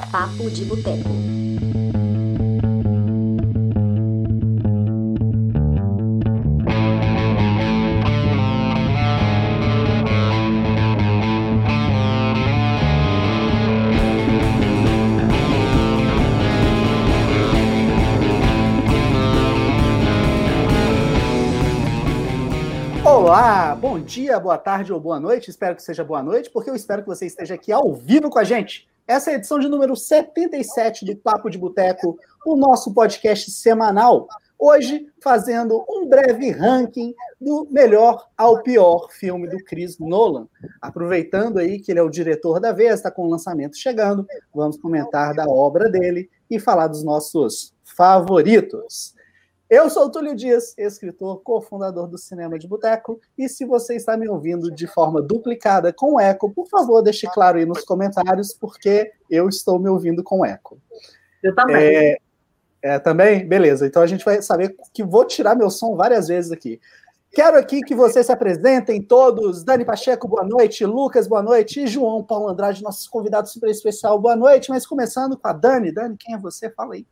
Papo de Boteco. Olá, bom dia, boa tarde ou boa noite. Espero que seja boa noite, porque eu espero que você esteja aqui ao vivo com a gente. Essa é a edição de número 77 do Papo de Boteco, o nosso podcast semanal. Hoje, fazendo um breve ranking do melhor ao pior filme do Chris Nolan. Aproveitando aí que ele é o diretor da vez, está com o lançamento chegando, vamos comentar da obra dele e falar dos nossos favoritos. Eu sou o Túlio Dias, escritor, cofundador do Cinema de Boteco, e se você está me ouvindo de forma duplicada com eco, por favor, deixe claro aí nos comentários, porque eu estou me ouvindo com eco. Eu também. Também? Beleza, então a gente vai saber que vou tirar meu som várias vezes aqui. Quero aqui que vocês se apresentem todos. Dani Pacheco, boa noite. Lucas, boa noite. E João Paulo Andrade, nosso convidado super especial, boa noite. Mas começando com a Dani. Dani, quem é você? Fala aí.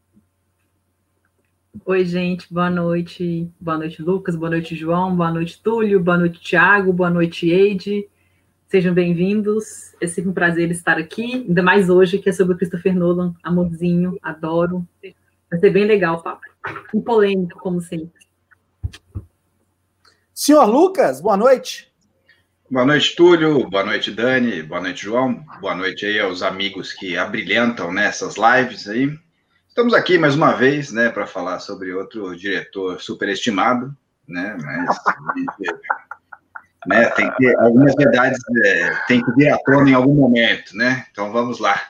Oi, gente, boa noite. Boa noite, Lucas, boa noite, João, boa noite, Túlio, boa noite, Thiago, boa noite, Eide. Sejam bem-vindos. É sempre um prazer estar aqui, ainda mais hoje, que é sobre o Christopher Nolan, amorzinho, adoro. Vai ser bem legal o papo. Um polêmico, como sempre. Senhor Lucas, boa noite. Boa noite, Túlio. Boa noite, Dani. Boa noite, João. Boa noite aí aos amigos que abrilhantam nessas lives aí. Estamos aqui mais uma vez, né, para falar sobre outro diretor superestimado, né, mas né, tem que algumas verdades tem que vir à tona em algum momento, né? Então vamos lá.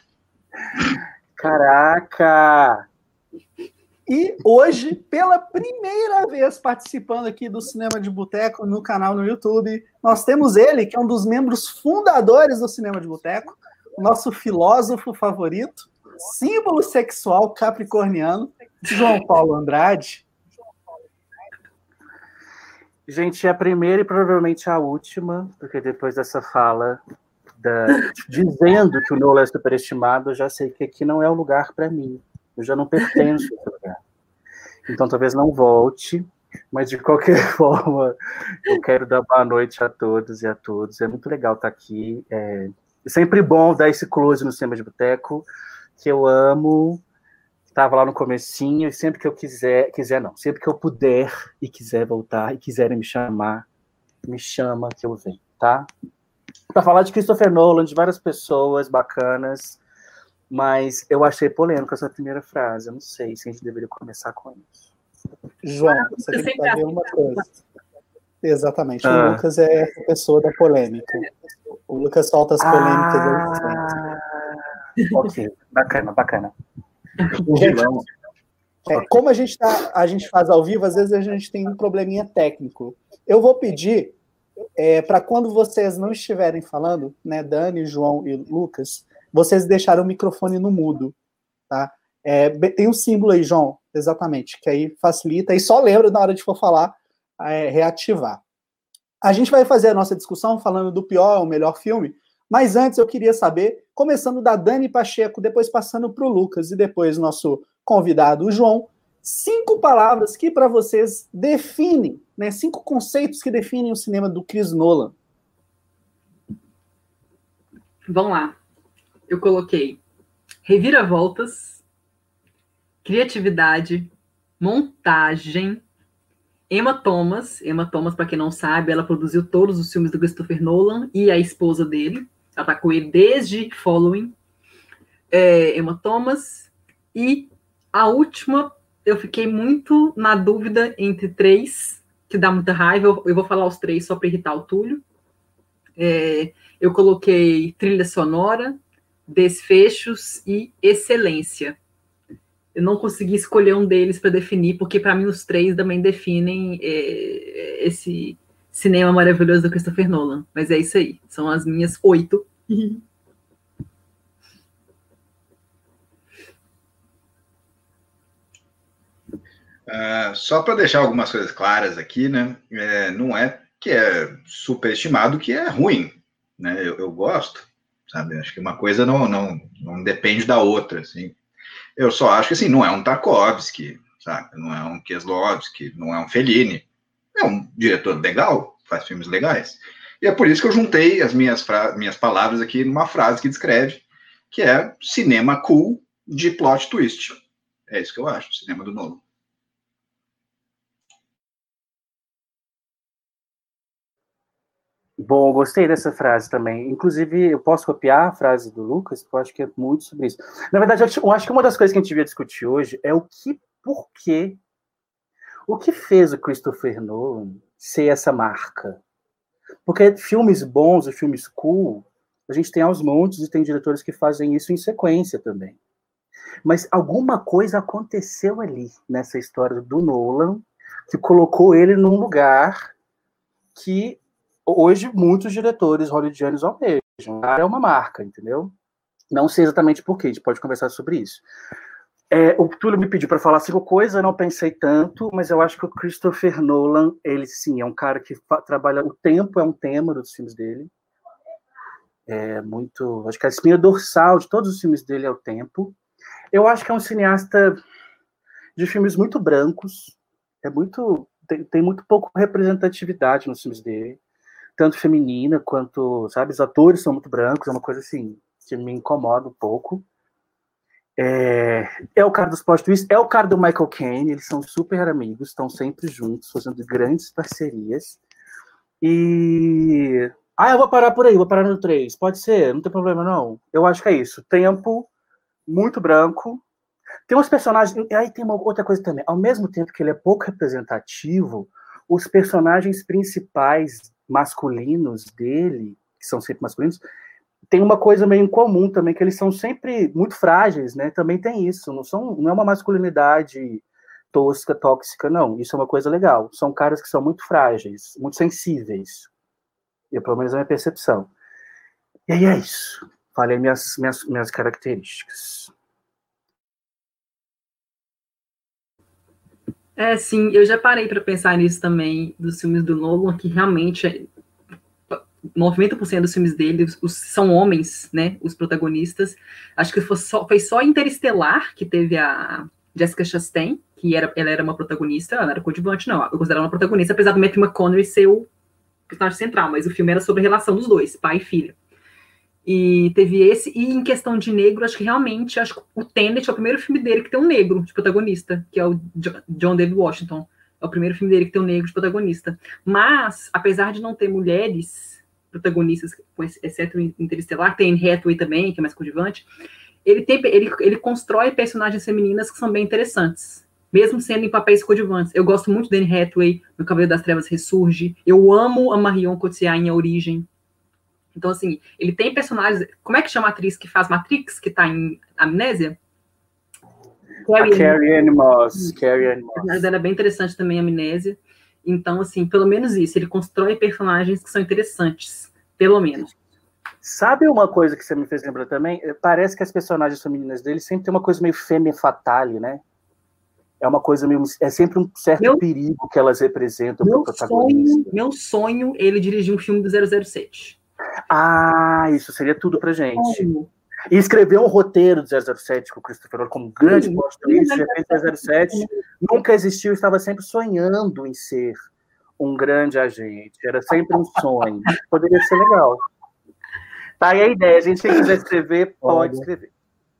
Caraca! E hoje, pela primeira vez participando aqui do Cinema de Boteco no canal no YouTube, nós temos ele, que é um dos membros fundadores do Cinema de Boteco, o nosso filósofo favorito, símbolo sexual capricorniano, João Paulo Andrade. Gente, é a primeira e provavelmente a última, porque depois dessa fala dizendo que o Nolan é superestimado, eu já sei que aqui não é o lugar para mim. Eu já não pertenço a esse lugar. Então talvez não volte, mas de qualquer forma, eu quero dar boa noite a todos e a todos. É muito legal estar aqui. É sempre bom dar esse close no Cinema de Boteco, que eu amo, estava lá no comecinho, e sempre que eu sempre que eu puder e quiser voltar, e quiserem me chamar, me chama que eu venho, tá? Para falar de Christopher Nolan, de várias pessoas bacanas, mas eu achei polêmica essa primeira frase, eu não sei se a gente deveria começar com isso. João, você tem que saber uma coisa. Exatamente, o Lucas é a pessoa da polêmica. O Lucas solta as polêmicas. Ok, bacana. Como a gente faz ao vivo, às vezes a gente tem um probleminha técnico. Eu vou pedir para quando vocês não estiverem falando, né, Dani, João e Lucas, vocês deixarem o microfone no mudo, tá? Tem um símbolo aí, João, exatamente, que aí facilita, e só lembra na hora de for falar, reativar. A gente vai fazer a nossa discussão falando do pior ou melhor filme, mas antes eu queria saber, começando da Dani Pacheco, depois passando para o Lucas e depois nosso convidado, o João, 5 palavras que para vocês definem, né, 5 conceitos que definem o cinema do Chris Nolan. Vamos lá. Eu coloquei reviravoltas, criatividade, montagem, Emma Thomas, para quem não sabe, ela produziu todos os filmes do Christopher Nolan e a esposa dele. Ela tá com ele desde Following. Emma Thomas. E a última, eu fiquei muito na dúvida entre 3, que dá muita raiva. Eu vou falar os 3 só para irritar o Túlio. Eu coloquei trilha sonora, desfechos e excelência. Eu não consegui escolher um deles para definir, porque para mim os 3 também definem esse cinema maravilhoso do Christopher Nolan. Mas é isso aí, são as minhas 8. Só para deixar algumas coisas claras aqui, né? Não é que é superestimado que é ruim, né? Eu gosto. sabe? Acho que uma coisa não depende da outra, assim. Eu só acho que, assim, não é um Tarkovsky, sabe? Não é um Kieslowski, não é um Fellini. É um diretor legal, faz filmes legais. E é por isso que eu juntei as minhas palavras aqui numa frase que descreve, que é cinema cool de plot twist. É isso que eu acho, cinema do Nolan. Bom, gostei dessa frase também. Inclusive, eu posso copiar a frase do Lucas, porque eu acho que é muito sobre isso. Na verdade, eu acho que uma das coisas que a gente devia discutir hoje é o que fez o Christopher Nolan ser essa marca. Porque filmes bons e filmes cool, a gente tem aos montes e tem diretores que fazem isso em sequência também. Mas alguma coisa aconteceu ali, nessa história do Nolan, que colocou ele num lugar que hoje muitos diretores hollywoodianos almejam. É uma marca, entendeu? Não sei exatamente por quê, a gente pode conversar sobre isso. O Túlio me pediu para falar 5 coisas, eu não pensei tanto, mas eu acho que o Christopher Nolan, ele sim, é um cara que trabalha, o tempo é um tema dos filmes dele. Acho que a espinha dorsal de todos os filmes dele é o tempo. Eu acho que é um cineasta de filmes muito brancos, tem muito pouco representatividade nos filmes dele, tanto feminina quanto, sabe, os atores são muito brancos, é uma coisa assim que me incomoda um pouco. É o cara dos plot twists, é o cara do Michael Caine, eles são super amigos, estão sempre juntos, fazendo grandes parcerias. E... eu vou parar por aí, vou parar no 3, pode ser, não tem problema não. Eu acho que é isso, tempo, muito branco. Tem uns personagens, e aí tem uma outra coisa também, ao mesmo tempo que ele é pouco representativo, os personagens principais masculinos dele, que são sempre masculinos, tem uma coisa meio incomum também, que eles são sempre muito frágeis, né? Também tem isso, não é uma masculinidade tosca, tóxica, não. Isso é uma coisa legal. São caras que são muito frágeis, muito sensíveis. E pelo menos é a minha percepção. E aí é isso. Falei minhas características. Sim, eu já parei para pensar nisso também, dos filmes do Nolan, que realmente 90% dos filmes dele são homens, né, os protagonistas. Acho que foi só Interestelar que teve a Jessica Chastain, que ela era uma protagonista, ela não era coadjuvante, não, eu considero ela uma protagonista, apesar do Matthew McConaughey ser o personagem central, mas o filme era sobre a relação dos dois, pai e filha. E teve esse, e em questão de negro, acho que o Tenet é o primeiro filme dele que tem um negro de protagonista, que é o John David Washington. É o primeiro filme dele que tem um negro de protagonista. Mas, apesar de não ter mulheres protagonistas, exceto Interestelar, tem Anne Hathaway também, que é mais coadjuvante, ele constrói personagens femininas que são bem interessantes, mesmo sendo em papéis coadjuvantes. Eu gosto muito da Anne Hathaway, no Cavaleiro das Trevas Ressurge, eu amo a Marion Cotillard em A Origem. Então, assim, ele tem personagens... Como é que chama a atriz que faz Matrix, que tá em Amnésia? Carrie-Anne Moss. Ela é bem interessante também, Amnésia. Então, assim, pelo menos isso. Ele constrói personagens que são interessantes. Pelo menos. Sabe uma coisa que você me fez lembrar também? Parece que as personagens femininas dele sempre tem uma coisa meio femme fatale, né? É uma coisa meio... É sempre um certo perigo que elas representam para o protagonista. Meu sonho, ele dirigir um filme do 007. Isso seria tudo pra gente. E escrever um roteiro do 007 com o Christopher Nolan como grande plot twist, de repente 007 nunca existiu, estava sempre sonhando em ser um grande agente. Era sempre um sonho. Poderia ser legal. Tá aí a ideia. Quem quiser escrever, pode escrever.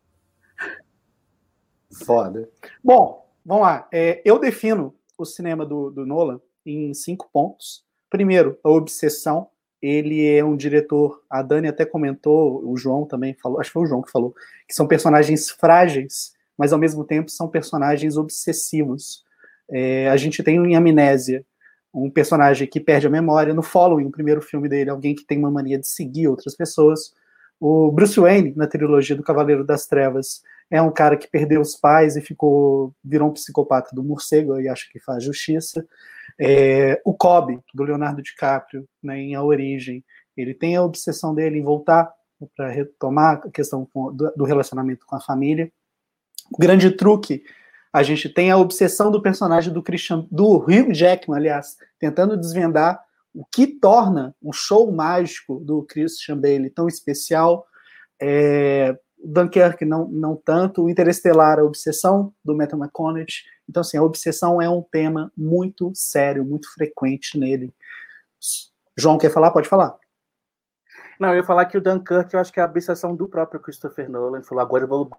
Foda. Bom, vamos lá. Eu defino o cinema do Nolan em 5 pontos. Primeiro, a obsessão. Ele é um diretor, a Dani até comentou, o João também falou, acho que foi o João que falou, que são personagens frágeis, mas ao mesmo tempo são personagens obsessivos. A gente tem em Amnésia um personagem que perde a memória. No Following, o primeiro filme dele, alguém que tem uma mania de seguir outras pessoas. O Bruce Wayne, na trilogia do Cavaleiro das Trevas, é um cara que perdeu os pais e virou um psicopata do morcego e acha que faz justiça. O Cobb, do Leonardo DiCaprio, né, em A Origem, ele tem a obsessão dele em voltar para retomar a questão do relacionamento com a família. O Grande Truque, a gente tem a obsessão do personagem do Hugh Jackman, aliás, tentando desvendar o que torna um show mágico do Christian Bale tão especial. Dunkirk não tanto, o Interestelar, a obsessão do Matthew McConaughey. Então, assim, a obsessão é um tema muito sério, muito frequente nele. João, quer falar? Pode falar. Não, eu ia falar que o Dunkirk, eu acho que é a obsessão do próprio Christopher Nolan. Ele falou, agora eu vou...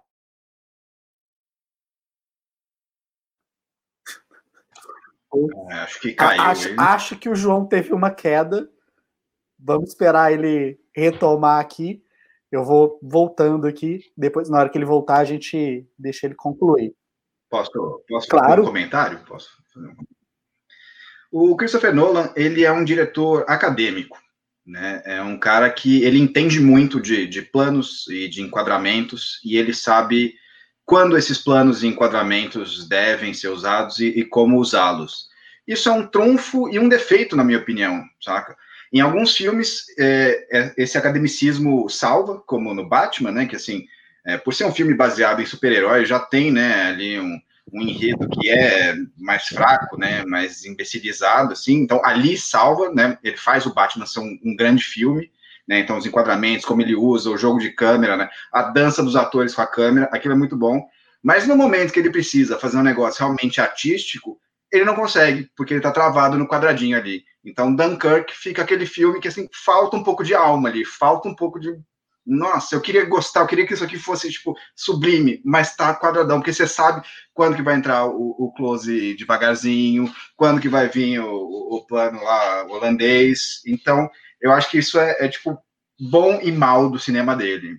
Acho que caiu. Acho que o João teve uma queda. Vamos esperar ele retomar aqui. Eu vou voltando aqui. Depois, na hora que ele voltar, a gente deixa ele concluir. Posso claro. fazer um comentário? Posso fazer um... O Christopher Nolan, ele é um diretor acadêmico, né? É um cara que ele entende muito de planos e de enquadramentos, e ele sabe quando esses planos e enquadramentos devem ser usados e como usá-los. Isso é um trunfo e um defeito, na minha opinião, saca? Em alguns filmes, esse academicismo salva, como no Batman, né? Que, assim, por ser um filme baseado em super-heróis, já tem, né, ali um enredo que é mais fraco, né, mais imbecilizado, assim. Então, ali salva, né? Ele faz o Batman ser um grande filme, né? Então, os enquadramentos, como ele usa, o jogo de câmera, né? A dança dos atores com a câmera, aquilo é muito bom. Mas no momento que ele precisa fazer um negócio realmente artístico, ele não consegue, porque ele está travado no quadradinho ali. Então, Dunkirk fica aquele filme que, assim, falta um pouco de alma ali, falta um pouco de... Nossa, eu queria que isso aqui fosse, tipo, sublime, mas tá quadradão, porque você sabe quando que vai entrar o close devagarzinho, quando que vai vir o plano lá holandês. Então, eu acho que isso é tipo, bom e mal do cinema dele.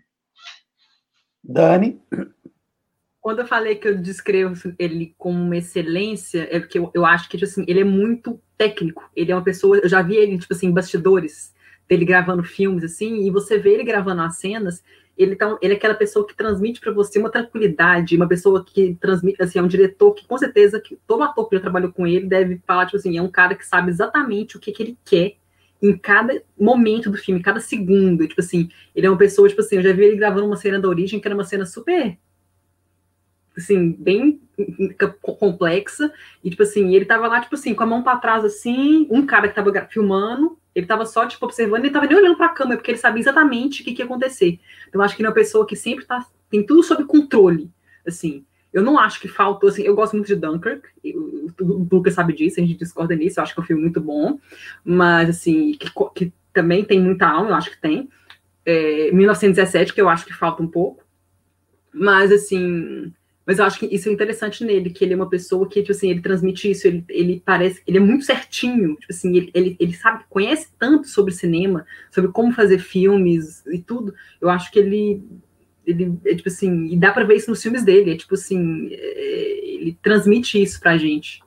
Dani? Quando eu falei que eu descrevo ele como uma excelência, é porque eu acho que, tipo assim, ele é muito técnico. Ele é uma pessoa... Eu já vi ele, tipo assim, em bastidores, dele gravando filmes, assim, e você vê ele gravando as cenas, ele é aquela pessoa que transmite para você uma tranquilidade, uma pessoa que transmite, assim, é um diretor que, com certeza, que todo ator que já trabalhou com ele deve falar, tipo assim, é um cara que sabe exatamente o que ele quer em cada momento do filme, cada segundo. E, tipo assim, ele é uma pessoa, tipo assim, eu já vi ele gravando uma cena da Origem, que era uma cena super... assim, bem complexa, e, tipo assim, ele tava lá, tipo assim, com a mão pra trás, assim, um cara que tava filmando, ele tava só, tipo, observando, ele tava nem olhando pra câmera, porque ele sabia exatamente o que ia acontecer. Então, eu acho que ele é uma pessoa que sempre tem tudo sob controle, assim. Eu não acho que faltou, assim, eu gosto muito de Dunkirk, o Lucas sabe disso, a gente discorda nisso, eu acho que é um filme muito bom, mas, assim, que também tem muita alma, eu acho que tem. 1917, que eu acho que falta um pouco, mas, assim... Mas eu acho que isso é interessante nele, que ele é uma pessoa que, tipo assim, ele transmite isso, ele parece, ele é muito certinho, tipo assim, ele sabe, conhece tanto sobre cinema, sobre como fazer filmes e tudo. Eu acho que ele é, tipo assim, e dá pra ver isso nos filmes dele, é tipo assim, ele transmite isso pra gente.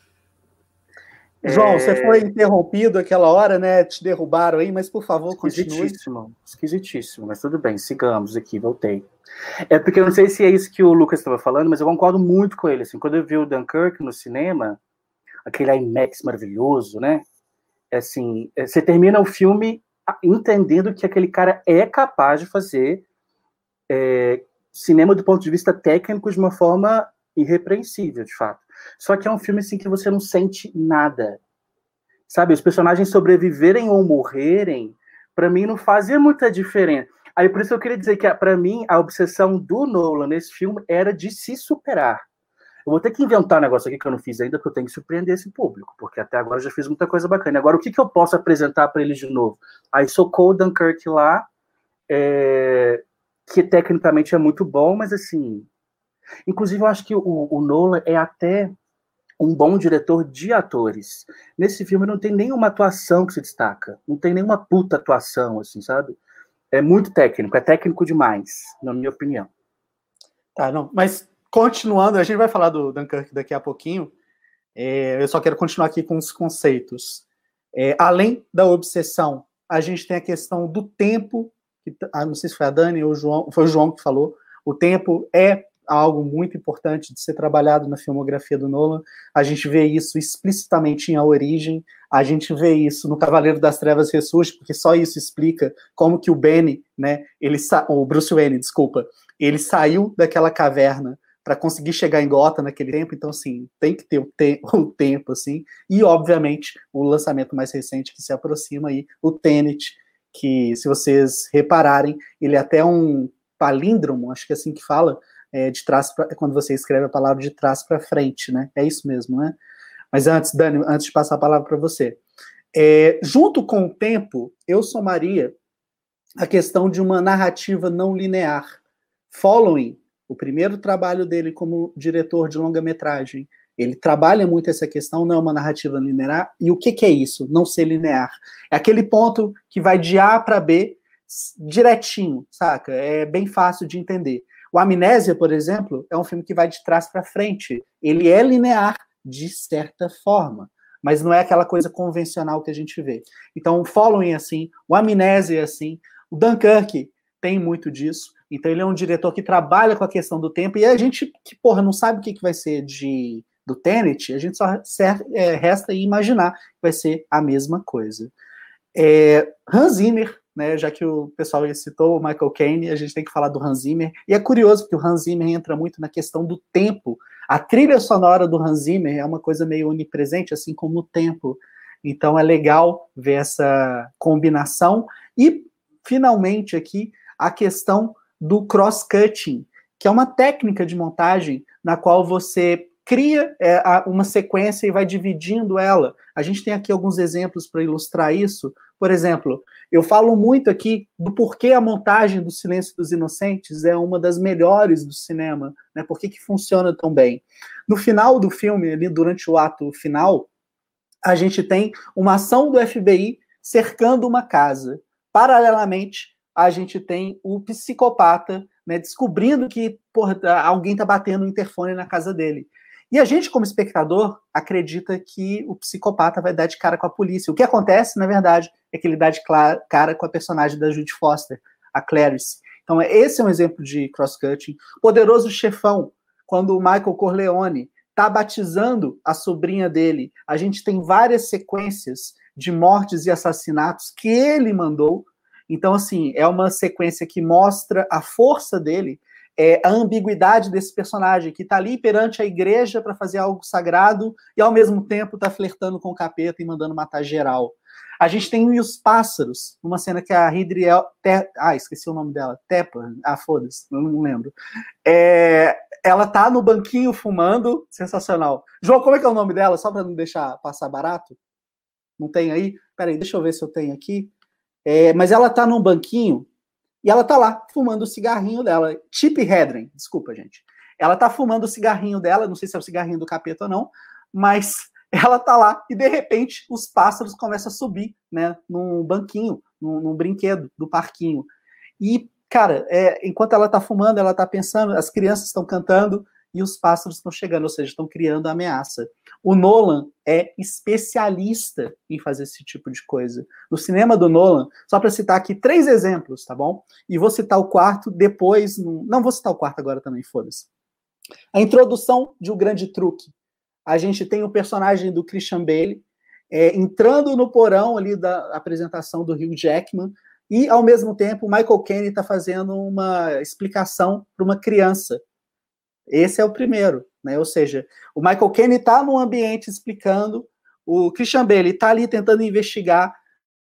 João, você foi interrompido aquela hora, né? Te derrubaram aí, mas por favor, continue. Esquisitíssimo, mas tudo bem, sigamos aqui, voltei. É porque eu não sei se é isso que o Lucas estava falando, mas eu concordo muito com ele. Assim, quando eu vi o Dunkirk no cinema, aquele IMAX maravilhoso, né? Assim, você termina o filme entendendo que aquele cara é capaz de fazer cinema do ponto de vista técnico de uma forma irrepreensível, de fato. Só que é um filme assim que você não sente nada. Sabe, os personagens sobreviverem ou morrerem, para mim não fazia muita diferença. Aí por isso eu queria dizer que, para mim, a obsessão do Nolan nesse filme era de se superar. Eu vou ter que inventar um negócio aqui que eu não fiz ainda, porque eu tenho que surpreender esse público, porque até agora eu já fiz muita coisa bacana. Agora, o que eu posso apresentar para eles de novo? Aí socou o Dunkirk lá, que tecnicamente é muito bom, mas assim... Inclusive, eu acho que o Nolan é até um bom diretor de atores. Nesse filme não tem nenhuma atuação que se destaca. Não tem nenhuma puta atuação, assim, sabe? É muito técnico, é técnico demais, na minha opinião. Tá, não, mas continuando, a gente vai falar do Dunkirk daqui a pouquinho. Eu só quero continuar aqui com os conceitos. Além da obsessão, a gente tem a questão do tempo, não sei se foi a Dani ou o João, foi o João que falou, o tempo é algo muito importante de ser trabalhado na filmografia do Nolan. A gente vê isso explicitamente em A Origem, a gente vê isso no Cavaleiro das Trevas Ressurge, porque só isso explica como que o Benny, né, o Bruce Wayne, desculpa, ele saiu daquela caverna para conseguir chegar em Gotham naquele tempo. Então, assim, tem que ter um tempo, assim, e, obviamente, o lançamento mais recente que se aproxima aí, o Tenet, que, se vocês repararem, ele é até um palíndromo, acho que é assim que fala, de trás quando você escreve a palavra de trás para frente, né? É isso mesmo, né? Mas antes, Dani, antes de passar a palavra para você, junto com o tempo, eu somaria a questão de uma narrativa não linear. Following, o primeiro trabalho dele como diretor de longa-metragem, ele trabalha muito essa questão, não é uma narrativa linear. E o que é isso? Não ser linear. É aquele ponto que vai de A para B direitinho, saca? É bem fácil de entender. O Amnésia, por exemplo, é um filme que vai de trás para frente. Ele é linear de certa forma, mas não é aquela coisa convencional que a gente vê. Então, o Following é assim, o Amnésia é assim, o Dunkirk tem muito disso. Então, ele é um diretor que trabalha com a questão do tempo, e a gente que, não sabe o que vai ser do Tenet, a gente só resta imaginar que vai ser a mesma coisa. Hans Zimmer, né, já que o pessoal citou o Michael Caine, a gente tem que falar do Hans Zimmer, e é curioso porque o Hans Zimmer entra muito na questão do tempo. A trilha sonora do Hans Zimmer é uma coisa meio onipresente, assim como o tempo. Então é legal ver essa combinação. E, finalmente, aqui, a questão do cross-cutting, que é uma técnica de montagem na qual você cria uma sequência e vai dividindo ela. A gente tem aqui alguns exemplos para ilustrar isso. Por exemplo, eu falo muito aqui do porquê a montagem do Silêncio dos Inocentes é uma das melhores do cinema, né? Por que funciona tão bem? No final do filme, ali durante o ato final, a gente tem uma ação do FBI cercando uma casa. Paralelamente, a gente tem o psicopata, né, descobrindo que alguém está batendo no interfone na casa dele. E a gente, como espectador, acredita que o psicopata vai dar de cara com a polícia. O que acontece, na verdade, é que ele dá de cara com a personagem da Judy Foster, a Clarice. Então, esse é um exemplo de cross-cutting. Poderoso Chefão, quando o Michael Corleone está batizando a sobrinha dele, a gente tem várias sequências de mortes e assassinatos que ele mandou. Então, assim, é uma sequência que mostra a força dele, a ambiguidade desse personagem, que está ali perante a igreja para fazer algo sagrado e, ao mesmo tempo, está flertando com o capeta e mandando matar geral. A gente tem Os Pássaros, uma cena que a Ridley... esqueci o nome dela. Tepper. Foda-se, não lembro. Ela tá no banquinho fumando, sensacional. João, como é que é o nome dela? Só para não deixar passar barato? Não tem aí? Peraí, deixa eu ver se eu tenho aqui. Mas ela tá num banquinho e ela tá lá fumando o cigarrinho dela. Tippi Hedren, desculpa, gente. Ela tá fumando o cigarrinho dela, não sei se é o cigarrinho do capeta ou não, mas ela tá lá e, de repente, os pássaros começam a subir, né, num banquinho, num brinquedo do parquinho. E, cara, enquanto ela tá fumando, ela tá pensando, as crianças estão cantando e os pássaros estão chegando, ou seja, estão criando ameaça. O Nolan é especialista em fazer esse tipo de coisa. No cinema do Nolan, só para citar aqui 3 exemplos, tá bom? E vou citar o quarto depois. Não vou citar o quarto agora também, foda-se. A introdução de O Grande Truque. A gente tem o personagem do Christian Bale entrando no porão ali da apresentação do Hugh Jackman e, ao mesmo tempo, o Michael Caine está fazendo uma explicação para uma criança. Esse é o primeiro, né? Ou seja, o Michael Caine está num ambiente explicando, o Christian Bale está ali tentando investigar a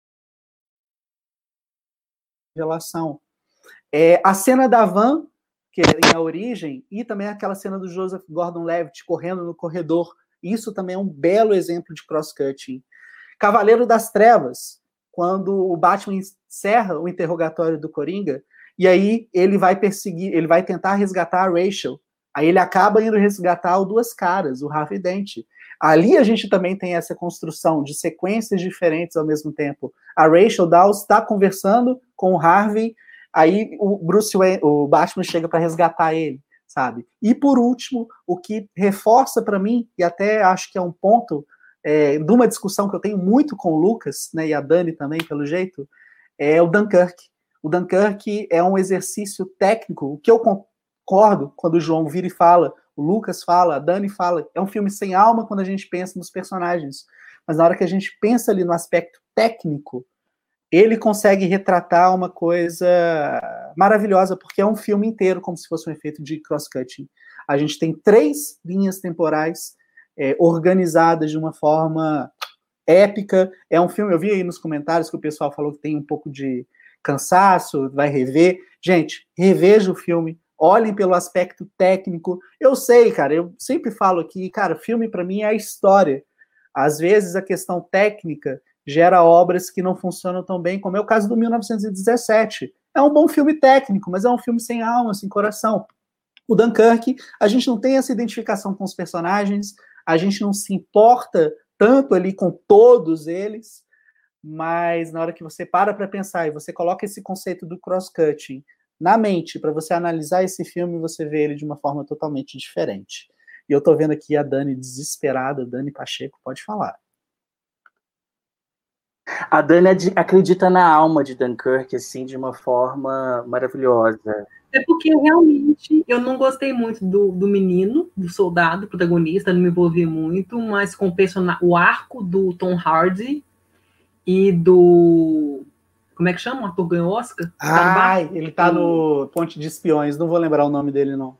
relação. A cena da van, que é a origem, e também aquela cena do Joseph Gordon-Levitt correndo no corredor. Isso também é um belo exemplo de cross-cutting. Cavaleiro das Trevas, quando o Batman encerra o interrogatório do Coringa, e aí ele vai perseguir, ele vai tentar resgatar a Rachel. Aí ele acaba indo resgatar o Duas Caras, o Harvey Dent. Ali a gente também tem essa construção de sequências diferentes ao mesmo tempo. A Rachel Dawes está conversando com o Harvey, aí o Batman chega para resgatar ele, sabe? E por último, o que reforça para mim, e até acho que é um ponto de uma discussão que eu tenho muito com o Lucas, né, e a Dani também, pelo jeito, é o Dunkirk. O Dunkirk é um exercício técnico, o que eu concordo quando o João vira e fala, o Lucas fala, a Dani fala, é um filme sem alma quando a gente pensa nos personagens, mas na hora que a gente pensa ali no aspecto técnico, ele consegue retratar uma coisa maravilhosa, porque é um filme inteiro como se fosse um efeito de cross-cutting. A gente tem 3 linhas temporais organizadas de uma forma épica. É um filme, eu vi aí nos comentários que o pessoal falou que tem um pouco de cansaço, vai rever. Gente, reveja o filme, olhem pelo aspecto técnico. Eu sei, cara, eu sempre falo aqui, cara, filme para mim é a história. Às vezes a questão técnica gera obras que não funcionam tão bem, como é o caso do 1917. É um bom filme técnico, mas é um filme sem alma, sem coração. O Dunkirk, a gente não tem essa identificação com os personagens, a gente não se importa tanto ali com todos eles, mas na hora que você para pensar e você coloca esse conceito do cross-cutting na mente para você analisar esse filme, você vê ele de uma forma totalmente diferente. E eu tô vendo aqui a Dani desesperada, Dani Pacheco, pode falar. A Dani acredita na alma de Dunkirk, assim, de uma forma maravilhosa. É porque realmente eu não gostei muito do menino, do soldado protagonista, não me envolvi muito, mas com o arco do Tom Hardy e do... Como é que chama? O ator ganhou Oscar? Ele tá no Ponte de Espiões, não vou lembrar o nome dele, não.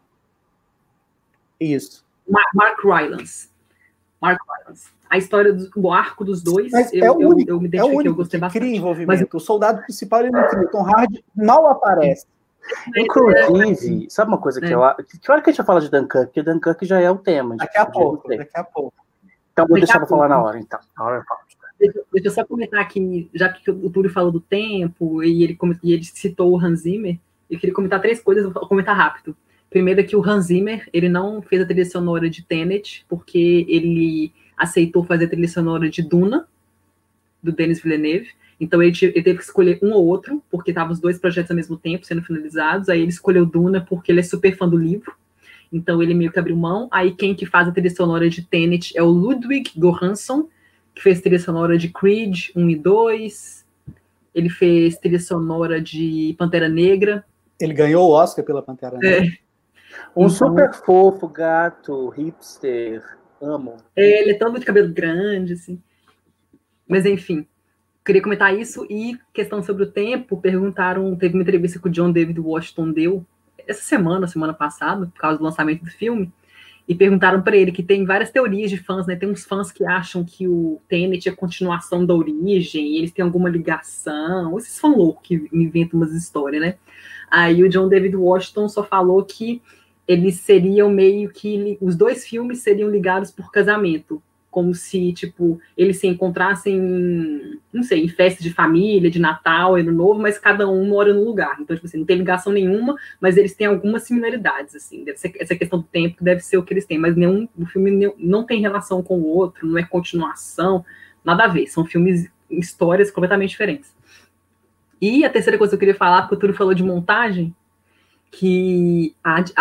Isso. Mark Rylance. A história do arco dos dois, eu me identifiquei, eu gostei bastante. Cria envolvimento. Mas o soldado principal ele não cria. O Tom Hardy mal aparece. Inclusive, sabe uma coisa que eu acho? Que hora que a gente vai falar de Dunkirk? Porque Dunkirk já é o tema. Daqui a pouco. Então vou deixar para falar na hora, então. Na hora eu falo. Deixa eu só comentar aqui, já que o Túlio falou do tempo e ele citou o Hans Zimmer, eu queria comentar 3 coisas, vou comentar rápido. Primeiro é que o Hans Zimmer, ele não fez a trilha sonora de Tenet, porque ele aceitou fazer a trilha sonora de Duna, do Denis Villeneuve. Então ele teve que escolher um ou outro, porque estavam os 2 projetos ao mesmo tempo sendo finalizados. Aí ele escolheu Duna porque ele é super fã do livro. Então ele meio que abriu mão. Aí quem que faz a trilha sonora de Tenet é o Ludwig Göransson, que fez trilha sonora de Creed 1 e 2. Ele fez trilha sonora de Pantera Negra. Ele ganhou o Oscar pela Pantera Negra. Um super fofo, gato, hipster, amo. Ele é todo de cabelo grande, assim. Mas, enfim, queria comentar isso. E questão sobre o tempo, teve uma entrevista que o John David Washington deu essa semana passada, por causa do lançamento do filme, e perguntaram para ele que tem várias teorias de fãs, né? Tem uns fãs que acham que o Tenet é a continuação da origem, e eles têm alguma ligação, esses fãs loucos que inventam umas histórias, né? Aí o John David Washington só falou que eles seriam meio que... Os 2 filmes seriam ligados por casamento, como se, tipo, eles se encontrassem, não sei, em festa de família, de Natal, Ano Novo, mas cada um mora num lugar. Então, tipo assim, não tem ligação nenhuma, mas eles têm algumas similaridades, assim. Deve ser essa questão do tempo que deve ser o que eles têm, mas nenhum o filme não tem relação com o outro, não é continuação, nada a ver. São filmes, histórias completamente diferentes. E a terceira coisa que eu queria falar, porque o Túlio falou de montagem, que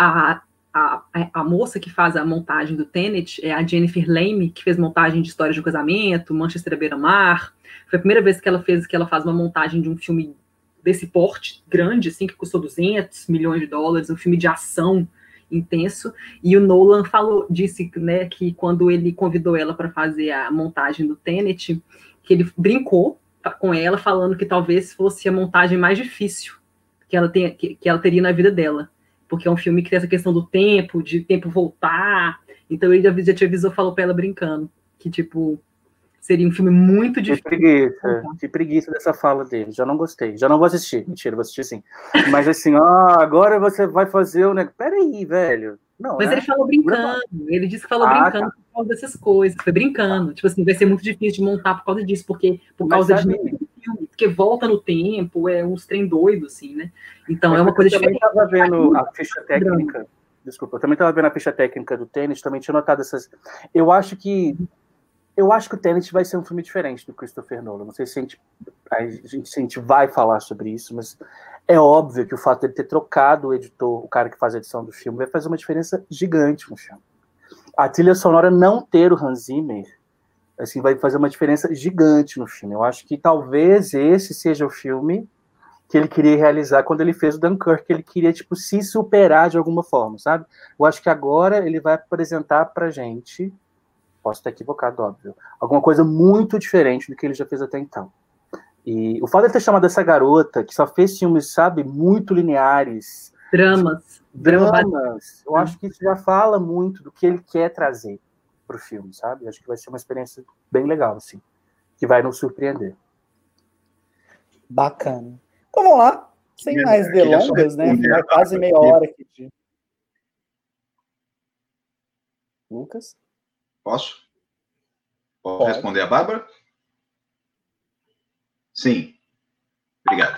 a moça que faz a montagem do Tenet é a Jennifer Lame, que fez montagem de História de um Casamento, Manchester à beira-mar. Foi a primeira vez que ela faz uma montagem de um filme desse porte grande, assim, que custou 200 milhões de dólares, um filme de ação intenso. E o Nolan disse, né, que quando ele convidou ela para fazer a montagem do Tenet, que ele brincou com ela, falando que talvez fosse a montagem mais difícil que ela teria na vida dela, porque é um filme que tem essa questão do tempo, de tempo voltar. Então ele já te avisou, falou pra ela brincando, que tipo, seria um filme muito difícil. Que preguiça dessa fala dele, já não gostei, já não vou assistir, mentira, vou assistir sim. Mas assim, agora você vai fazer o negócio, peraí, velho. Não, mas ele falou brincando, ele disse que falou brincando por causa dessas coisas, foi brincando, tipo assim, vai ser muito difícil de montar por causa disso, por causa de filme, porque volta no tempo, é uns trem doido, assim, né? Então é uma coisa diferente. Eu também estava vendo a ficha técnica, desculpa, eu também estava vendo a ficha técnica do Tenet, também tinha notado essas... Eu acho que o Tenet vai ser um filme diferente do Christopher Nolan, não sei se a gente vai falar sobre isso, mas é óbvio que o fato de ele ter trocado o editor, o cara que faz a edição do filme, vai fazer uma diferença gigante no filme. A trilha sonora não ter o Hans Zimmer, assim, vai fazer uma diferença gigante no filme. Eu acho que talvez esse seja o filme que ele queria realizar quando ele fez o Dunkirk, ele queria, tipo, se superar de alguma forma, sabe? Eu acho que agora ele vai apresentar pra gente, posso estar equivocado, óbvio, alguma coisa muito diferente do que ele já fez até então. E o fato de ele ter chamado essa garota, que só fez filmes, sabe, muito lineares. Dramas. Eu acho que isso já fala muito do que ele quer trazer pro filme, sabe? Eu acho que vai ser uma experiência bem legal, assim. que vai nos surpreender. Bacana. Então vamos lá, sem mais delongas, né? Afinal, quase meia hora aqui de... Lucas? Posso responder a Bárbara? Sim. Obrigado.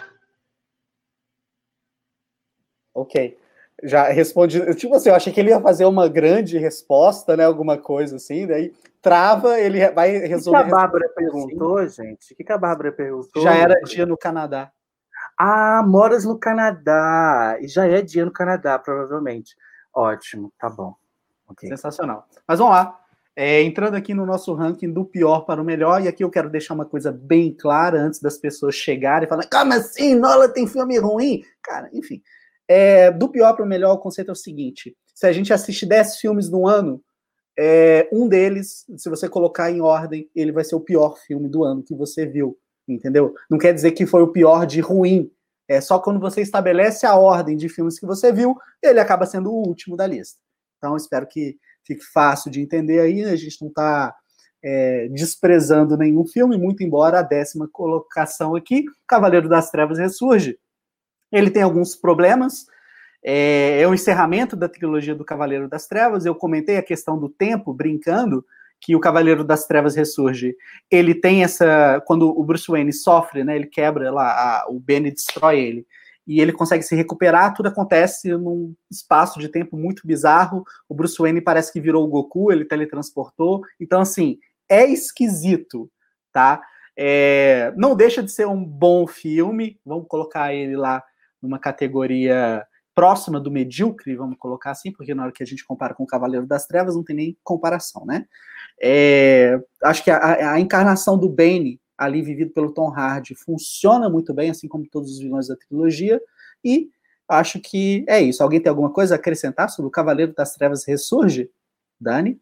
Ok. Já respondi. Tipo assim, eu achei que ele ia fazer uma grande resposta, né? Alguma coisa assim, daí trava, ele vai resolver. O que a Bárbara perguntou, assim. Gente? O que a Bárbara perguntou? Já era dia no Canadá. Ah, moras no Canadá. E já é dia no Canadá, provavelmente. Ótimo, tá bom. Okay. Sensacional. Mas vamos lá. Entrando aqui no nosso ranking do pior para o melhor, e aqui eu quero deixar uma coisa bem clara antes das pessoas chegarem e falarem, como assim, Nolan tem filme ruim? Cara, enfim. Do pior para o melhor, o conceito é o seguinte, se a gente assiste 10 filmes no ano, um deles, se você colocar em ordem, ele vai ser o pior filme do ano que você viu, entendeu? Não quer dizer que foi o pior de ruim, só quando você estabelece a ordem de filmes que você viu, ele acaba sendo o último da lista. Então, espero que fique fácil de entender aí, a gente não está desprezando nenhum filme, muito embora a 10ª colocação aqui, Cavaleiro das Trevas Ressurge. Ele tem alguns problemas, é o encerramento da trilogia do Cavaleiro das Trevas, eu comentei a questão do tempo, brincando, que o Cavaleiro das Trevas Ressurge, ele tem quando o Bruce Wayne sofre, né, ele quebra lá, o Benny destrói ele, e ele consegue se recuperar, tudo acontece num espaço de tempo muito bizarro, o Bruce Wayne parece que virou o Goku, ele teletransportou, então assim, é esquisito, tá? Não deixa de ser um bom filme, vamos colocar ele lá numa categoria próxima do medíocre, vamos colocar assim, porque na hora que a gente compara com o Cavaleiro das Trevas, não tem nem comparação, né? Acho que a encarnação do Bane, ali vivido pelo Tom Hardy, funciona muito bem, assim como todos os vilões da trilogia, e acho que é isso. Alguém tem alguma coisa a acrescentar sobre o Cavaleiro das Trevas Ressurge? Dani?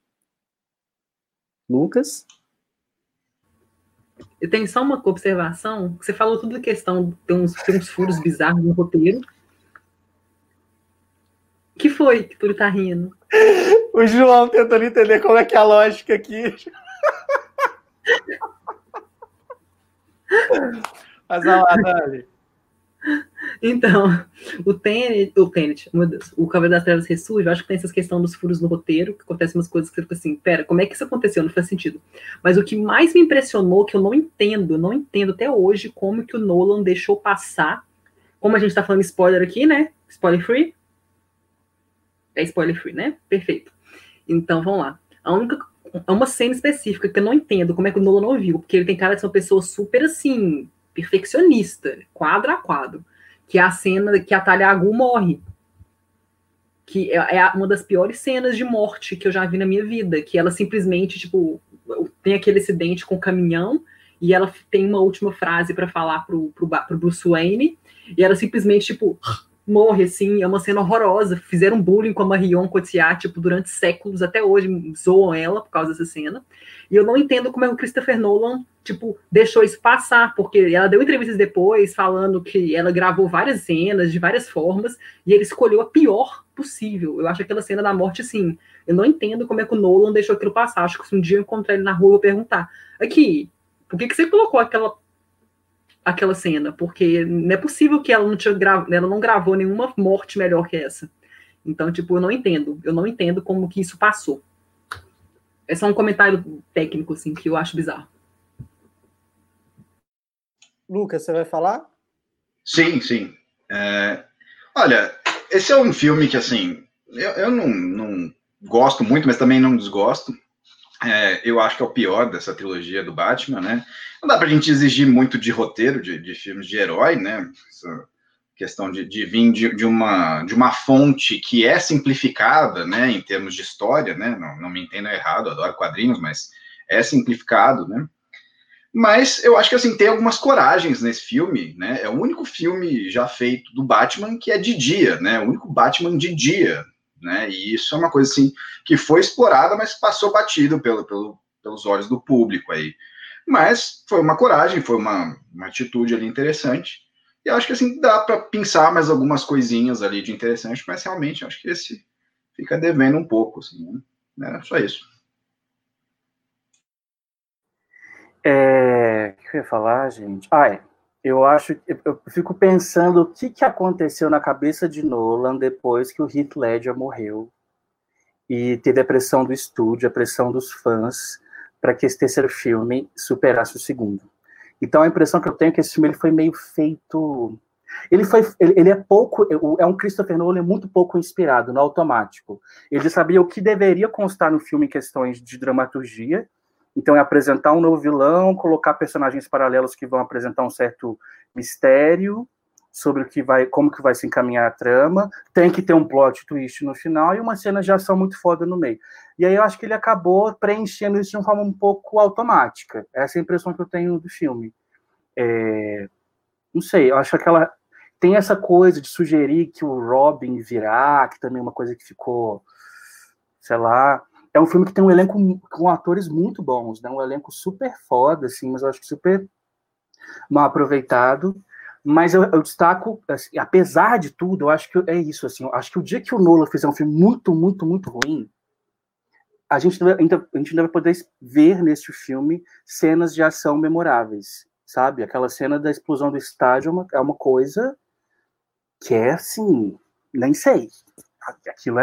Lucas? Eu tenho só uma observação. Você falou tudo a questão, tem uns furos bizarros no roteiro. O que foi que tu tá rindo? O João tentando entender como é que é a lógica aqui. Mas vai lá, Dani. Então, o Tenet, meu Deus, o Cavaleiro das Trevas Ressurge, eu acho que tem essa questão dos furos no roteiro, que acontecem umas coisas que você fica assim, pera, como é que isso aconteceu? Não faz sentido. Mas o que mais me impressionou, que eu não entendo até hoje, como que o Nolan deixou passar, como a gente tá falando spoiler aqui, né? Spoiler free? É spoiler free, né? Perfeito. Então, vamos lá. Uma cena específica que eu não entendo como é que o Nolan não viu, porque ele tem cara de ser uma pessoa super, assim, perfeccionista, quadro a quadro, que é a cena que a Talia al Ghul morre, que é uma das piores cenas de morte que eu já vi na minha vida, que ela simplesmente, tipo, tem aquele acidente com o caminhão, e ela tem uma última frase para falar pro Bruce Wayne, e ela simplesmente, tipo, morre, assim, é uma cena horrorosa. Fizeram bullying com a Marion Cotillard, tipo, durante séculos, até hoje zoam ela por causa dessa cena, e eu não entendo como é que o Christopher Nolan, tipo, deixou isso passar, porque ela deu entrevistas depois falando que ela gravou várias cenas de várias formas, e ele escolheu a pior possível. Eu acho aquela cena da morte, assim, eu não entendo como é que o Nolan deixou aquilo passar. Acho que se um dia eu encontrar ele na rua, eu vou perguntar, aqui, por que você colocou aquela cena? Porque não é possível que ela não gravou nenhuma morte melhor que essa. Então, tipo, eu não entendo como que isso passou. É só um comentário técnico, assim, que eu acho bizarro. Lucas, você vai falar? Sim. Olha, esse é um filme que, assim, eu não gosto muito, mas também não desgosto. Eu acho que é o pior dessa trilogia do Batman, né? Não dá pra gente exigir muito de roteiro de filmes de herói, né? Essa questão de vir de uma fonte que é simplificada, né? Em termos de história, né? Não me entenda errado, adoro quadrinhos, mas é simplificado, né? Mas eu acho que, assim, tem algumas coragens nesse filme, né? É o único filme já feito do Batman que é de dia, né? O único Batman de dia, né? E isso é uma coisa, assim, que foi explorada, mas passou batido pelos olhos do público aí. Mas foi uma coragem, foi uma atitude ali interessante. E eu acho que, assim, dá para pensar mais algumas coisinhas ali de interessante, mas realmente acho que esse fica devendo um pouco, assim, né? Só isso. O que eu ia falar, gente? Eu acho, eu fico pensando o que aconteceu na cabeça de Nolan depois que o Heath Ledger morreu e teve a pressão do estúdio, a pressão dos fãs para que esse terceiro filme superasse o segundo. Então a impressão que eu tenho é que esse filme ele foi meio feito... Ele é pouco... É um Christopher Nolan muito pouco inspirado, no automático. Ele sabia o que deveria constar no filme em questões de dramaturgia. Então é apresentar um novo vilão, colocar personagens paralelos que vão apresentar um certo mistério sobre como que vai se encaminhar a trama, tem que ter um plot twist no final e uma cena de ação muito foda no meio. E aí eu acho que ele acabou preenchendo isso de uma forma um pouco automática. Essa é a impressão que eu tenho do filme. Não sei, eu acho que tem essa coisa de sugerir que o Robin virá, que também é uma coisa que ficou, sei lá... É um filme que tem um elenco com atores muito bons, né? Um elenco super foda, assim, mas eu acho que super mal aproveitado. Mas eu destaco, assim, apesar de tudo, eu acho que é isso, assim, eu acho que o dia que o Nolan fizer um filme muito, muito, muito ruim, a gente ainda vai poder ver neste filme cenas de ação memoráveis, sabe? Aquela cena da explosão do estádio é uma coisa que é, assim, nem sei. Aquilo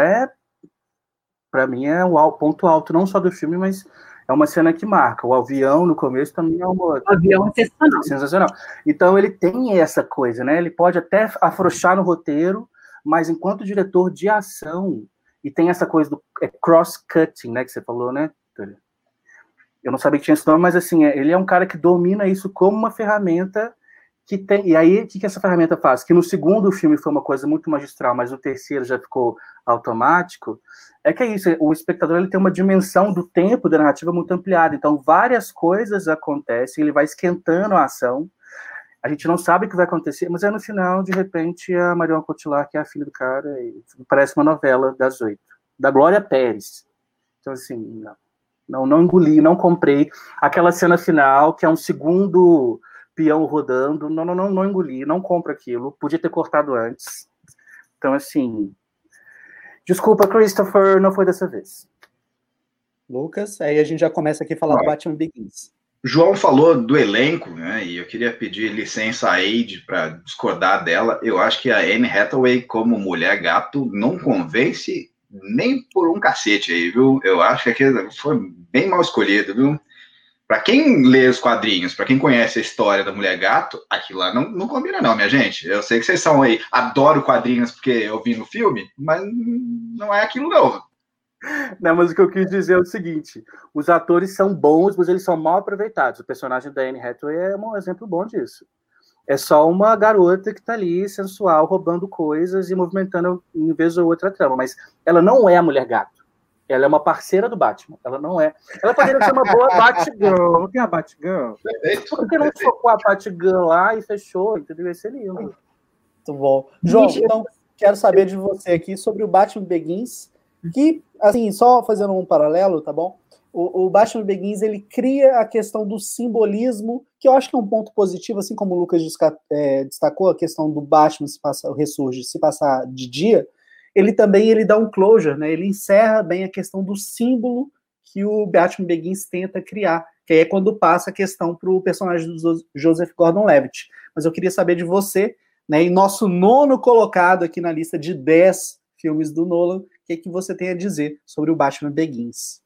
para mim é o ponto alto, não só do filme, mas é uma cena que marca. O avião, no começo, também é uma... O avião é sensacional. Sensacional. Então, ele tem essa coisa, né? Ele pode até afrouxar no roteiro, mas enquanto diretor de ação, e tem essa coisa do cross-cutting, né? Que você falou, né? Eu não sabia que tinha esse nome, mas, assim, ele é um cara que domina isso como uma ferramenta que tem... E aí, o que essa ferramenta faz? Que no segundo filme foi uma coisa muito magistral, mas no terceiro já ficou automático. É que é isso, o espectador ele tem uma dimensão do tempo da narrativa muito ampliada, então várias coisas acontecem, ele vai esquentando a ação, a gente não sabe o que vai acontecer, mas no final, de repente, a Marion Cotillard, que é a filha do cara, e parece uma novela das 8, da Glória Pérez. Então, assim, não engoli, não comprei. Aquela cena final, que é um segundo peão rodando, não engoli, não compro aquilo, podia ter cortado antes. Então, assim... Desculpa, Christopher, não foi dessa vez. Lucas, aí a gente já começa aqui a falar do Batman Begins. João falou do elenco, né? E eu queria pedir licença a Aide para discordar dela. Eu acho que a Anne Hathaway, como mulher gato, não convence nem por um cacete aí, viu? Eu acho que aquilo foi bem mal escolhido, viu? Para quem lê os quadrinhos, para quem conhece a história da Mulher Gato, aquilo lá não combina não, minha gente. Eu sei que vocês são aí, adoro quadrinhos porque eu vi no filme, mas não é aquilo não. Não, mas o que eu quis dizer é o seguinte, os atores são bons, mas eles são mal aproveitados. O personagem da Anne Hathaway é um exemplo bom disso. É só uma garota que tá ali, sensual, roubando coisas e movimentando em vez ou outra trama, mas ela não é a Mulher Gato. Ela é uma parceira do Batman. Ela não é. Ela poderia ser uma boa Batgirl. Não tem a Batgirl? Por que não focou a Batgirl lá e fechou? Entendeu? Ia ser lindo. Muito bom. João, então, quero saber de você aqui sobre o Batman Begins, que, assim, só fazendo um paralelo, tá bom? O Batman Begins, ele cria a questão do simbolismo, que eu acho que é um ponto positivo, assim como o Lucas destacou, a questão do Batman ressurge, se passar de dia, ele também dá um closure, né? Ele encerra bem a questão do símbolo que o Batman Begins tenta criar, que aí é quando passa a questão para o personagem do Joseph Gordon-Levitt. Mas eu queria saber de você, né, em nosso 9º colocado aqui na lista de 10 filmes do Nolan, o que você tem a dizer sobre o Batman Begins?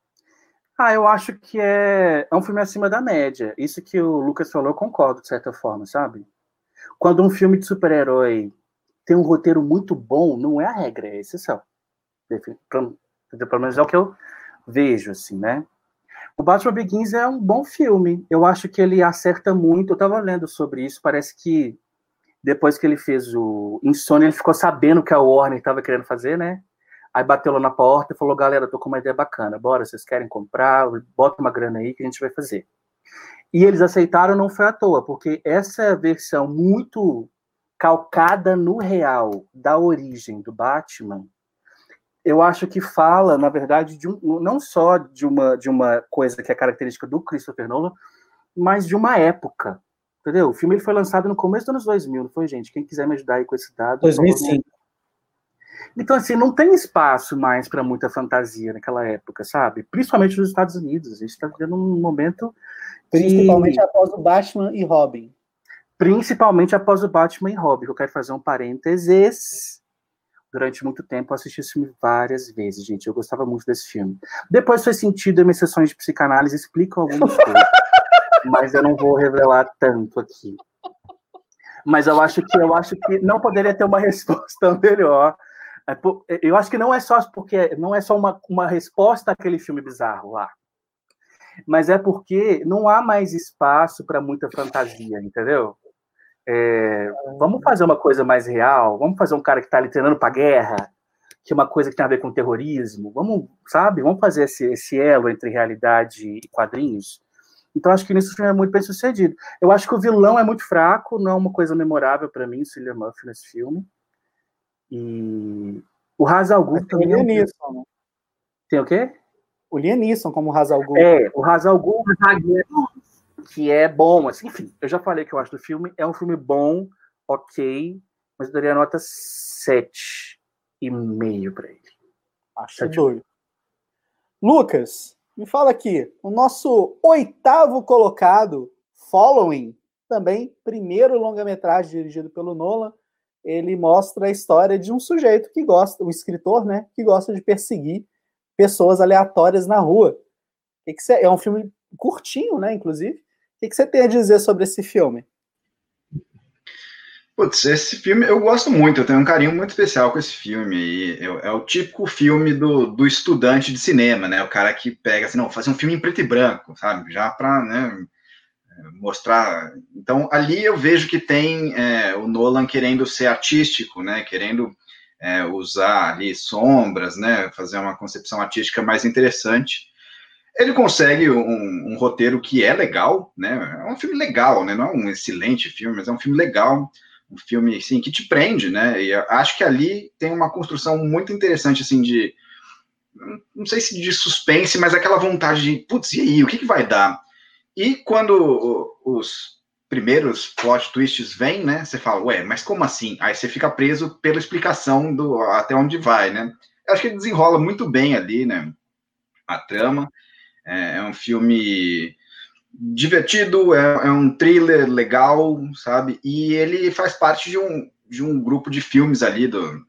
Eu acho que é um filme acima da média. Isso que o Lucas falou, eu concordo, de certa forma, sabe? Quando um filme de super-herói tem um roteiro muito bom, não é a regra, é a exceção. Pelo menos é o que eu vejo, assim, né? O Batman Begins é um bom filme. Eu acho que ele acerta muito. Eu estava lendo sobre isso. Parece que depois que ele fez o Insônia, ele ficou sabendo o que a Warner estava querendo fazer, né? Aí bateu lá na porta e falou, galera, tô com uma ideia bacana. Bora, vocês querem comprar? Bota uma grana aí que a gente vai fazer. E eles aceitaram, não foi à toa, porque essa versão muito calcada no real da origem do Batman, eu acho que fala, na verdade, não só de uma coisa que é característica do Christopher Nolan, mas de uma época, entendeu? O filme ele foi lançado no começo dos anos 2000, não foi, gente? Quem quiser me ajudar aí com esse dado... 2005. Então, assim, não tem espaço mais para muita fantasia naquela época, sabe? Principalmente nos Estados Unidos. A gente está vivendo um momento Principalmente após o Batman e Robin. Principalmente após o Batman e Robin, que eu quero fazer um parênteses. Durante muito tempo eu assisti esse filme várias vezes, gente. Eu gostava muito desse filme. Depois foi sentido, as minhas sessões de psicanálise explicam algumas coisas. Mas eu não vou revelar tanto aqui. Mas eu acho que não poderia ter uma resposta melhor. Eu acho que não é só porque não é só uma resposta àquele filme bizarro lá. Mas é porque não há mais espaço para muita fantasia, entendeu? Vamos fazer uma coisa mais real, vamos fazer um cara que está ali treinando para guerra, que é uma coisa que tem a ver com terrorismo, vamos fazer esse elo entre realidade e quadrinhos. Então acho que nisso o filme é muito bem sucedido. Eu acho que o vilão é muito fraco, não é uma coisa memorável para mim, o Cillian Murphy nesse filme. E o Ra's al Ghul também tem o Liam Neeson, né? Tem o quê? O Liam Neeson como Ra's al Ghul. O Ra's al Ghul, que é bom, assim, enfim, eu já falei que eu acho do filme, é um filme bom, ok, mas eu daria nota 7,5 para ele. Acho doido. Lucas, me fala aqui, o nosso 8º colocado, Following, também primeiro longa-metragem dirigido pelo Nolan, ele mostra a história de um sujeito que gosta, um escritor, né, que gosta de perseguir pessoas aleatórias na rua. É um filme curtinho, né, inclusive. O que você tem a dizer sobre esse filme? Putz, esse filme eu gosto muito, eu tenho um carinho muito especial com esse filme. E é o típico filme do estudante de cinema, né? O cara que pega assim, não, fazer um filme em preto e branco, sabe? Já para, né, mostrar. Então, ali eu vejo que tem o Nolan querendo ser artístico, né? Querendo usar ali sombras, né? Fazer uma concepção artística mais interessante. Ele consegue um roteiro que é legal, né? É um filme legal, né? Não é um excelente filme, mas é um filme legal, um filme assim, que te prende, né? E acho que ali tem uma construção muito interessante, assim, de não sei se de suspense, mas aquela vontade de, putz, e aí, o que vai dar? E quando os primeiros plot twists vêm, né? Você fala, ué, mas como assim? Aí você fica preso pela explicação do até onde vai, né? Eu acho que ele desenrola muito bem ali, né? A trama. É um filme divertido, é um thriller legal, sabe? E ele faz parte de um grupo de filmes ali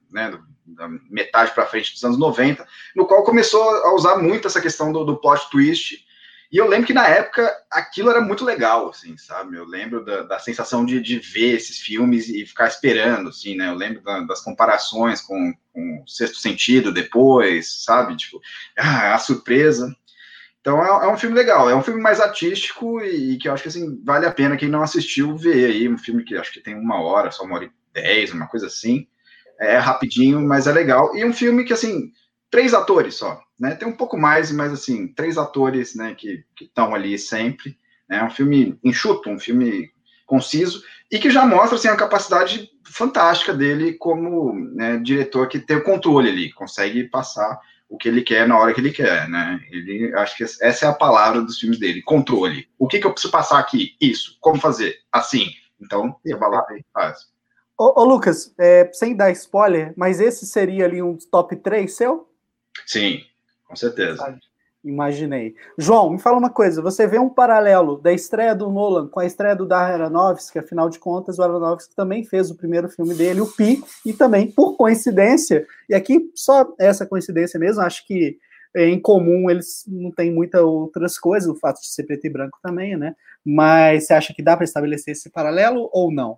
da metade para frente dos anos 90, no qual começou a usar muito essa questão do plot twist. E eu lembro que na época aquilo era muito legal, assim, sabe? Eu lembro da sensação de ver esses filmes e ficar esperando, assim, né? Eu lembro das comparações com o Sexto Sentido depois, sabe? Tipo, a surpresa. Então é um filme legal, é um filme mais artístico e que eu acho que assim, vale a pena quem não assistiu ver aí, um filme que acho que tem 1 hora, só 1h10, uma coisa assim, é rapidinho, mas é legal, e um filme que assim, 3 atores só, né, tem um pouco mais, mas assim, 3 atores, né, que estão ali sempre, né, um filme enxuto, um filme conciso, e que já mostra assim, a capacidade fantástica dele como, né, diretor que tem o controle ali, consegue passar o que ele quer na hora que ele quer, né? Acho que essa é a palavra dos filmes dele, controle. O que eu preciso passar aqui? Isso. Como fazer? Assim. Então, você vai lá e faz. Ô Lucas, sem dar spoiler, mas esse seria ali um top 3 seu? Sim, com certeza. Imaginei. João, me fala uma coisa, você vê um paralelo da estreia do Nolan com a estreia do Darren Aronofsky, afinal de contas, o Aronofsky também fez o primeiro filme dele, o Pi, e também, por coincidência, e aqui só essa coincidência mesmo, acho que em comum eles não têm muitas outras coisas, o fato de ser preto e branco também, né? Mas você acha que dá para estabelecer esse paralelo ou não?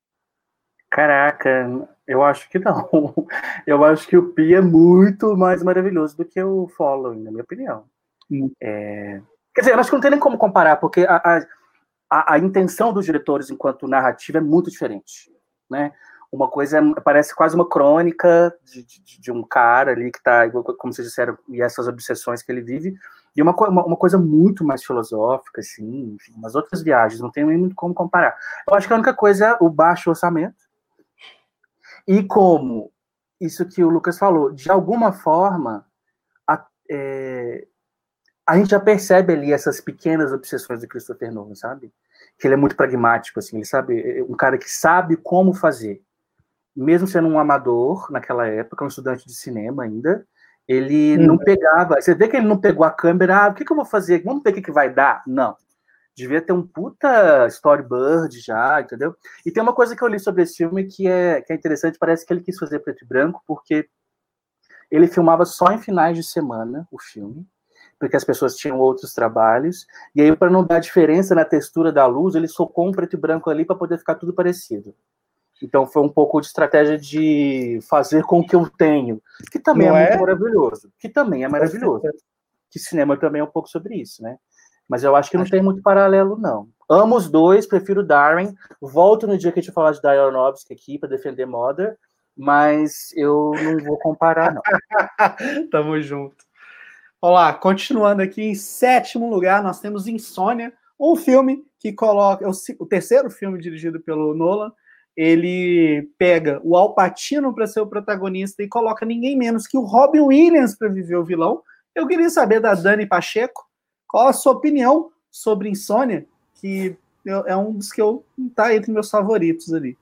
Caraca, eu acho que não. Eu acho que o Pi é muito mais maravilhoso do que o Following, na minha opinião. Quer dizer, eu acho que não tem nem como comparar, porque a intenção dos diretores enquanto narrativa é muito diferente, né? Uma coisa parece quase uma crônica de um cara ali que está, como vocês disseram, e essas obsessões que ele vive, e uma coisa muito mais filosófica, assim, enfim, umas outras viagens, não tem nem muito como comparar. Eu acho que a única coisa é o baixo orçamento, e como isso que o Lucas falou, de alguma forma, a gente já percebe ali essas pequenas obsessões do Christopher Nolan, sabe? Que ele é muito pragmático, assim, ele sabe, um cara que sabe como fazer. Mesmo sendo um amador, naquela época, um estudante de cinema ainda, ele não pegava, você vê que ele não pegou a câmera, o que eu vou fazer? Vamos ver o que vai dar? Não. Devia ter um puta storyboard já, entendeu? E tem uma coisa que eu li sobre esse filme que é interessante, parece que ele quis fazer preto e branco, porque ele filmava só em finais de semana o filme, porque as pessoas tinham outros trabalhos, e aí, para não dar diferença na textura da luz, ele socou um preto e branco ali para poder ficar tudo parecido. Então foi um pouco de estratégia de fazer com o que eu tenho, que também é muito maravilhoso. Que também é maravilhoso. Que cinema também é um pouco sobre isso, né? Mas eu acho que não tem muito paralelo, não. Amo os dois, prefiro Darren. Volto no dia que a gente falar de Darren Aronofsky aqui para defender Mother, mas eu não vou comparar, não. Tamo junto. Olá, continuando aqui, em 7º lugar, nós temos Insônia, um filme que coloca... o terceiro filme dirigido pelo Nolan. Ele pega o Al Pacino para ser o protagonista e coloca ninguém menos que o Robin Williams para viver o vilão. Eu queria saber da Dani Pacheco, qual a sua opinião sobre Insônia, que é um dos que tá entre meus favoritos ali.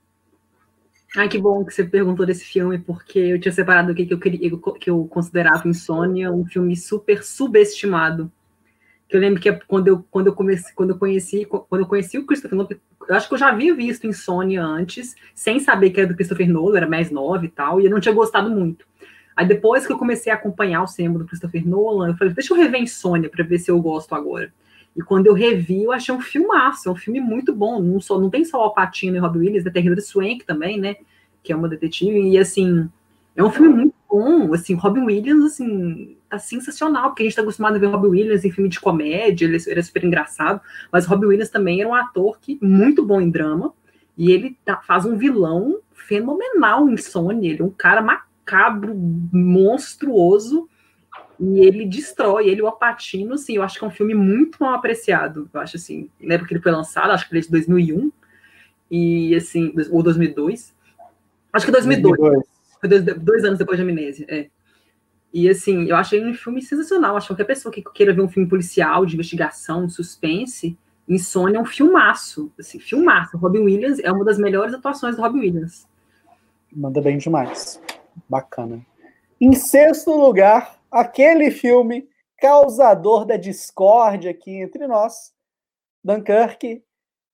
Ai, que bom que você perguntou desse filme, porque eu tinha separado aqui que eu considerava Insônia um filme super subestimado. Que eu lembro que quando eu conheci o Christopher Nolan, eu acho que eu já havia visto Insônia antes, sem saber que era do Christopher Nolan, era mais nova e tal, e eu não tinha gostado muito. Aí depois que eu comecei a acompanhar o cinema do Christopher Nolan, eu falei, deixa eu rever Insônia para ver se eu gosto agora. E quando eu revi, eu achei um filmaço, é um filme muito bom, não tem só o Al Pacino e o Robin Williams, tem a Hilary Swank também, né, que é uma detetive, e assim, é um filme muito bom, assim, Robin Williams, assim, tá sensacional, porque a gente tá acostumado a ver Robin Williams em filme de comédia, ele é super engraçado, mas Robin Williams também era um ator muito bom em drama, e ele faz um vilão fenomenal em Insônia, ele é um cara macabro, monstruoso, e ele destrói, ele, o Al Pacino, assim, eu acho que é um filme muito mal apreciado, eu acho assim, na época que ele foi lançado, acho que ele é de 2001, e assim, ou 2002, acho que 2002. Foi 2 anos depois de Amnésia, E, assim, eu achei um filme sensacional. Acho que qualquer pessoa que queira ver um filme policial, de investigação, de suspense, Insônia é um filmaço. Assim, filmaço. Robin Williams é uma das melhores atuações do Robin Williams. Manda bem demais. Bacana. Em 6º lugar, aquele filme causador da discórdia aqui entre nós, Dunkirk.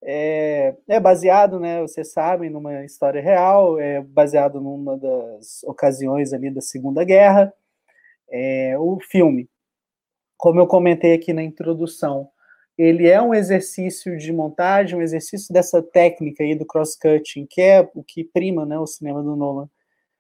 É baseado, né, vocês sabem, numa história real, é baseado numa das ocasiões ali da Segunda Guerra. O filme, como eu comentei aqui na introdução, ele é um exercício de montagem, um exercício dessa técnica aí do cross-cutting, que é o que prima, né, o cinema do Nolan.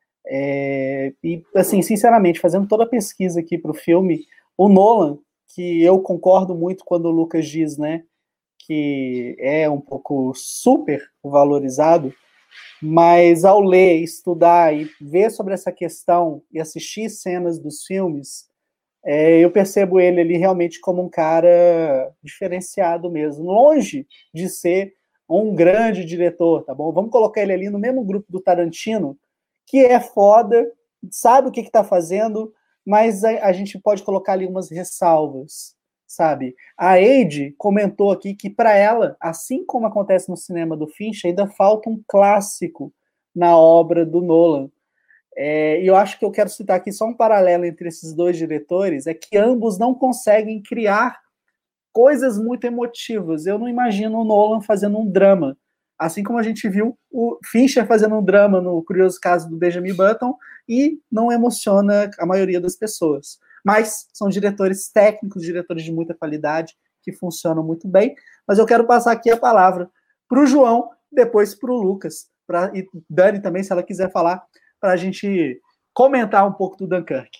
E, assim, sinceramente, fazendo toda a pesquisa aqui para o filme, o Nolan, que eu concordo muito quando o Lucas diz, né, que é um pouco super valorizado, mas ao ler, estudar e ver sobre essa questão e assistir cenas dos filmes, eu percebo ele ali realmente como um cara diferenciado mesmo, longe de ser um grande diretor, tá bom? Vamos colocar ele ali no mesmo grupo do Tarantino, que é foda, sabe o que está fazendo, mas a gente pode colocar ali umas ressalvas, sabe? A Eide comentou aqui que para ela, assim como acontece no cinema do Fincher, ainda falta um clássico na obra do Nolan. E eu acho que eu quero citar aqui só um paralelo entre esses dois diretores, é que ambos não conseguem criar coisas muito emotivas. Eu não imagino o Nolan fazendo um drama, assim como a gente viu o Fincher fazendo um drama no Curioso Caso do Benjamin Button e não emociona a maioria das pessoas. Mas são diretores técnicos, diretores de muita qualidade, que funcionam muito bem. Mas eu quero passar aqui a palavra para o João, depois para o Lucas, e Dani também, se ela quiser falar, para a gente comentar um pouco do Dunkirk.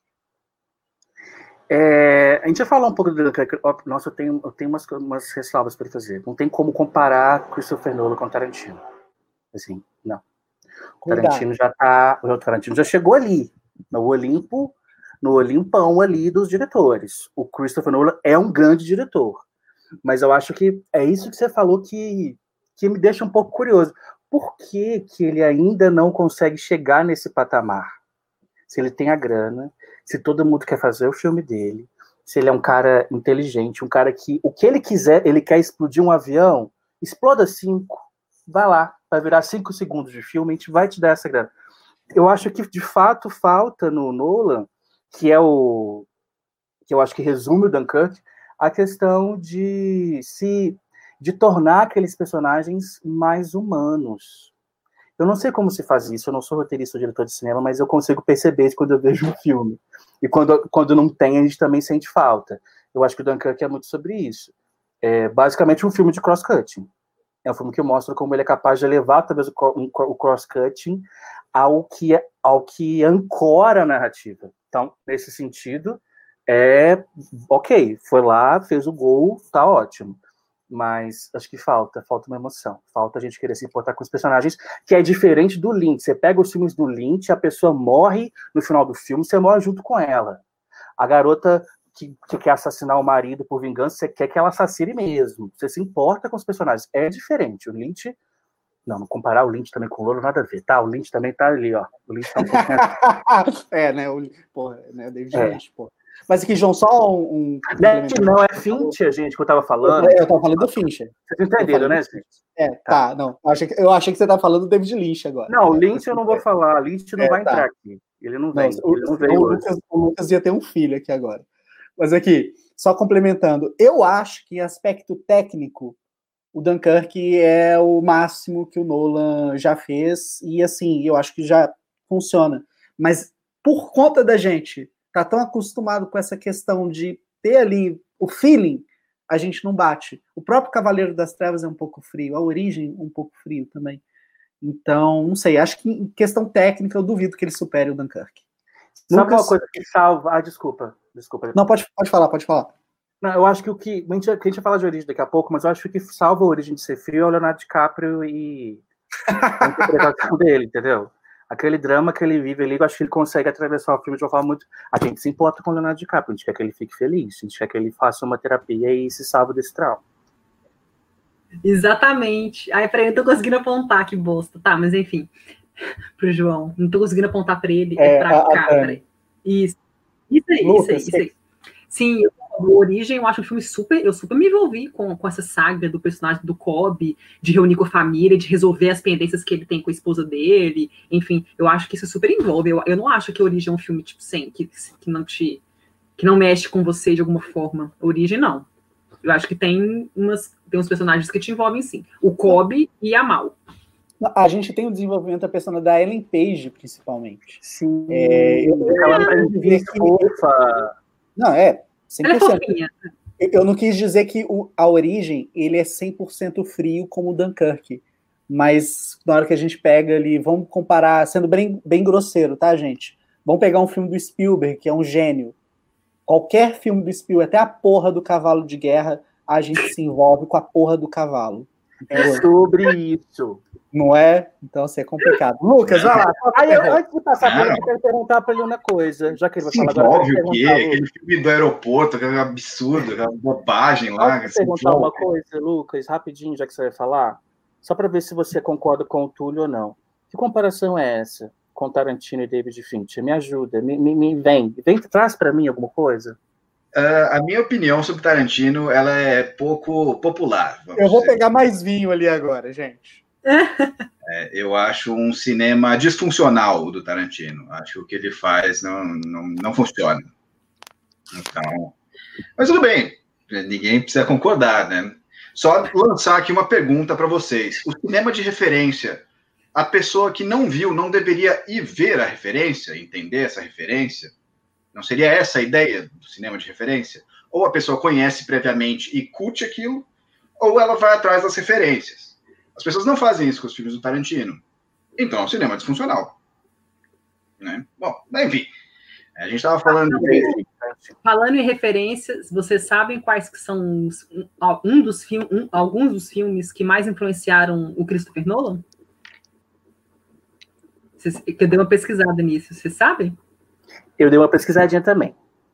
A gente vai falar um pouco do Dunkirk. Nossa, eu tenho umas ressalvas para fazer. Não tem como comparar Christopher Nolan com Tarantino. Assim, não. O Tarantino já chegou ali, no Olimpão ali dos diretores. O Christopher Nolan é um grande diretor. Mas eu acho que é isso que você falou que me deixa um pouco curioso. Por que ele ainda não consegue chegar nesse patamar? Se ele tem a grana, se todo mundo quer fazer o filme dele, se ele é um cara inteligente, um cara que, o que ele quiser, ele quer explodir um avião, exploda 5, vai lá, vai virar 5 segundos de filme, a gente vai te dar essa grana. Eu acho que, de fato, falta no Nolan, que eu acho que resume o Dunkirk, a questão de tornar aqueles personagens mais humanos. Eu não sei como se faz isso, eu não sou roteirista ou diretor de cinema, mas eu consigo perceber isso quando eu vejo um filme. E quando não tem, a gente também sente falta. Eu acho que o Dunkirk é muito sobre isso. É basicamente um filme de cross-cutting. É um filme que mostra como ele é capaz de levar, talvez, o cross-cutting ao que ancora a narrativa. Então, nesse sentido, ok, foi lá, fez o gol, tá ótimo. Mas acho que falta uma emoção. Falta a gente querer se importar com os personagens, que é diferente do Lynch. Você pega os filmes do Lynch, a pessoa morre no final do filme, você morre junto com ela. A garota que quer assassinar o marido por vingança, você quer que ela assassine mesmo. Você se importa com os personagens. É diferente. O Lynch... Não comparar o Lynch também com o Lolo, nada a ver, tá? O Lynch também tá ali, ó. O Lynch tá um pouquinho... né? O David Lynch, porra. Mas aqui, João, só um... Não, é Fincher, gente, que eu tava falando. Eu tava falando do Fincher. Vocês entenderam, né, gente? Tá, não. Eu achei que você tava falando do David Lynch agora. Não, o Lynch eu não vou falar. O Lynch não vai entrar aqui. Ele não vem. O Lucas ia ter um filho aqui agora. Mas aqui, só complementando, eu acho que em aspecto técnico, o Dunkirk é o máximo que o Nolan já fez, e assim, eu acho que já funciona. Mas por conta da gente tá tão acostumado com essa questão de ter ali o feeling, a gente não bate. O próprio Cavaleiro das Trevas é um pouco frio, a Origem um pouco frio também. Então, não sei, acho que em questão técnica eu duvido que ele supere o Dunkirk. Sabe uma coisa que salva... Desculpa. Não, pode falar. Não, eu acho que a gente vai falar de Origem daqui a pouco, mas eu acho que o que salva a Origem de ser frio é o Leonardo DiCaprio e a interpretação dele, entendeu? Aquele drama que ele vive ali, eu acho que ele consegue atravessar o filme de uma forma muito... A gente se importa com o Leonardo DiCaprio, a gente quer que ele fique feliz, a gente quer que ele faça uma terapia e se salve desse trauma. Exatamente. Aí, peraí, eu tô conseguindo apontar, que bosta. Tá, mas enfim, pro João. Não tô conseguindo apontar pra ele, pra cá, peraí. Isso aí. Sim, o Origem, eu acho um filme eu super me envolvi com essa saga do personagem do Cobb, de reunir com a família, de resolver as pendências que ele tem com a esposa dele, enfim, eu acho que isso super envolve. Eu não acho que a Origem é um filme, tipo, que não mexe com você de alguma forma. A Origem, não. Eu acho que tem uns personagens que te envolvem, sim. O Cobb e a Mal. A gente tem o desenvolvimento da personagem da Ellen Page, principalmente. Sim. Ela fofa. Não, 100%. Ela é fofinha. Eu não quis dizer que a Origem ele é 100% frio como o Dunkirk, mas na hora que a gente pega ali, vamos comparar, sendo bem grosseiro, tá, gente? Vamos pegar um filme do Spielberg, que é um gênio. Qualquer filme do Spielberg, até a porra do cavalo de guerra, a gente se envolve com a porra do cavalo. É sobre isso. Não é? Então, assim, é complicado. Lucas, vai lá. Antes de passar para ele, eu quero perguntar para ele uma coisa. Já que ele vai falar agora. Óbvio que aquele filme do aeroporto, aquele absurdo, aquela bobagem lá. Posso perguntar uma coisa, Lucas, rapidinho, já que você vai falar? Só para ver se você concorda com o Túlio ou não. Que comparação é essa com Tarantino e David Fincher? Me ajuda, vem, traz para mim alguma coisa. A minha opinião sobre Tarantino, ela é pouco popular. Eu vou pegar mais vinho ali agora, gente. Eu acho um cinema disfuncional do Tarantino. Acho que o que ele faz não funciona. Então, mas tudo bem, ninguém precisa concordar, né? Só lançar aqui uma pergunta para vocês. O cinema de referência, a pessoa que não viu não deveria ir ver a referência, entender essa referência? Não seria essa a ideia do cinema de referência? Ou a pessoa conhece previamente e curte aquilo, ou ela vai atrás das referências. As pessoas não fazem isso com os filmes do Tarantino. Então, é um cinema disfuncional. Né? Bom, enfim. A gente estava falando... Falando em referências, vocês sabem quais que são alguns dos filmes que mais influenciaram o Christopher Nolan? Eu dei uma pesquisada nisso, vocês sabem? Eu dei uma pesquisadinha também.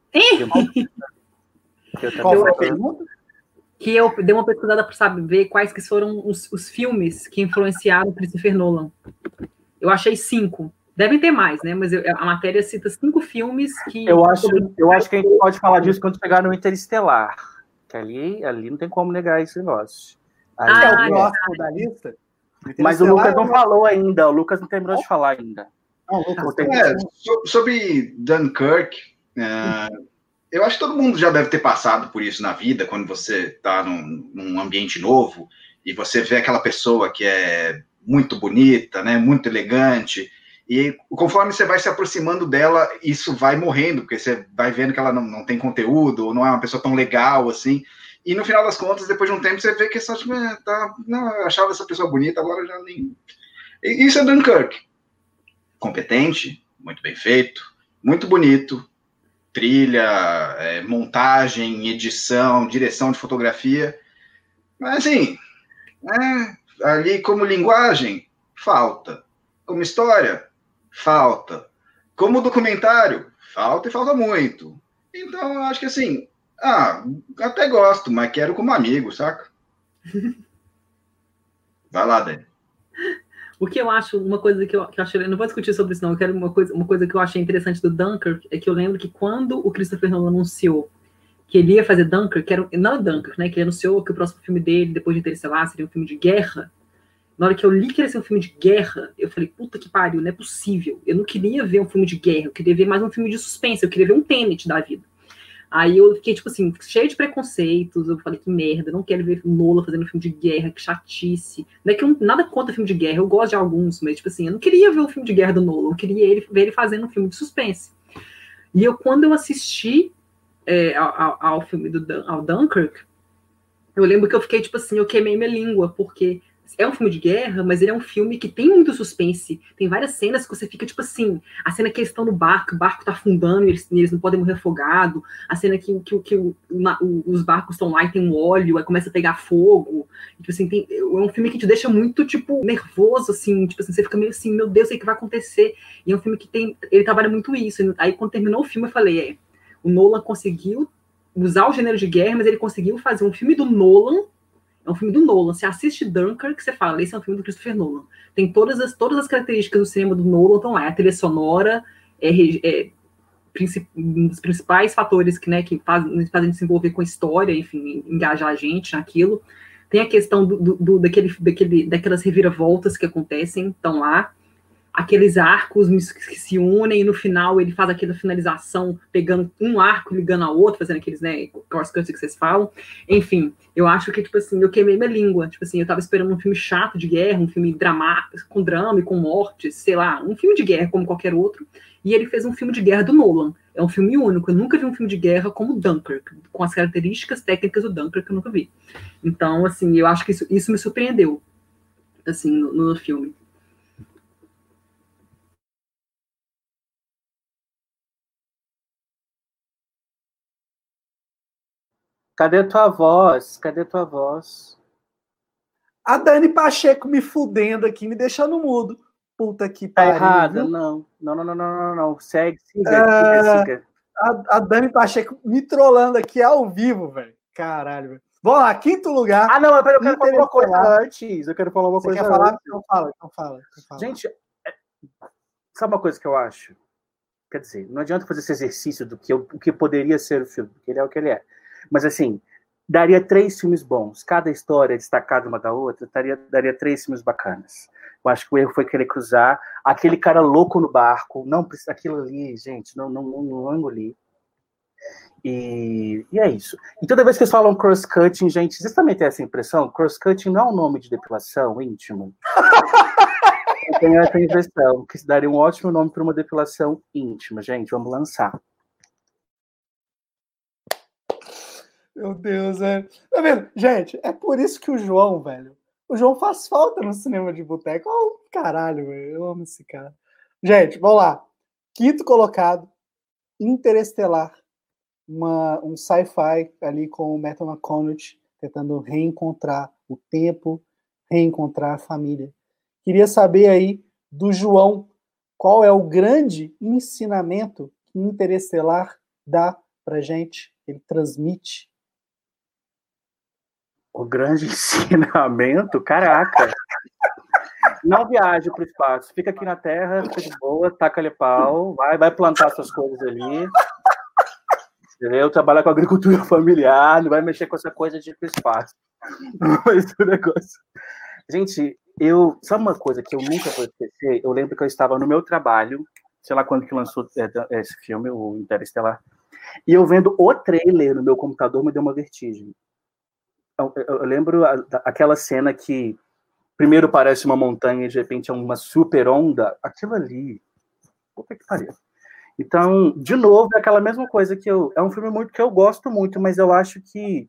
Qual foi a pergunta? Que eu dei uma pesquisada para saber quais que foram os filmes que influenciaram Christopher Nolan. Eu achei 5. Devem ter mais, né? Mas a matéria cita 5 filmes que... Eu acho que a gente pode falar disso quando chegar no Interestelar. Que ali não tem como negar esse negócio. É o próximo da lista? Mas o Lucas não falou ainda. O Lucas não terminou de falar ainda. Não, Lucas, sobre Dunkirk, eu acho que todo mundo já deve ter passado por isso na vida, quando você está num ambiente novo e você vê aquela pessoa que é muito bonita, né, muito elegante, e conforme você vai se aproximando dela, isso vai morrendo, porque você vai vendo que ela não tem conteúdo, ou não é uma pessoa tão legal assim, e no final das contas, depois de um tempo, você vê que só, tipo, não, eu achava essa pessoa bonita, agora já nem... Isso é Dunkirk. Competente, muito bem feito, muito bonito, trilha, montagem, edição, direção de fotografia, mas assim, ali como linguagem, falta. Como história, falta. Como documentário, falta e falta muito. Então, eu acho que assim, até gosto, mas quero como amigo, saca? Vai lá, Dani. O que eu acho, uma coisa que eu achei, não vou discutir sobre isso não, eu quero uma coisa que eu achei interessante do Dunkirk, é que eu lembro que quando o Christopher Nolan anunciou que ele ia fazer Dunkirk, não Dunkirk, né, que ele anunciou que o próximo filme dele, depois de Interestelar, seria um filme de guerra, na hora que eu li que ia ser um filme de guerra, eu falei, puta que pariu, não é possível, eu não queria ver um filme de guerra, eu queria ver mais um filme de suspense, eu queria ver um Tenet da vida. Aí eu fiquei, tipo assim, cheio de preconceitos, eu falei, que merda, não quero ver Nolan fazendo um filme de guerra, que chatice. Não é que nada contra filme de guerra, eu gosto de alguns, mas, tipo assim, eu não queria ver o filme de guerra do Nolan, eu queria ver ele fazendo um filme de suspense. E quando eu assisti ao filme ao Dunkirk, eu lembro que eu fiquei, tipo assim, eu queimei minha língua, porque é um filme de guerra, mas ele é um filme que tem muito suspense. Tem várias cenas que você fica, tipo assim, a cena que eles estão no barco, o barco tá afundando e eles não podem morrer afogados, a cena que os barcos estão lá e tem um óleo, aí começa a pegar fogo. Tipo assim, é um filme que te deixa muito, tipo, nervoso, assim, tipo assim, você fica meio assim, meu Deus, o que vai acontecer? E é um filme que ele trabalha muito isso. Aí quando terminou o filme, eu falei, o Nolan conseguiu usar o gênero de guerra, mas ele conseguiu fazer um filme do Nolan. É um filme do Nolan. Você assiste Dunkirk, você fala, esse é um filme do Christopher Nolan. Tem todas as características do cinema do Nolan estão lá. A trilha sonora um dos principais fatores que fazem desenvolver com a história, enfim, engajar a gente naquilo. Tem a questão daquelas reviravoltas que acontecem, estão lá. Aqueles arcos que se unem e no final ele faz aquela finalização pegando um arco ligando ao outro, fazendo aqueles, né, cross-cut que vocês falam. Enfim, eu acho que, tipo assim, eu queimei minha língua. Tipo assim, eu tava esperando um filme chato de guerra, um filme dramático, com drama e com morte, sei lá, um filme de guerra como qualquer outro. E ele fez um filme de guerra do Nolan. É um filme único. Eu nunca vi um filme de guerra como Dunkirk, com as características técnicas do Dunkirk, eu nunca vi. Então, assim, eu acho que isso me surpreendeu, assim, no filme. Cadê tua voz? Cadê tua voz? A Dani Pacheco me fudendo aqui, me deixando mudo. Puta que pariu. Tá errada, viu? Não. Siga. A Dani Pacheco me trollando aqui ao vivo, velho. Caralho, velho. Vamos lá, quinto lugar. Não, mas eu quero falar uma coisa antes. Eu quero falar uma coisa antes. Você quer falar? Então fala. Gente, sabe uma coisa que eu acho? Quer dizer, não adianta fazer esse exercício do que poderia ser o filme, porque ele é o que ele é. Mas, assim, daria 3 filmes bons. Cada história destacada uma da outra, daria 3 filmes bacanas. Eu acho que o erro foi querer cruzar aquele cara louco no barco. Não, aquilo ali, gente, não engoli. E é isso. E toda vez que eles falam cross-cutting, gente, vocês também têm essa impressão? Cross-cutting não é um nome de depilação íntimo? Eu tenho essa impressão, que daria um ótimo nome para uma depilação íntima. Gente, vamos lançar. Meu Deus, velho. Tá vendo? Gente, é por isso que o João, velho, o João faz falta no cinema de boteco. Oh, caralho, velho, eu amo esse cara. Gente, vamos lá. Quinto colocado, Interestelar. Um sci-fi ali com o Matthew McConaughey tentando reencontrar o tempo, reencontrar a família. Queria saber aí do João qual é o grande ensinamento que Interestelar dá pra gente, ele transmite. O grande ensinamento? Caraca! Não viaje para o espaço, fica aqui na Terra, fica de boa, taca-lhe pau, vai plantar suas coisas ali. Entendeu? Trabalhar com agricultura familiar, não vai mexer com essa coisa de ir para o espaço. Mas o negócio. Gente, sabe uma coisa que eu nunca vou esquecer? Eu lembro que eu estava no meu trabalho, sei lá quando que lançou esse filme, o Interestelar, E eu vendo o trailer no meu computador me deu uma vertigem. Eu lembro aquela cena que primeiro parece uma montanha e de repente é uma super onda. Aquilo ali, puta que pariu. Então, de novo, é aquela mesma coisa que é um filme muito que eu gosto muito, mas eu acho que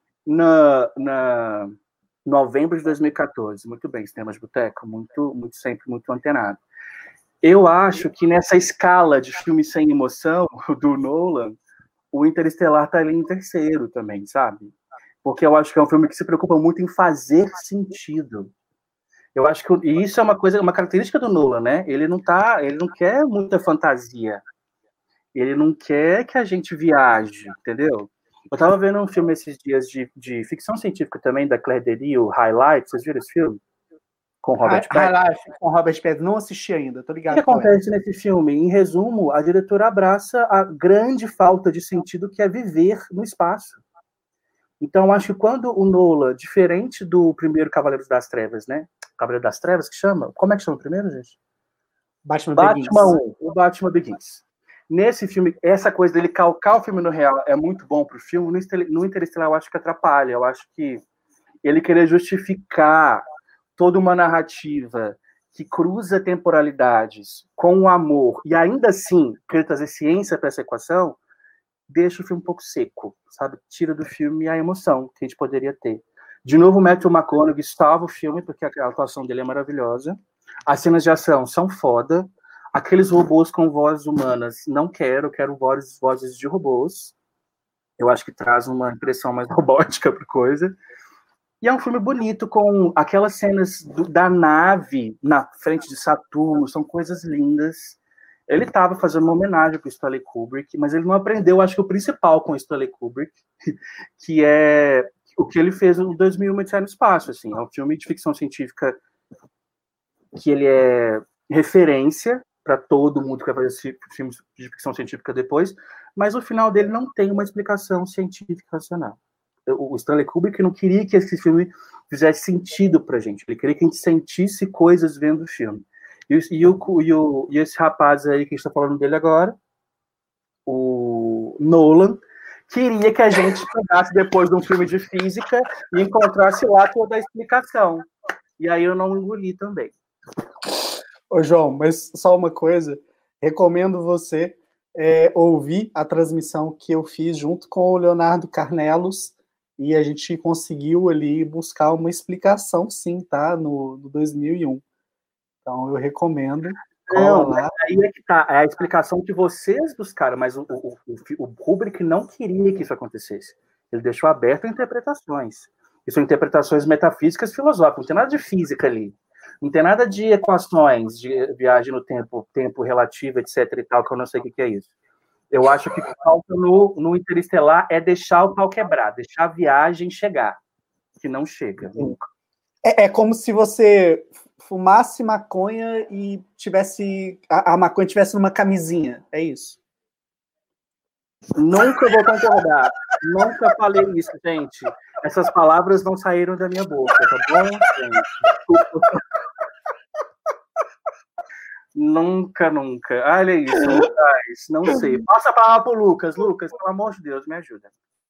na novembro de 2014, muito bem, Cinema de Boteco, muito sempre muito antenado. Eu acho que nessa escala de filme sem emoção do Nolan, o Interestelar tá ali em terceiro também, sabe? Porque eu acho que é um filme que se preocupa muito em fazer sentido. Eu acho que e isso é uma característica do Nolan, né? Ele não quer muita fantasia. Ele não quer que a gente viaje, entendeu? Eu tava vendo um filme esses dias de ficção científica também, da Claire Denis, o Highlight. Vocês viram esse filme? Com Robert Pattinson? Highlight, com Robert Pattinson. Não assisti ainda, tô ligado. O que acontece nesse filme? Em resumo, a diretora abraça a grande falta de sentido que é viver no espaço. Então, acho que quando o Nolan, diferente do primeiro Cavaleiros das Trevas, né? Cavaleiro das Trevas, que chama? Como é que chama o primeiro, gente? Batman 1, o Batman Begins. Nesse filme, essa coisa dele calcar o filme no real é muito bom pro filme. No Interestelar, eu acho que atrapalha. Eu acho que ele querer justificar toda uma narrativa que cruza temporalidades com o amor e ainda assim querer trazer ciência para essa equação, deixa o filme um pouco seco, sabe? Tira do filme a emoção que a gente poderia ter. De novo, o Matthew McConaughey salva o filme, porque a atuação dele é maravilhosa. As cenas de ação são foda. Aqueles robôs com vozes humanas, não quero vozes de robôs. Eu acho que traz uma impressão mais robótica pra coisa. E é um filme bonito, com aquelas cenas da nave na frente de Saturno, são coisas lindas. Ele estava fazendo uma homenagem para o Stanley Kubrick, mas ele não aprendeu, acho que o principal com o Stanley Kubrick, que é o que ele fez no 2001 Odisseia no Espaço. Assim, é um filme de ficção científica que ele é referência para todo mundo que vai fazer filmes de ficção científica depois, mas o final dele não tem uma explicação científica racional. O Stanley Kubrick não queria que esse filme fizesse sentido para a gente, ele queria que a gente sentisse coisas vendo o filme. E esse rapaz aí que a gente está falando dele agora, o Nolan, queria que a gente pegasse depois de um filme de física e encontrasse lá toda a explicação. E aí eu não engoli também. Ô, João, mas só uma coisa, recomendo você ouvir a transmissão que eu fiz junto com o Leonardo Carnelos e a gente conseguiu ali buscar uma explicação, sim, tá? No 2001. Então, eu recomendo. Não, lá. Aí é que tá. É a explicação que vocês buscaram, mas o Kubrick não queria que isso acontecesse. Ele deixou aberto a interpretações. E são interpretações metafísicas filosóficas. Não tem nada de física ali. Não tem nada de equações, de viagem no tempo relativo, etc. e tal, que eu não sei o que é isso. Eu acho que o que falta no Interestelar é deixar o pau quebrar, deixar a viagem chegar, que não chega nunca. É como se você fumasse maconha e a maconha tivesse numa camisinha, é isso? Nunca vou concordar. Nunca falei isso, gente. Essas palavras não saíram da minha boca, tá bom, gente? Nunca. Olha isso, não sei. Passa a palavra pro Lucas. Lucas, pelo amor de Deus, me ajuda.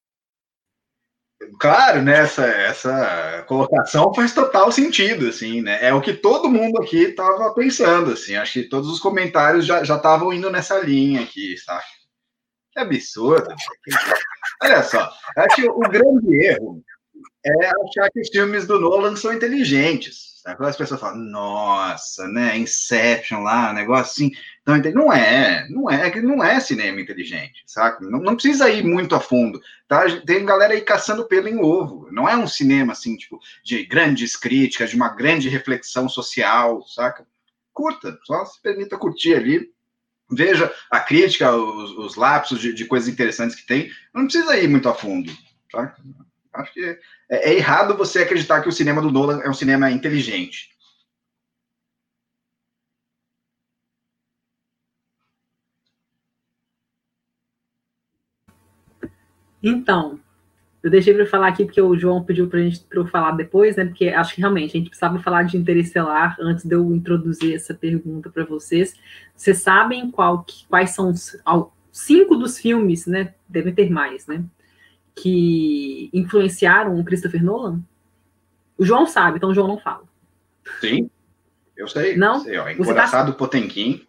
Claro, né? Essa colocação faz total sentido, assim, né? É o que todo mundo aqui estava pensando, assim. Acho que todos os comentários já estavam indo nessa linha aqui, sabe? Que absurdo. Olha só, acho que o grande erro é achar que os filmes do Nolan são inteligentes. Sabe? Quando as pessoas falam, nossa, né? Inception lá, negócio assim. Não é cinema inteligente, sabe? Não precisa ir muito a fundo, tá? Tem galera aí caçando pelo em ovo. Não é um cinema, assim, tipo, de grandes críticas, de uma grande reflexão social, saca? Curta, só se permita curtir ali. Veja a crítica, os lapsos de coisas interessantes que tem. Não precisa ir muito a fundo, tá? Acho que é errado você acreditar que o cinema do Nolan é um cinema inteligente. Então, eu deixei para falar aqui porque o João pediu para eu falar depois, né? Porque acho que realmente a gente precisava falar de Interestelar antes de eu introduzir essa pergunta para vocês. Vocês sabem quais são 5 dos filmes, né? Devem ter mais, né? Que influenciaram o Christopher Nolan. O João sabe, então o João não fala. Sim, eu sei. Não? Sei, ó, Encoraçado Potemkin.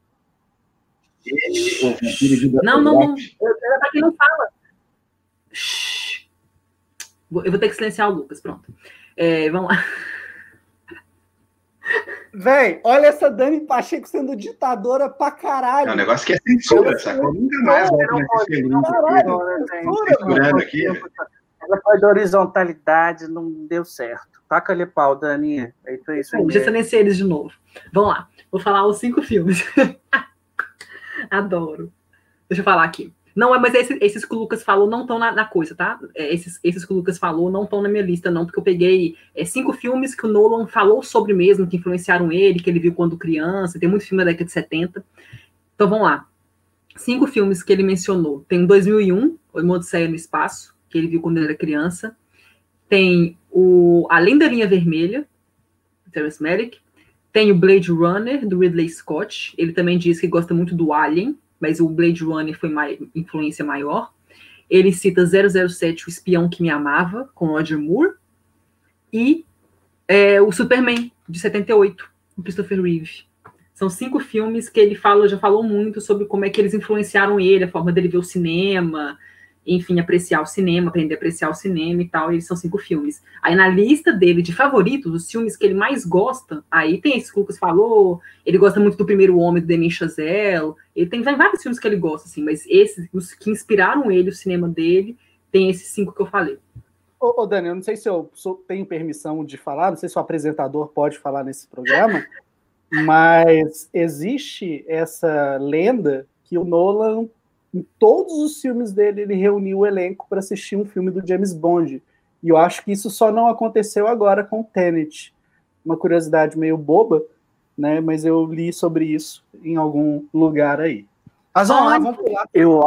Não. É pra quem não fala. Eu vou ter que silenciar o Lucas, pronto. Vamos lá. Véi, olha essa Dani Pacheco sendo ditadora pra caralho. É um negócio que é censura, sacou? Nunca mais volto nesse censurando aqui. Ela foi da horizontalidade, não deu certo. Taca-lhe pau, Dani. Já silenciei eles de novo. Vamos lá. Vou falar os 5 filmes. Adoro. Deixa eu falar aqui. Não, mas esses que o Lucas falou não estão na coisa, tá? Esses que o Lucas falou não estão na minha lista, não, porque eu peguei 5 filmes que o Nolan falou sobre mesmo, que influenciaram ele, que ele viu quando criança. Tem muito filme da década de 70. Então, vamos lá. 5 filmes que ele mencionou. Tem 2001, O Odisseia no Espaço, que ele viu quando ele era criança. Tem Além da Linha Vermelha, Terrence Malick. Tem o Blade Runner, do Ridley Scott. Ele também diz que gosta muito do Alien, mas o Blade Runner foi influência maior. Ele cita 007, O Espião que Me Amava, com Roger Moore. E o Superman, de 78, com Christopher Reeve. São 5 filmes que ele já falou muito sobre como é que eles influenciaram ele, a forma dele ver o cinema, enfim, apreciar o cinema, aprender a apreciar o cinema e tal. E eles são 5 filmes. Aí na lista dele de favoritos, os filmes que ele mais gosta, aí tem esses que o Lucas falou, ele gosta muito do Primeiro Homem, do Damien Chazelle, ele tem vários filmes que ele gosta, assim, mas esses, os que inspiraram ele, o cinema dele, tem esses 5 que eu falei. Ô, Dani, eu não sei se eu tenho permissão de falar, não sei se o apresentador pode falar nesse programa, mas existe essa lenda que o Nolan, em todos os filmes dele, ele reuniu o elenco para assistir um filme do James Bond. E eu acho que isso só não aconteceu agora com Tenet. Uma curiosidade meio boba, né? Mas eu li sobre isso em algum lugar aí. Mas vamos pular.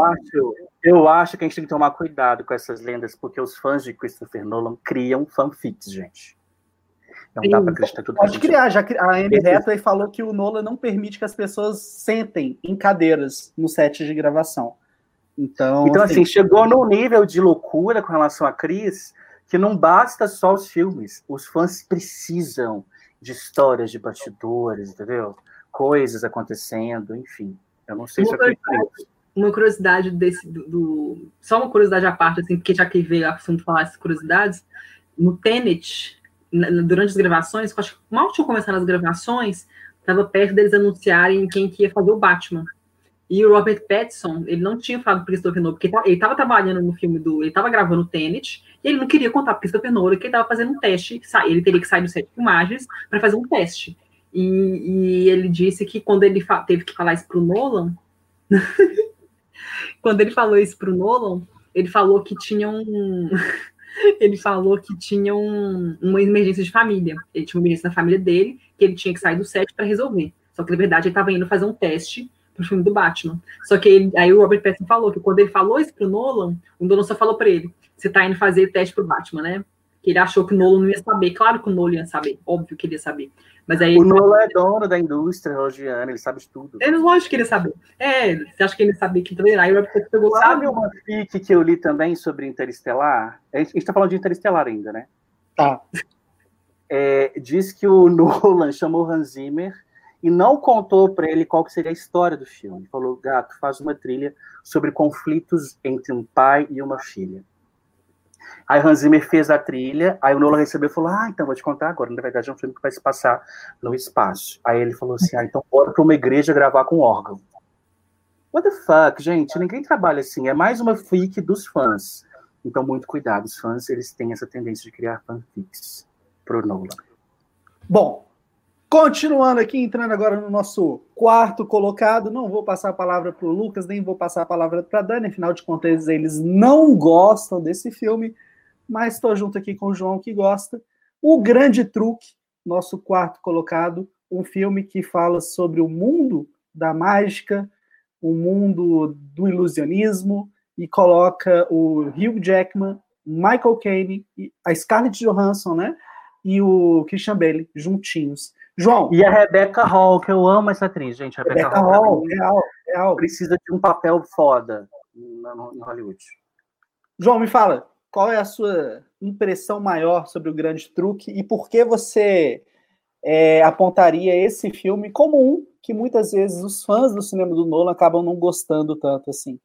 Eu acho que a gente tem que tomar cuidado com essas lendas, porque os fãs de Christopher Nolan criam fanfics, gente. Não dá para acreditar tudo. Pode criar, já a Anne Hathaway falou que o Nolan não permite que as pessoas sentem em cadeiras no set de gravação. Então assim, chegou num nível de loucura com relação a Chris, que não basta só os filmes. Os fãs precisam de histórias de bastidores, entendeu? Coisas acontecendo, enfim. Eu não sei se eu acredito. Uma curiosidade só uma curiosidade à parte, assim, porque já que veio a assunto falar essas curiosidades, no Tenet, durante as gravações, acho que mal tinham começado as gravações, estava perto deles anunciarem quem que ia fazer o Batman. E o Robert Pattinson, ele não tinha falado para Christopher Nolan, porque ele estava trabalhando no filme ele estava gravando o Tenet, e ele não queria contar para Christopher Nolan que ele estava fazendo um teste, ele teria que sair do set de filmagens para fazer um teste. E ele disse que quando ele teve que falar isso para o Nolan, quando ele falou isso para o Nolan, ele falou que tinha uma emergência de família. Ele tinha uma emergência na família dele, que ele tinha que sair do set para resolver. Só que, na verdade, ele estava indo fazer um teste pro filme do Batman. Só que aí o Robert Pattinson falou que quando ele falou isso pro Nolan, o Nolan só falou para ele: você tá indo fazer teste pro Batman, né? Que ele achou que o Nolan não ia saber. Claro que o Nolan ia saber, óbvio que ele ia saber. Mas aí o Nolan é dono da indústria rogiana, ele sabe de tudo. Ele lógico que ele ia saber. Você acha que ele sabia que também? Aí o Robert Pattinson pegou lá. Sabe uma fic que eu li também sobre Interestelar? A gente tá falando de Interestelar ainda, né? Tá. Diz que o Nolan chamou Hans Zimmer e não contou para ele qual que seria a história do filme. Ele falou: gato, faz uma trilha sobre conflitos entre um pai e uma filha. Aí Hans Zimmer fez a trilha, aí o Nolan recebeu e falou: então vou te contar agora, na verdade é um filme que vai se passar no espaço. Aí ele falou assim: então bora para uma igreja gravar com órgão. What the fuck, gente? Ninguém trabalha assim, é mais uma fic dos fãs. Então muito cuidado, os fãs eles têm essa tendência de criar fanfics pro Nolan. Bom, continuando aqui, entrando agora no nosso quarto colocado, não vou passar a palavra para o Lucas, nem vou passar a palavra para a Dani, afinal de contas eles não gostam desse filme, mas estou junto aqui com o João que gosta. O Grande Truque, nosso quarto colocado, um filme que fala sobre o mundo da mágica, o mundo do ilusionismo, e coloca o Hugh Jackman, Michael Caine, a Scarlett Johansson, né? E o Christian Bale juntinhos. João. E a Rebecca Hall, que eu amo essa atriz, gente. A Rebecca Hall, real. Precisa de um papel foda em Hollywood. João, me fala, qual é a sua impressão maior sobre o Grande Truque e por que você apontaria esse filme como um que muitas vezes os fãs do cinema do Nolan acabam não gostando tanto assim?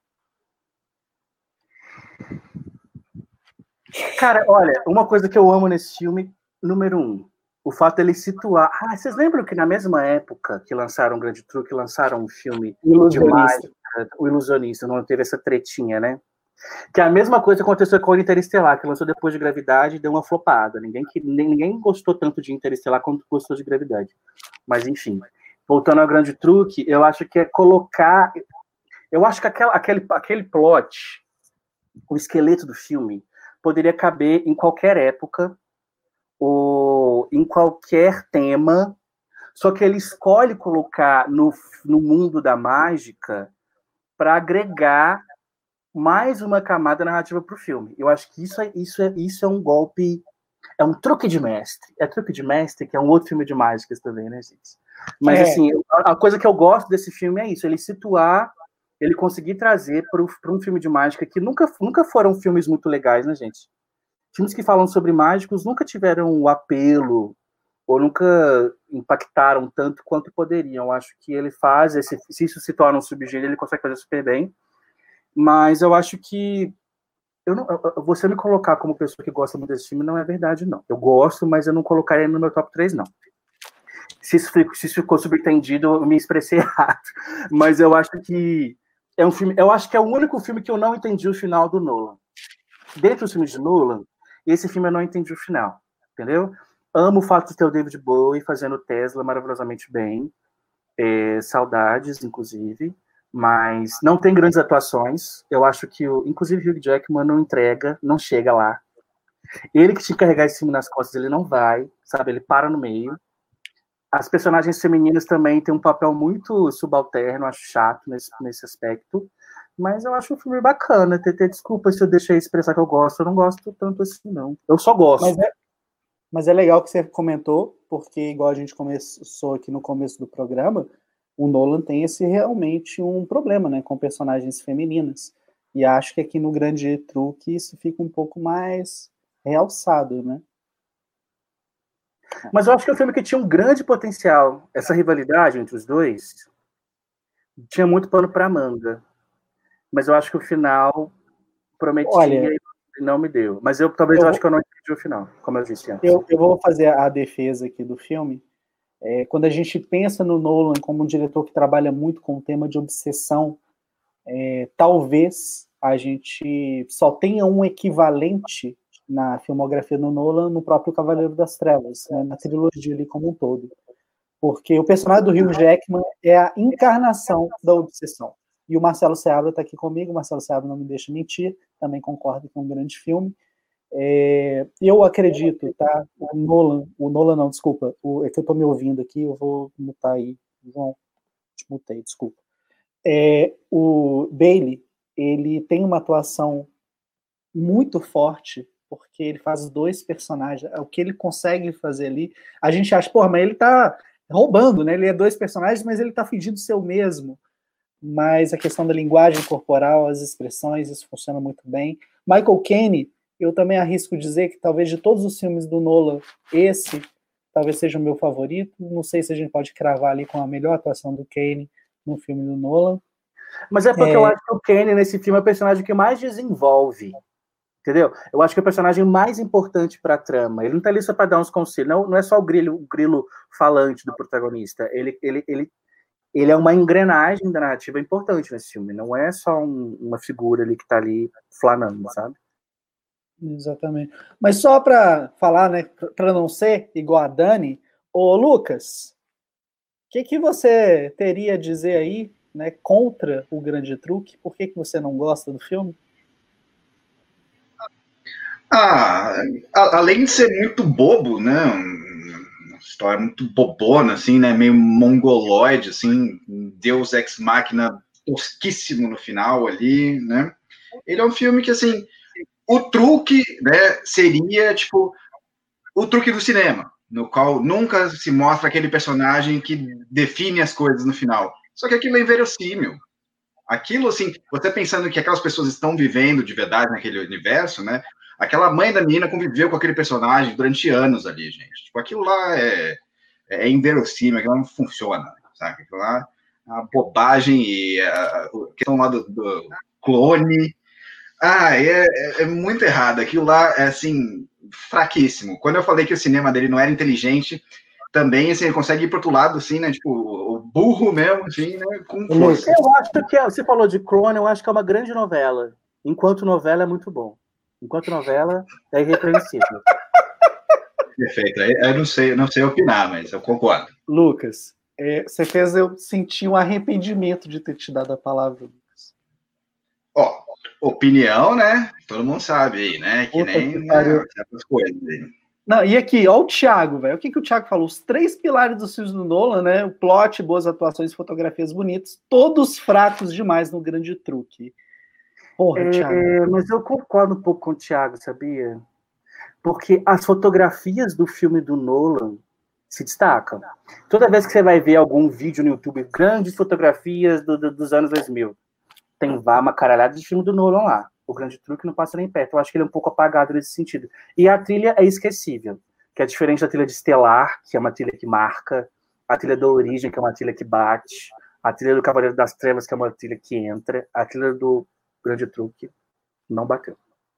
Cara, olha, uma coisa que eu amo nesse filme, número 1, o fato dele situar... vocês lembram que na mesma época que lançaram o Grande Truque, lançaram um filme de mágica, O Ilusionista, não teve essa tretinha, né? Que a mesma coisa aconteceu com o Interestelar, que lançou depois de Gravidade e deu uma flopada. Ninguém gostou tanto de Interestelar quanto gostou de Gravidade. Mas, enfim, voltando ao Grande Truque, eu acho que é colocar... Eu acho que aquele plot, o esqueleto do filme, poderia caber em qualquer época ou em qualquer tema, só que ele escolhe colocar no mundo da mágica para agregar mais uma camada narrativa para o filme. Eu acho que isso é um golpe, é um truque de mestre. É Truque de Mestre, que é um outro filme de mágicas também, né, gente? Mas, assim, a coisa que eu gosto desse filme é isso, ele conseguir trazer para um filme de mágica que nunca foram filmes muito legais, né, gente? Filmes que falam sobre mágicos nunca tiveram o apelo ou nunca impactaram tanto quanto poderiam. Eu acho que ele faz, se isso se torna um subgênero, ele consegue fazer super bem. Mas eu acho que você me colocar como pessoa que gosta muito desse filme não é verdade, não. Eu gosto, mas eu não colocaria no meu top 3, não. Se isso ficou subentendido, eu me expressei errado. Mas eu acho que é um filme... Eu acho que é o único filme que eu não entendi o final do Nolan. Dentre os filmes de Nolan, esse filme eu não entendi o final, entendeu? Amo o fato de ter o David Bowie fazendo Tesla maravilhosamente bem. Saudades, inclusive. Mas não tem grandes atuações. Eu acho que, inclusive, o Hugh Jackman não entrega, não chega lá. Ele que tinha que carregar esse filme nas costas, ele não vai, sabe? Ele para no meio. As personagens femininas também têm um papel muito subalterno, acho chato nesse aspecto. Mas eu acho o filme bacana. Desculpa se eu deixei expressar que eu gosto. Eu não gosto tanto assim, não. Eu só gosto. Mas é legal que você comentou, porque igual a gente começou aqui no começo do programa, o Nolan tem realmente um problema, né, com personagens femininas. E acho que aqui no Grande Truque isso fica um pouco mais realçado, né? Mas eu acho que é um filme que tinha um grande potencial. Essa rivalidade entre os dois tinha muito pano para manga. Mas eu acho que o final prometia e não me deu. Mas eu acho que eu não entendi o final, como eu disse antes. Eu vou fazer a defesa aqui do filme. Quando a gente pensa no Nolan como um diretor que trabalha muito com o tema de obsessão, talvez a gente só tenha um equivalente na filmografia do Nolan no próprio Cavaleiro das Trevas, né, na trilogia ali como um todo. Porque o personagem do Hugh Jackman é a encarnação da obsessão. E o Marcelo Seabra está aqui comigo, o Marcelo Seabra não me deixa mentir, também concordo que é um grande filme. Eu acredito, tá? O Nolan não, desculpa, é que eu tô me ouvindo aqui, eu vou mutar aí, João, te mutei, desculpa. O Bailey, ele tem uma atuação muito forte, porque ele faz dois personagens, o que ele consegue fazer ali, a gente acha, porra, mas ele tá roubando, né? Ele é dois personagens, mas ele tá fingindo ser o mesmo. Mas a questão da linguagem corporal, as expressões, isso funciona muito bem. Michael Caine, eu também arrisco dizer que talvez de todos os filmes do Nolan, esse talvez seja o meu favorito. Não sei se a gente pode cravar ali com a melhor atuação do Caine no filme do Nolan. Mas é porque eu acho que o Caine nesse filme é o personagem que mais desenvolve, entendeu? Eu acho que é o personagem mais importante para a trama. Ele não tá ali só para dar uns conselhos, não é só o grilo falante do protagonista. Ele é uma engrenagem da narrativa importante nesse filme, não é só uma figura ali que tá ali flanando, sabe? Exatamente. Mas só para falar, né, para não ser igual a Dani, ô Lucas, o que você teria a dizer aí, né, contra o Grande Truque? Por que você não gosta do filme? Além de ser muito bobo, né, uma história muito bobona, assim, né, meio mongoloide, assim, Deus Ex Machina tosquíssimo no final ali, né, ele é um filme que, assim, o truque, né, seria, tipo, o truque do cinema, no qual nunca se mostra aquele personagem que define as coisas no final. Só que aquilo é inverossímil. Aquilo, assim, você pensando que aquelas pessoas estão vivendo de verdade naquele universo, né? Aquela mãe da menina conviveu com aquele personagem durante anos ali, gente. Tipo, aquilo lá é inverossímil, aquilo lá não funciona, sabe? Aquilo lá é uma bobagem e a questão lá do clone. É muito errado. Aquilo lá é, assim, fraquíssimo. Quando eu falei que o cinema dele não era inteligente, também, assim, ele consegue ir para outro lado, assim, né? Tipo, o burro mesmo, assim, né? Com força. Eu acho que você falou de Clone, eu acho que é uma grande novela. Enquanto novela é muito bom. Enquanto novela é irrepreensível. Perfeito. Eu não sei opinar, mas eu concordo. Lucas, você fez eu sentir um arrependimento de ter te dado a palavra, Lucas. Ó, opinião, né? Todo mundo sabe aí, né? Que nem certas coisas aí. Não, e aqui, ó o Thiago, velho. O que o Thiago falou? Os 3 pilares dos filmes do Nolan, né? O plot, boas atuações, fotografias bonitas, todos fracos demais no Grande Truque. Porra, Thiago. Mas eu concordo um pouco com o Thiago, sabia? Porque as fotografias do filme do Nolan se destacam. Toda vez que você vai ver algum vídeo no YouTube, grandes fotografias dos anos 2000, tem uma caralhada de filme do Nolan lá. O Grande Truque não passa nem perto. Eu acho que ele é um pouco apagado nesse sentido. E a trilha é esquecível, que é diferente da trilha de Estelar, que é uma trilha que marca, a trilha da Origem, que é uma trilha que bate, a trilha do Cavaleiro das Trevas, que é uma trilha que entra, a trilha do Grande Truque não bateu.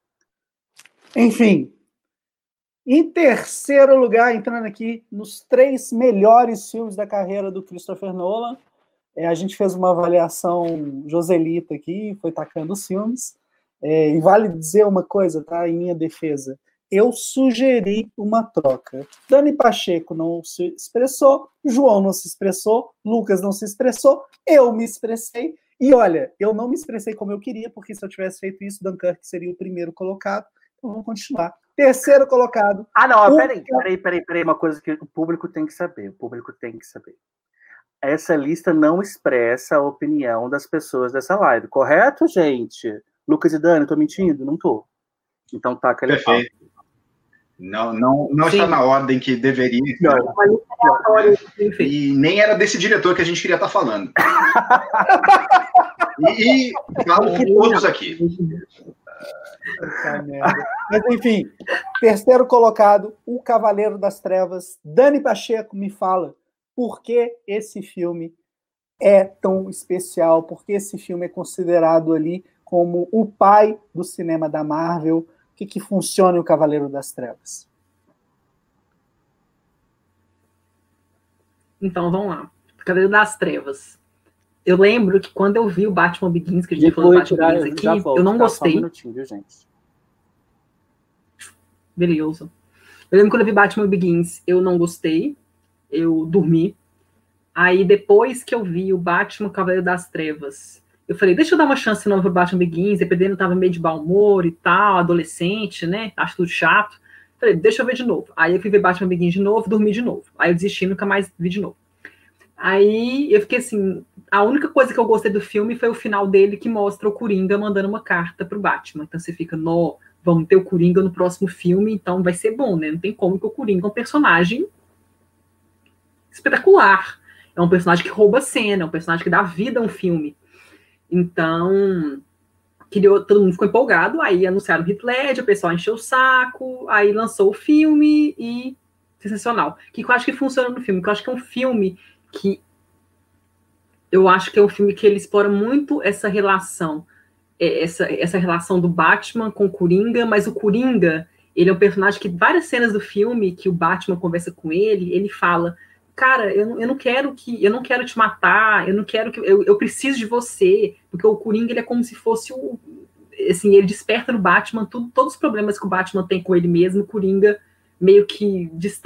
Enfim, em terceiro lugar, entrando aqui nos 3 melhores filmes da carreira do Christopher Nolan, a gente fez uma avaliação Joselita aqui, foi tacando os filmes. E vale dizer uma coisa, tá? Em minha defesa. Eu sugeri uma troca. Dani Pacheco não se expressou, João não se expressou, Lucas não se expressou, eu me expressei. E olha, eu não me expressei como eu queria, porque se eu tivesse feito isso, Dunkirk seria o primeiro colocado. Então vamos continuar. Terceiro colocado. Não, peraí, uma coisa que o público tem que saber. Essa lista não expressa a opinião das pessoas dessa live, correto, gente? Lucas e Dani, tô mentindo? Não tô. Então tá aquele perfeito. Não está na ordem que deveria. E nem era desse diretor que a gente queria estar falando. E falo por todos aqui. Mas enfim, terceiro colocado, O Cavaleiro das Trevas. Dani Pacheco, me fala por que esse filme é tão especial, por que esse filme é considerado ali como o pai do cinema da Marvel. O que funciona em O Cavaleiro das Trevas? Então, vamos lá. O Cavaleiro das Trevas. Eu lembro que quando eu vi o Batman Begins, que a gente falou do Batman Begins aqui, eu não gostei. Viu, gente? Beleza. Eu lembro quando eu vi Batman Begins, eu não gostei. Eu dormi. Aí, depois que eu vi o Batman Cavaleiro das Trevas, eu falei, deixa eu dar uma chance nova pro Batman Begins, dependendo, eu tava meio de bom humor e tal, adolescente, né? Acho tudo chato. Falei, deixa eu ver de novo. Aí eu fui ver Batman Begins de novo, dormi de novo. Aí eu desisti, nunca mais vi de novo. Aí eu fiquei assim, a única coisa que eu gostei do filme foi o final dele, que mostra o Coringa mandando uma carta pro Batman. Então você fica, vamos ter o Coringa no próximo filme, então vai ser bom, né? Não tem como, que o Coringa é um personagem espetacular. É um personagem que rouba a cena, é um personagem que dá vida a um filme. Então, todo mundo ficou empolgado, aí anunciaram o Heath Ledger, o pessoal encheu o saco, aí lançou o filme e sensacional. O que eu acho que funciona no filme? Que eu acho que é um filme que ele explora muito essa relação, essa relação do Batman com o Coringa, mas o Coringa, ele é um personagem que várias cenas do filme que o Batman conversa com ele fala, cara, eu não quero te matar, eu preciso de você, porque o Coringa, ele é como se fosse assim, ele desperta no Batman todos os problemas que o Batman tem com ele mesmo, o Coringa meio que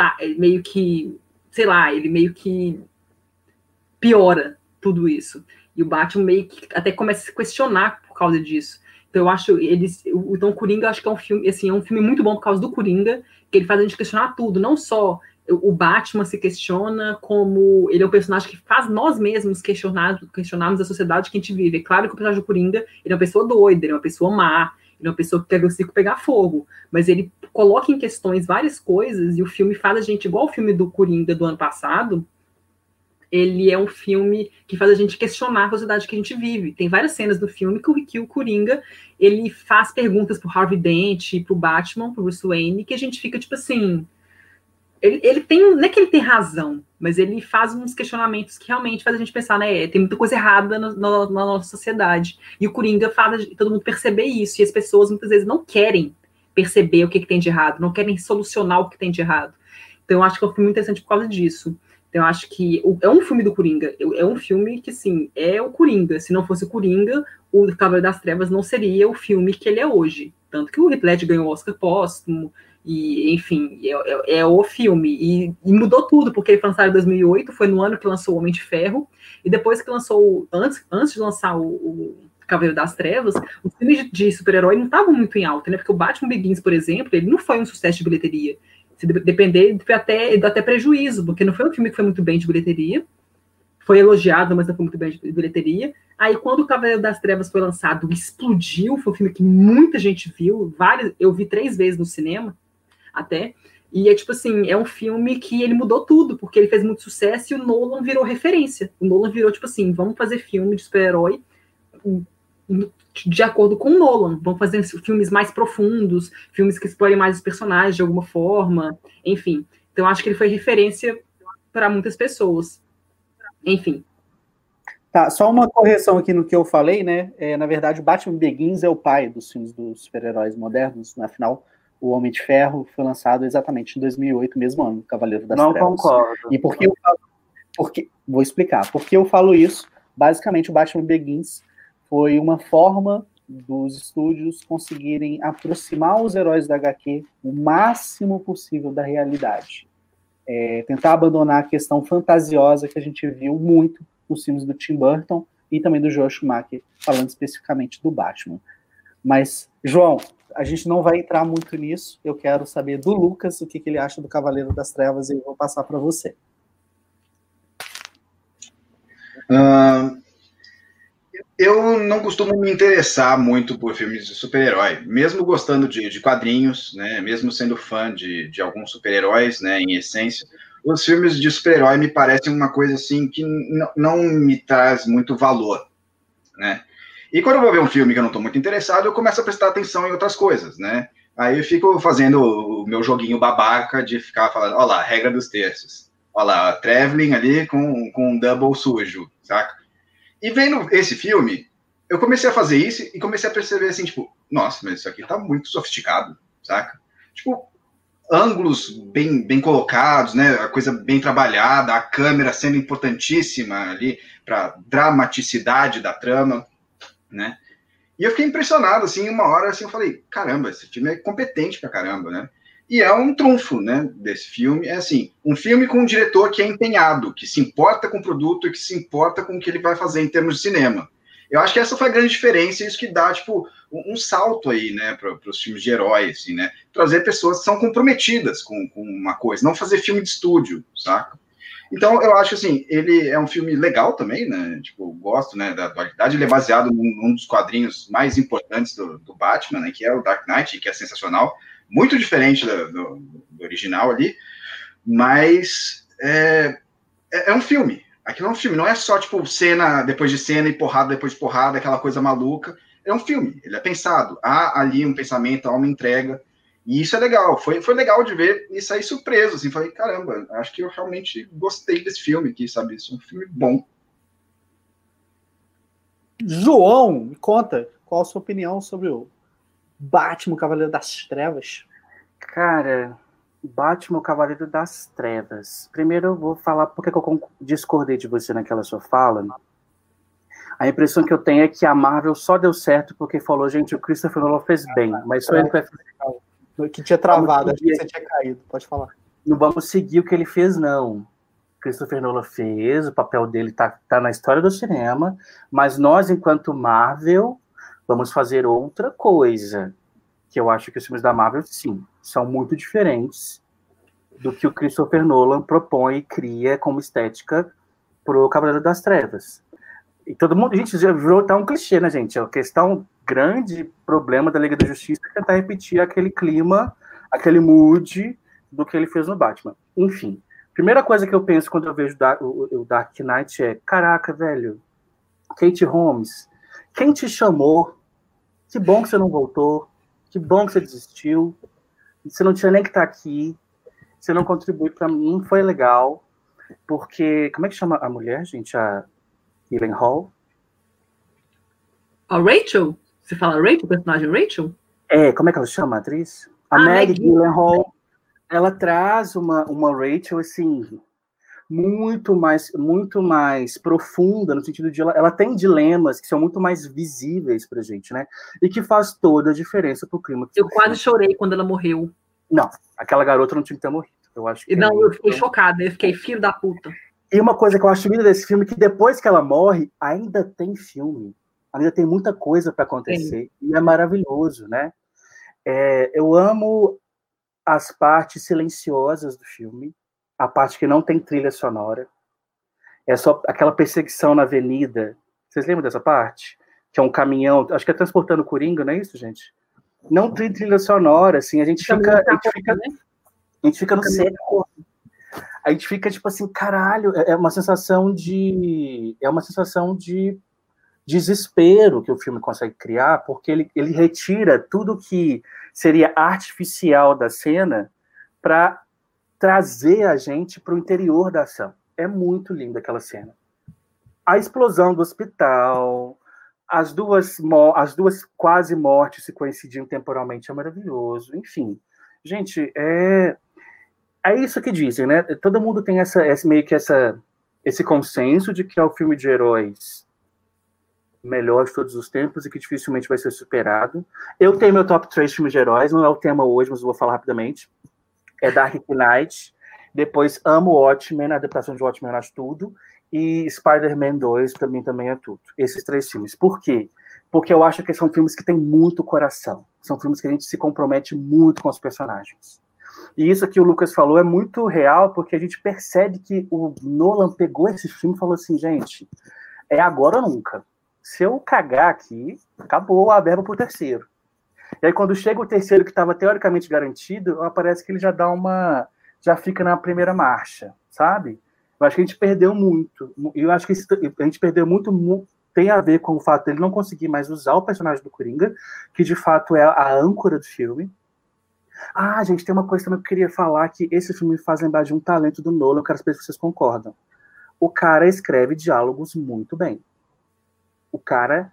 piora tudo isso. E o Batman meio que até começa a se questionar por causa disso. Então eu acho então o Coringa, eu acho que é um filme, assim, é um filme muito bom por causa do Coringa, que ele faz a gente questionar tudo, não só o Batman se questiona, como ele é um personagem que faz nós mesmos questionarmos a sociedade que a gente vive. É claro que o personagem do Coringa, ele é uma pessoa doida, ele é uma pessoa má, Ele é uma pessoa que quer ver o circo pegar fogo, mas ele coloca em questões várias coisas, e o filme faz a gente, igual o filme do Coringa do ano passado, ele é um filme que faz a gente questionar a sociedade que a gente vive. Tem várias cenas do filme que o Coringa, ele faz perguntas pro Harvey Dent, pro Batman, pro Bruce Wayne, que a gente fica, tipo assim... Ele tem... Não é que ele tem razão, mas ele faz uns questionamentos que realmente faz a gente pensar, né? Tem muita coisa errada na nossa sociedade. E o Coringa faz todo mundo perceber isso. E as pessoas, muitas vezes, não querem perceber o que tem de errado, não querem solucionar o que tem de errado. Então, eu acho que é um filme muito interessante por causa disso. Então, eu acho que é um filme do Coringa, é um filme que, assim, é o Coringa. Se não fosse o Coringa, o Cavaleiro das Trevas não seria o filme que ele é hoje. Tanto que o Heath Ledger ganhou o Oscar póstumo, e, enfim, é o filme. E mudou tudo, porque ele foi lançado em 2008, foi no ano que lançou o Homem de Ferro, e depois que lançou, antes de lançar o Cavaleiro das Trevas, os filmes de super-herói não estavam muito em alta, né? Porque o Batman Begins, por exemplo, ele não foi um sucesso de bilheteria. Se depender, dá até prejuízo, porque não foi um filme que foi muito bem de bilheteria, foi elogiado, mas não foi muito bem de bilheteria. Aí, quando o Cavaleiro das Trevas foi lançado, explodiu, foi um filme que muita gente viu, eu vi 3 vezes no cinema, até, e é tipo assim, é um filme que ele mudou tudo, porque ele fez muito sucesso e o Nolan virou referência. O Nolan virou, tipo assim, vamos fazer filme de super-herói de acordo com o Nolan, vão fazer filmes mais profundos, filmes que explorem mais os personagens de alguma forma, enfim. Então, acho que ele foi referência para muitas pessoas. Enfim. Tá, só uma correção aqui no que eu falei, né? Na verdade, o Batman Begins é o pai dos filmes dos super-heróis modernos. Na final, o Homem de Ferro foi lançado exatamente em 2008, mesmo ano, Cavaleiro das Trevas. Não concordo. E por que eu falo... Vou explicar. Por que eu falo isso? Basicamente, o Batman Begins foi uma forma dos estúdios conseguirem aproximar os heróis da HQ o máximo possível da realidade. Tentar abandonar a questão fantasiosa que a gente viu muito nos filmes do Tim Burton e também do Joel Schumacher, falando especificamente do Batman. Mas, João, a gente não vai entrar muito nisso. Eu quero saber do Lucas o que ele acha do Cavaleiro das Trevas e eu vou passar para você. Eu não costumo me interessar muito por filmes de super-herói, mesmo gostando de quadrinhos, né, mesmo sendo fã de alguns super-heróis, né, em essência, os filmes de super-herói me parecem uma coisa assim que não me traz muito valor, né? E quando eu vou ver um filme que eu não estou muito interessado, eu começo a prestar atenção em outras coisas, né? Aí eu fico fazendo o meu joguinho babaca de ficar falando, olha lá, regra dos terços, olha lá, traveling ali com um double sujo, saca? E vendo esse filme, eu comecei a fazer isso e comecei a perceber assim, tipo, nossa, mas isso aqui tá muito sofisticado, saca? Tipo, ângulos bem colocados, né? A coisa bem trabalhada, a câmera sendo importantíssima ali para dramaticidade da trama, né? E eu fiquei impressionado, assim, uma hora, assim, eu falei, caramba, esse filme é competente pra caramba, né? E é um trunfo, né, desse filme, é assim, um filme com um diretor que é empenhado, que se importa com o produto e que se importa com o que ele vai fazer em termos de cinema. Eu acho que essa foi a grande diferença, isso que dá, tipo, um salto aí, né, para os filmes de herói, assim, né, trazer pessoas que são comprometidas com uma coisa, não fazer filme de estúdio, saca? Então, eu acho, assim, ele é um filme legal também, né, tipo, gosto, né, da atualidade, ele é baseado num dos quadrinhos mais importantes do Batman, né, que é o Dark Knight, que é sensacional, muito diferente do original ali, mas é um filme. Aquilo é um filme, não é só, tipo, cena depois de cena e porrada depois de porrada, aquela coisa maluca. É um filme, ele é pensado. Há ali um pensamento, há uma entrega, e isso é legal. Foi legal de ver e sair surpreso, assim, falei, caramba, acho que eu realmente gostei desse filme aqui, sabe? Isso é um filme bom. João, me conta, qual a sua opinião sobre o Batman, o Cavaleiro das Trevas? Cara, Batman, o Cavaleiro das Trevas. Primeiro eu vou falar porque eu discordei de você naquela sua fala. A impressão que eu tenho é que a Marvel só deu certo porque falou, gente, o Christopher Nolan fez bem, mas só ele vai fazer. Que tinha travado, acho que você tinha caído, pode falar. Não vamos seguir o que ele fez, não. Christopher Nolan fez, o papel dele tá na história do cinema, mas nós, enquanto Marvel, vamos fazer outra coisa, que eu acho que os filmes da Marvel, sim, são muito diferentes do que o Christopher Nolan propõe e cria como estética pro Cavaleiro das Trevas. E todo mundo, gente, já virou tá um clichê, né, gente? A questão, grande problema da Liga da Justiça é tentar repetir aquele clima, aquele mood do que ele fez no Batman. Enfim, primeira coisa que eu penso quando eu vejo o Dark Knight é, caraca, velho, Kate Holmes, quem te chamou? Que bom que você não voltou, que bom que você desistiu, você não tinha nem que estar aqui, você não contribui para mim, não foi legal, porque, como é que chama a mulher, gente? A Gyllenhaal? A Rachel? Você fala Rachel, o personagem Rachel? Como é que ela chama, a atriz? A Maggie Gyllenhaal, ela traz uma Rachel, assim, muito mais profunda, no sentido de ela tem dilemas que são muito mais visíveis pra gente, né? E que faz toda a diferença pro clima. Eu quase chorei quando ela morreu. Não, aquela garota não tinha que ter morrido. Eu acho que não, eu fiquei chocada, eu fiquei filho da puta. E uma coisa que eu acho linda desse filme é que depois que ela morre, ainda tem filme. Ainda tem muita coisa para acontecer. Sim. E é maravilhoso, né? Eu amo as partes silenciosas do filme, a parte que não tem trilha sonora. É só aquela perseguição na avenida. Vocês lembram dessa parte? Que é um caminhão, acho que é transportando o Coringa, não é isso, gente? Não tem trilha sonora, assim, a gente fica no seco. A gente fica, tipo assim, caralho, é uma sensação de desespero que o filme consegue criar, porque ele retira tudo que seria artificial da cena para trazer a gente para o interior da ação. É muito linda aquela cena. A explosão do hospital, as duas quase mortes se coincidiam temporalmente, é maravilhoso. Enfim, gente, é isso que dizem, né? Todo mundo tem esse consenso de que é o filme de heróis melhor de todos os tempos e que dificilmente vai ser superado. Eu tenho meu top 3 filmes de heróis, não é o tema hoje, mas eu vou falar rapidamente. É Dark Knight, depois amo Watchmen, a adaptação de Watchmen eu acho tudo, e Spider-Man 2 também é tudo. Esses 3 filmes. Por quê? Porque eu acho que são filmes que têm muito coração. São filmes que a gente se compromete muito com os personagens. E isso que o Lucas falou é muito real, porque a gente percebe que o Nolan pegou esse filme e falou assim, gente, é agora ou nunca. Se eu cagar aqui, acabou a verba pro terceiro. E aí quando chega o terceiro que estava teoricamente garantido, parece que ele já fica na primeira marcha, sabe? Eu acho que a gente perdeu muito. E eu acho que a gente perdeu muito tem a ver com o fato dele não conseguir mais usar o personagem do Coringa, que de fato é a âncora do filme. Gente, tem uma coisa também que eu queria falar, que esse filme me faz lembrar de um talento do Nolan, eu quero saber se vocês concordam. O cara escreve diálogos muito bem. O cara,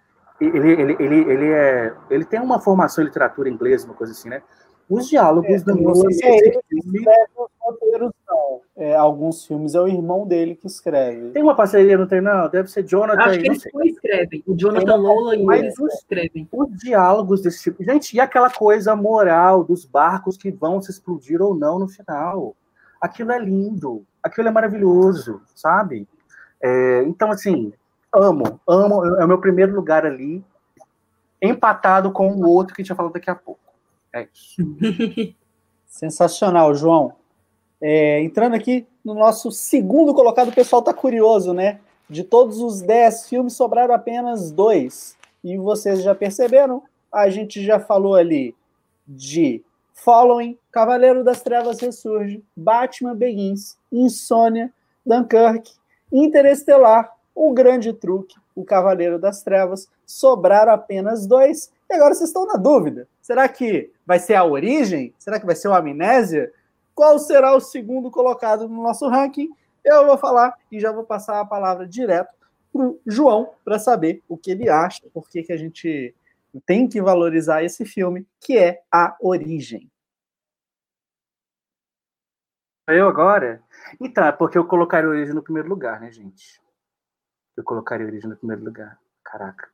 ele tem uma formação em literatura inglesa, uma coisa assim, né? Os diálogos do Nolan nesse filme... alguns filmes é o irmão dele que escreve. Tem uma parceria, não tem, não? Deve ser Jonathan. Acho que eles escrevem. O Jonathan Nolan e eles escrevem. Os diálogos desse tipo. Gente, e aquela coisa moral dos barcos que vão se explodir ou não no final? Aquilo é lindo. Aquilo é maravilhoso, sabe? Então, assim, amo. É o meu primeiro lugar ali, empatado com o outro que a gente vai falar daqui a pouco. É isso. Sensacional, João. Entrando aqui no nosso segundo colocado, o pessoal tá curioso, né? De todos os 10 filmes, sobraram apenas 2. E vocês já perceberam? A gente já falou ali de Following, Cavaleiro das Trevas Ressurge, Batman Begins, Insônia, Dunkirk, Interestelar, O Grande Truque, O Cavaleiro das Trevas. Sobraram apenas 2. E agora vocês estão na dúvida. Será que vai ser A Origem? Será que vai ser o Amnésia? Qual será o segundo colocado no nosso ranking? Eu vou falar e já vou passar a palavra direto para o João para saber o que ele acha, por que a gente tem que valorizar esse filme, que é A Origem. Eu agora? Então, é porque eu colocaria a Origem no primeiro lugar, né, gente? Eu colocaria a Origem no primeiro lugar. Caraca.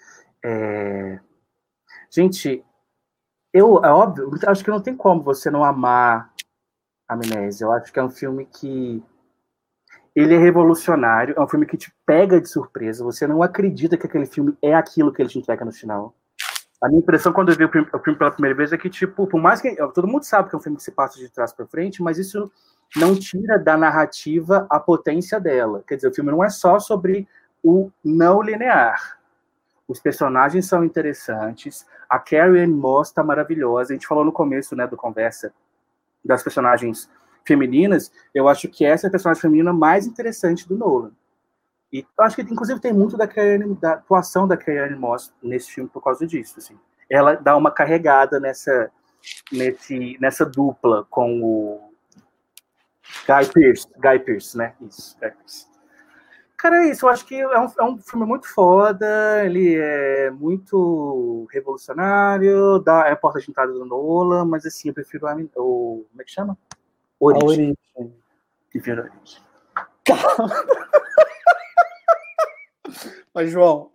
Gente, é óbvio, acho que não tem como você não amar Amnésia. Eu acho que é um filme que ele é revolucionário, é um filme que te pega de surpresa, você não acredita que aquele filme é aquilo que ele te entrega no final. A minha impressão quando eu vi o filme pela primeira vez é que, tipo, por mais que todo mundo sabe que é um filme que se passa de trás para frente, mas isso não tira da narrativa a potência dela. Quer dizer, o filme não é só sobre o não linear. Os personagens são interessantes, a Carrie-Anne Moss está maravilhosa. A gente falou no começo, né, do Conversa, das personagens femininas. Eu acho que essa é a personagem feminina mais interessante do Nolan. E eu acho que, inclusive, tem muito da atuação da Carrie-Anne Moss nesse filme por causa disso. Assim. Ela dá uma carregada nessa dupla com o Guy Pearce, né? Isso, Guy Pearce. Cara, é isso. Eu acho que é um filme muito foda, ele é muito revolucionário, é a porta de entrada do Nolan, mas assim, eu prefiro como é que chama? Origem. Prefiro a Origem. Mas, João,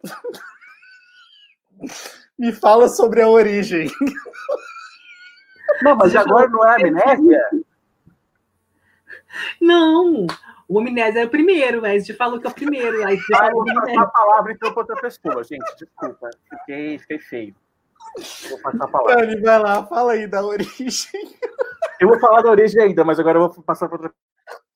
me fala sobre a Origem. Não, mas agora não é Amnésia? Não, o Amnésia é o primeiro, mas a gente falou que é o primeiro. Aí você vou passar a palavra então para outra pessoa, gente. Desculpa, fiquei feio. Vou passar a palavra. Dani, vai lá, fala aí da Origem. Eu vou falar da Origem ainda, mas agora eu vou passar para outra pessoa.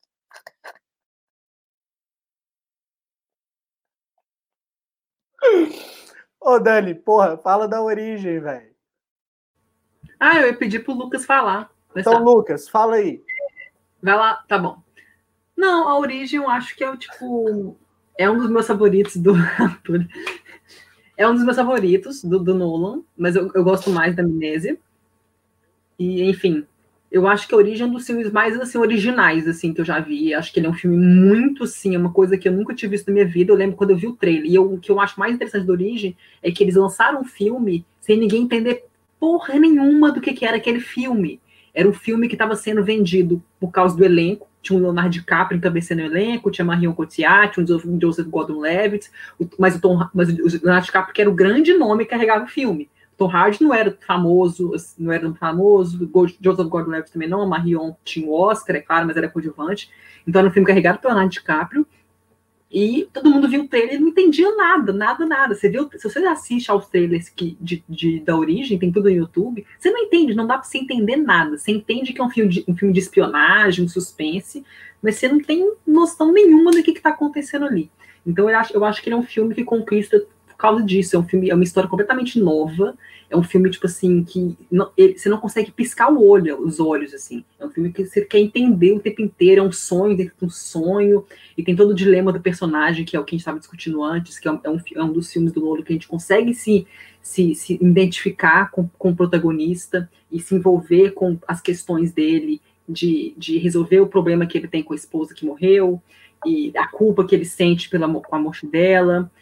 Ô, Dani, porra, fala da Origem, velho. Eu ia pedir pro Lucas falar. Então, Lucas, fala aí. Vai lá, tá bom. Não, a Origem eu acho que é é um dos meus favoritos é um dos meus favoritos do Nolan, mas eu gosto mais da Amnésia. E, enfim, eu acho que a Origem é um dos filmes mais, assim, originais, assim, que eu já vi. Acho que ele é um filme muito, assim, é uma coisa que eu nunca tinha visto na minha vida. Eu lembro quando eu vi o trailer. E o que eu acho mais interessante da Origem é que eles lançaram um filme sem ninguém entender porra nenhuma do que era aquele filme. Era um filme que estava sendo vendido por causa do elenco. Tinha o Leonardo DiCaprio encabeçando o elenco, tinha Marion Cotillard, tinha o Joseph Gordon-Levitt, mas o Leonardo DiCaprio, que era o grande nome, carregava o filme. Tom Hardy não era famoso, Joseph Gordon-Levitt também não, a Marion tinha o Oscar, é claro, mas era coadjuvante. Então era um filme carregado pelo Leonardo DiCaprio. E todo mundo viu o trailer e não entendia nada. Você viu, se você assiste aos trailers da Origem, tem tudo no YouTube, você não entende, não dá pra você entender nada. Você entende que é um filme de espionagem, um suspense, mas você não tem noção nenhuma do que tá acontecendo ali. Então eu acho que ele é um filme que conquista por causa disso. É uma história completamente nova. É um filme, tipo assim, que você não consegue piscar os olhos, assim. É um filme que você quer entender o tempo inteiro, é um sonho dentro de um sonho, e tem todo o dilema do personagem, que é o que a gente estava discutindo antes, que é um dos filmes do Nolan que a gente consegue se identificar com o protagonista e se envolver com as questões dele, de resolver o problema que ele tem com a esposa que morreu, e a culpa que ele sente com a morte dela,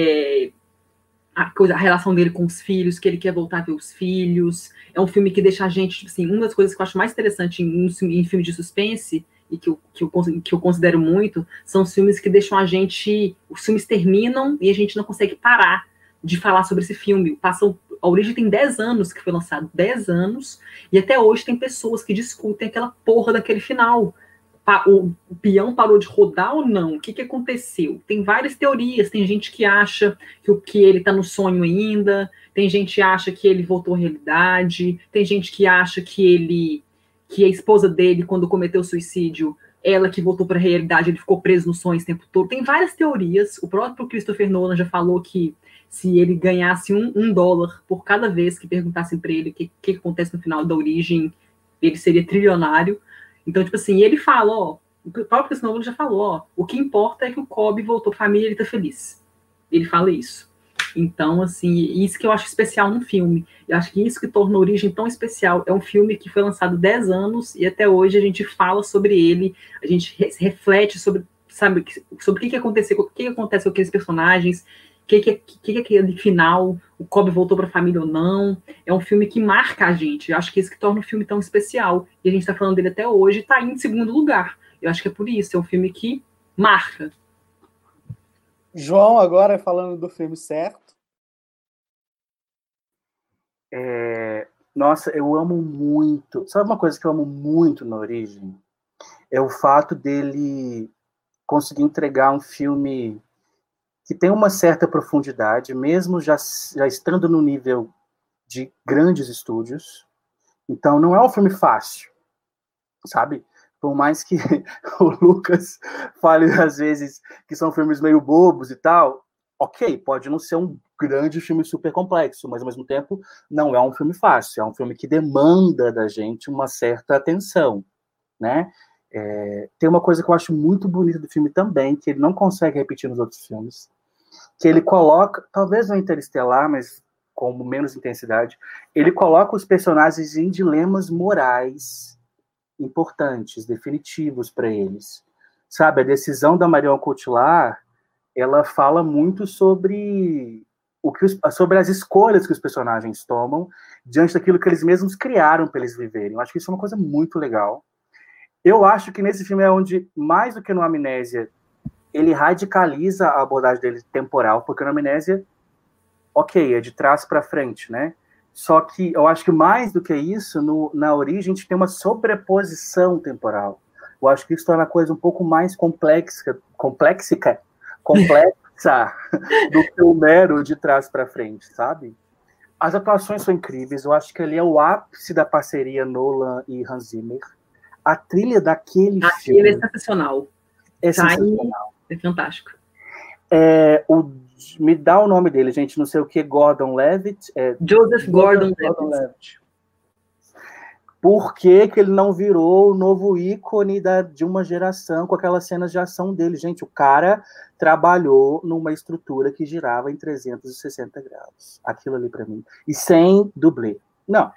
a relação dele com os filhos, que ele quer voltar a ver os filhos. É um filme que deixa a gente, tipo assim, uma das coisas que eu acho mais interessante em filme de suspense, e que eu considero muito, são os filmes que deixam a gente... Os filmes terminam e a gente não consegue parar de falar sobre esse filme. A Origem tem 10 anos que foi lançado, 10 anos, e até hoje tem pessoas que discutem aquela porra daquele final. O peão parou de rodar ou não? O que aconteceu? Tem várias teorias. Tem gente que acha que ele está no sonho ainda. Tem gente que acha que ele voltou à realidade. Tem gente que acha que a esposa dele, quando cometeu suicídio, ela que voltou para a realidade, ele ficou preso no sonho esse tempo todo. Tem várias teorias. O próprio Christopher Nolan já falou que se ele ganhasse $1 por cada vez que perguntassem para ele o que acontece no final da Origem, ele seria trilionário. Então, tipo assim, ele fala, o próprio Christopher Nolan já falou, o que importa é que o Cobb voltou para a família e ele tá feliz. Ele fala isso. Então, assim, isso que eu acho especial no filme. Eu acho que isso que torna a Origem tão especial. É um filme que foi lançado 10 anos e até hoje a gente fala sobre ele, a gente reflete sobre o que aconteceu, o que acontece com aqueles personagens, o que é aquele final, o Cobb voltou para a família ou não. É um filme que marca a gente. Eu acho que isso que torna o filme tão especial. E a gente está falando dele até hoje e está em segundo lugar. Eu acho que é por isso. É um filme que marca. João, agora falando do filme certo. Nossa, eu amo muito. Sabe uma coisa que eu amo muito na Origem? É o fato dele conseguir entregar um filme que tem uma certa profundidade, mesmo já estando no nível de grandes estúdios. Então, não é um filme fácil, sabe? por mais que o Lucas fale às vezes que são filmes meio bobos e tal, ok, pode não ser um grande filme super complexo, mas ao mesmo tempo não é um filme fácil, é um filme que demanda da gente uma certa atenção, né? Tem uma coisa que eu acho muito bonita do filme também, que ele não consegue repetir nos outros filmes, que ele coloca, talvez no Interestelar, mas com menos intensidade, ele coloca os personagens em dilemas morais importantes, definitivos para eles. Sabe, a decisão da Marion Cotillard, ela fala muito sobre sobre as escolhas que os personagens tomam diante daquilo que eles mesmos criaram para eles viverem. Eu acho que isso é uma coisa muito legal. Eu acho que nesse filme é onde, mais do que no Amnésia, ele radicaliza a abordagem dele temporal, porque no Amnésia, ok, é de trás para frente, né? Só que eu acho que mais do que isso, na Origem, a gente tem uma sobreposição temporal. Eu acho que isso torna a coisa um pouco mais complexa do que o mero de trás para frente, sabe? As atuações são incríveis, eu acho que ali é o ápice da parceria Nolan e Hans Zimmer. A trilha daquele filme... é sensacional. É sensacional. É fantástico. Me dá o nome dele, gente, não sei o que, Gordon-Levitt. Joseph Gordon-Levitt. Por que ele não virou o novo ícone de uma geração com aquelas cenas de ação dele? Gente, o cara trabalhou numa estrutura que girava em 360 graus. Aquilo ali para mim. E sem dublê. Não.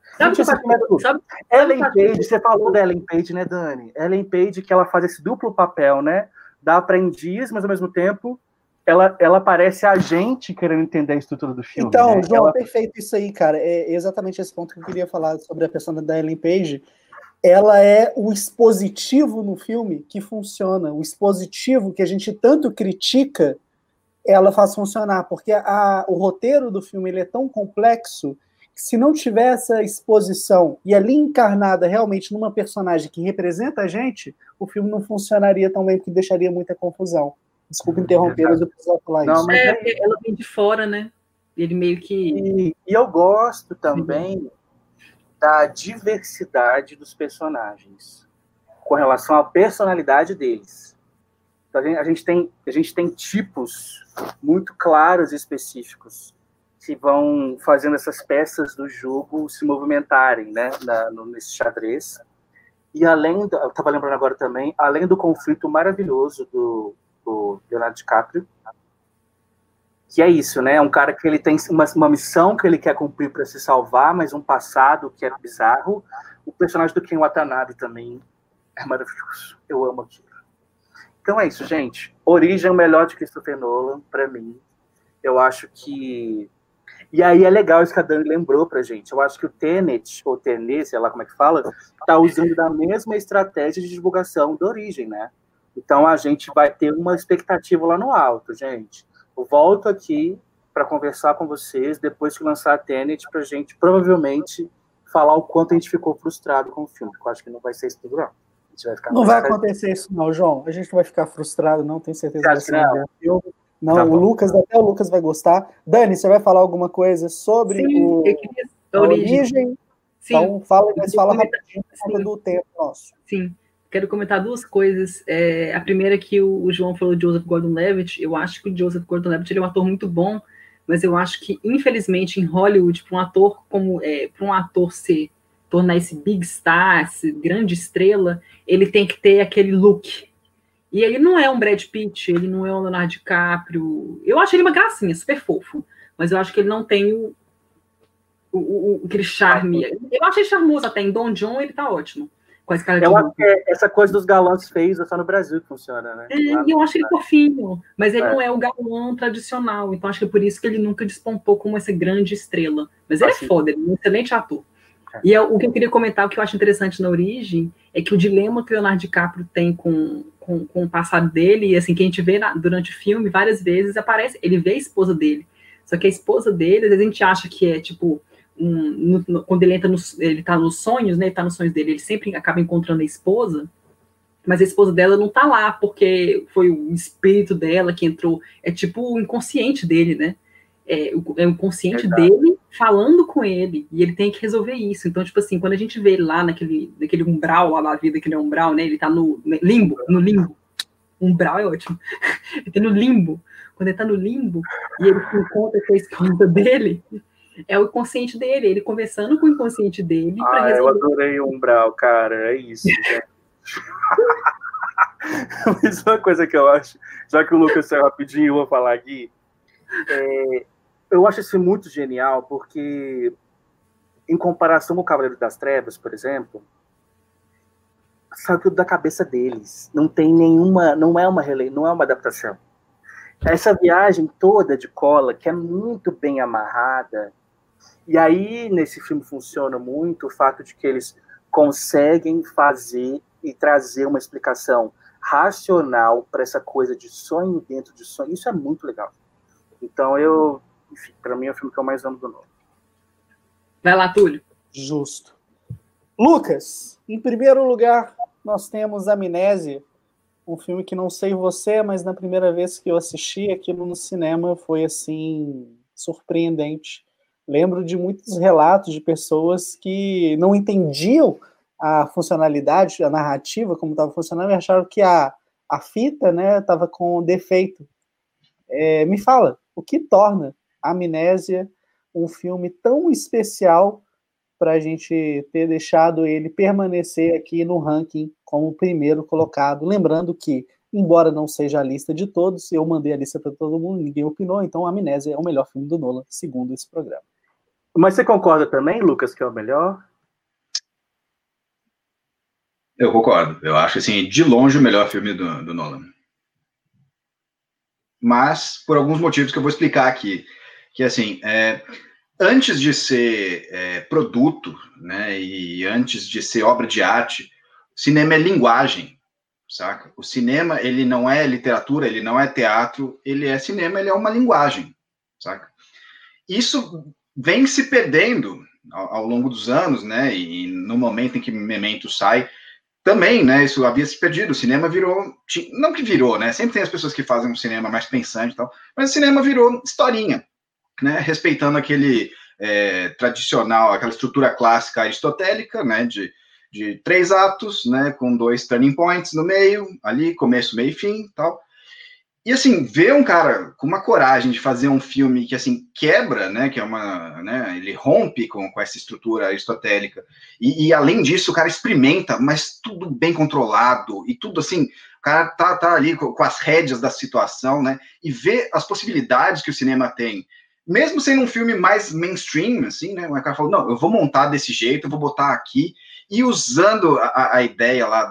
Ellen Page, você falou da Ellen Page, né, Dani? Ellen Page, que ela faz esse duplo papel, né? Da aprendiz, mas ao mesmo tempo ela parece a gente querendo entender a estrutura do filme. Então, né? João, perfeito isso aí, cara. É exatamente esse ponto que eu queria falar sobre a personagem da Ellen Page. Ela é o expositivo no filme que funciona. O expositivo que a gente tanto critica, ela faz funcionar. Porque o roteiro do filme ele é tão complexo que se não tiver essa exposição e ali encarnada realmente numa personagem que representa a gente, o filme não funcionaria tão bem, porque deixaria muita confusão. Desculpa interromper, mas eu preciso falar isso. Mas ela vem de fora, né? Ele meio que... E eu gosto também da diversidade dos personagens com relação à personalidade deles. Então, a gente tem tipos muito claros e específicos que vão fazendo essas peças do jogo se movimentarem, né, nesse xadrez. E eu estava lembrando agora também, além do conflito maravilhoso do Leonardo DiCaprio, que é isso, né? É um cara que ele tem uma missão que ele quer cumprir para se salvar, mas um passado que é bizarro. O personagem do Ken Watanabe também é maravilhoso. Eu amo aquilo. Então é isso, gente. Origem é o melhor de Christopher Nolan, para mim. Eu acho que... E aí é legal isso que a Dani lembrou pra gente. Eu acho que o Tenet, ou Tenet, sei lá como é que fala, tá usando da mesma estratégia de divulgação da Origem, né? Então a gente vai ter uma expectativa lá no alto, gente. Eu volto aqui para conversar com vocês depois que lançar a Tenet, pra gente provavelmente falar o quanto a gente ficou frustrado com o filme. Eu acho que não vai ser isso tudo, não. Não vai acontecer isso, não, João. A gente não vai ficar frustrado, não, tenho certeza que não. Não, tá, até o Lucas vai gostar. Dani, você vai falar alguma coisa sobre a origem? Sim. Então, fala rapidinho por conta do tempo nosso. Sim, quero comentar duas coisas. A primeira é que o João falou de Joseph Gordon-Levitt. Eu acho que o Joseph Gordon-Levitt ele é um ator muito bom, mas eu acho que, infelizmente, em Hollywood, para um ator se tornar esse big star, essa grande estrela, ele tem que ter aquele look. E ele não é um Brad Pitt, ele não é um Leonardo DiCaprio. Eu acho ele uma gracinha, super fofo. Mas eu acho que ele não tem aquele charme. Eu acho ele charmoso até. Em Don John ele tá ótimo. Com esse cara eu acho que essa coisa dos galãs feios é só no Brasil que funciona, né? E eu acho ele fofinho. Mas ele não é o galã tradicional. Então acho que é por isso que ele nunca despontou como essa grande estrela. Mas ele é foda, ele é um excelente ator. E o que eu queria comentar, o que eu acho interessante na Origem, é que o dilema que o Leonardo DiCaprio tem com o passado dele, e assim, que a gente vê durante o filme, várias vezes aparece, ele vê a esposa dele. Só que a esposa dele, às vezes a gente acha que é, tipo, quando ele tá nos sonhos, né, ele tá nos sonhos dele, ele sempre acaba encontrando a esposa, mas a esposa dela não tá lá, porque foi o espírito dela que entrou, é tipo o inconsciente dele, né? é o consciente dele falando com ele, e ele tem que resolver isso. Então, tipo assim, quando a gente vê ele lá naquele umbral lá da vida, aquele umbral, né, ele tá no limbo, umbral é ótimo, ele tá no limbo, quando ele tá no limbo, e ele se encontra com a esposa dele, é o inconsciente dele, ele conversando com o inconsciente dele. Eu adorei o umbral, cara, é isso, né? Mas uma coisa que eu acho, já que o Lucas saiu rapidinho, eu vou falar aqui, eu acho isso muito genial, porque em comparação com o Cavaleiro das Trevas, por exemplo, saiu tudo da cabeça deles, não tem nenhuma, não é uma adaptação. Essa viagem toda de cola, que é muito bem amarrada, e aí nesse filme funciona muito o fato de que eles conseguem fazer e trazer uma explicação racional para essa coisa de sonho dentro de sonho. Isso é muito legal. Então, enfim, para mim é o filme que eu mais amo do Nolan. Vai lá, Túlio. Justo. Lucas, em primeiro lugar, nós temos Amnésia, um filme que não sei você, mas na primeira vez que eu assisti aquilo no cinema foi, assim, surpreendente. Lembro de muitos relatos de pessoas que não entendiam a funcionalidade, a narrativa, como estava funcionando, e acharam que a fita, né, estava com defeito. Me fala, o que torna Amnésia um filme tão especial para a gente ter deixado ele permanecer aqui no ranking como o primeiro colocado? Lembrando que, embora não seja a lista de todos, eu mandei a lista para todo mundo, ninguém opinou, então Amnésia é o melhor filme do Nolan, segundo esse programa. Mas você concorda também, Lucas, que é o melhor? Eu concordo. Eu acho, assim, de longe o melhor filme do Nolan. Mas, por alguns motivos que eu vou explicar aqui, que, assim, antes de ser produto, né, e antes de ser obra de arte, cinema é linguagem, saca? O cinema, ele não é literatura, ele não é teatro, ele é cinema, ele é uma linguagem, saca? Isso vem se perdendo ao longo dos anos, né, e no momento em que Memento sai, também, né, isso havia se perdido, o cinema virou, não que virou, né, sempre tem as pessoas que fazem um cinema mais pensante e tal, mas o cinema virou historinha, né, respeitando aquele tradicional, aquela estrutura clássica aristotélica, né, de 3 atos, né, com 2 turning points no meio, ali, começo, meio e fim, tal. E, assim, ver um cara com uma coragem de fazer um filme que, assim, quebra, né, que é uma, né, ele rompe com essa estrutura aristotélica, e além disso, o cara experimenta, mas tudo bem controlado, e tudo, assim, o cara tá ali com as rédeas da situação, né, e ver as possibilidades que o cinema tem, mesmo sendo um filme mais mainstream, assim, né, o cara falou, não, eu vou montar desse jeito, eu vou botar aqui, e usando a ideia lá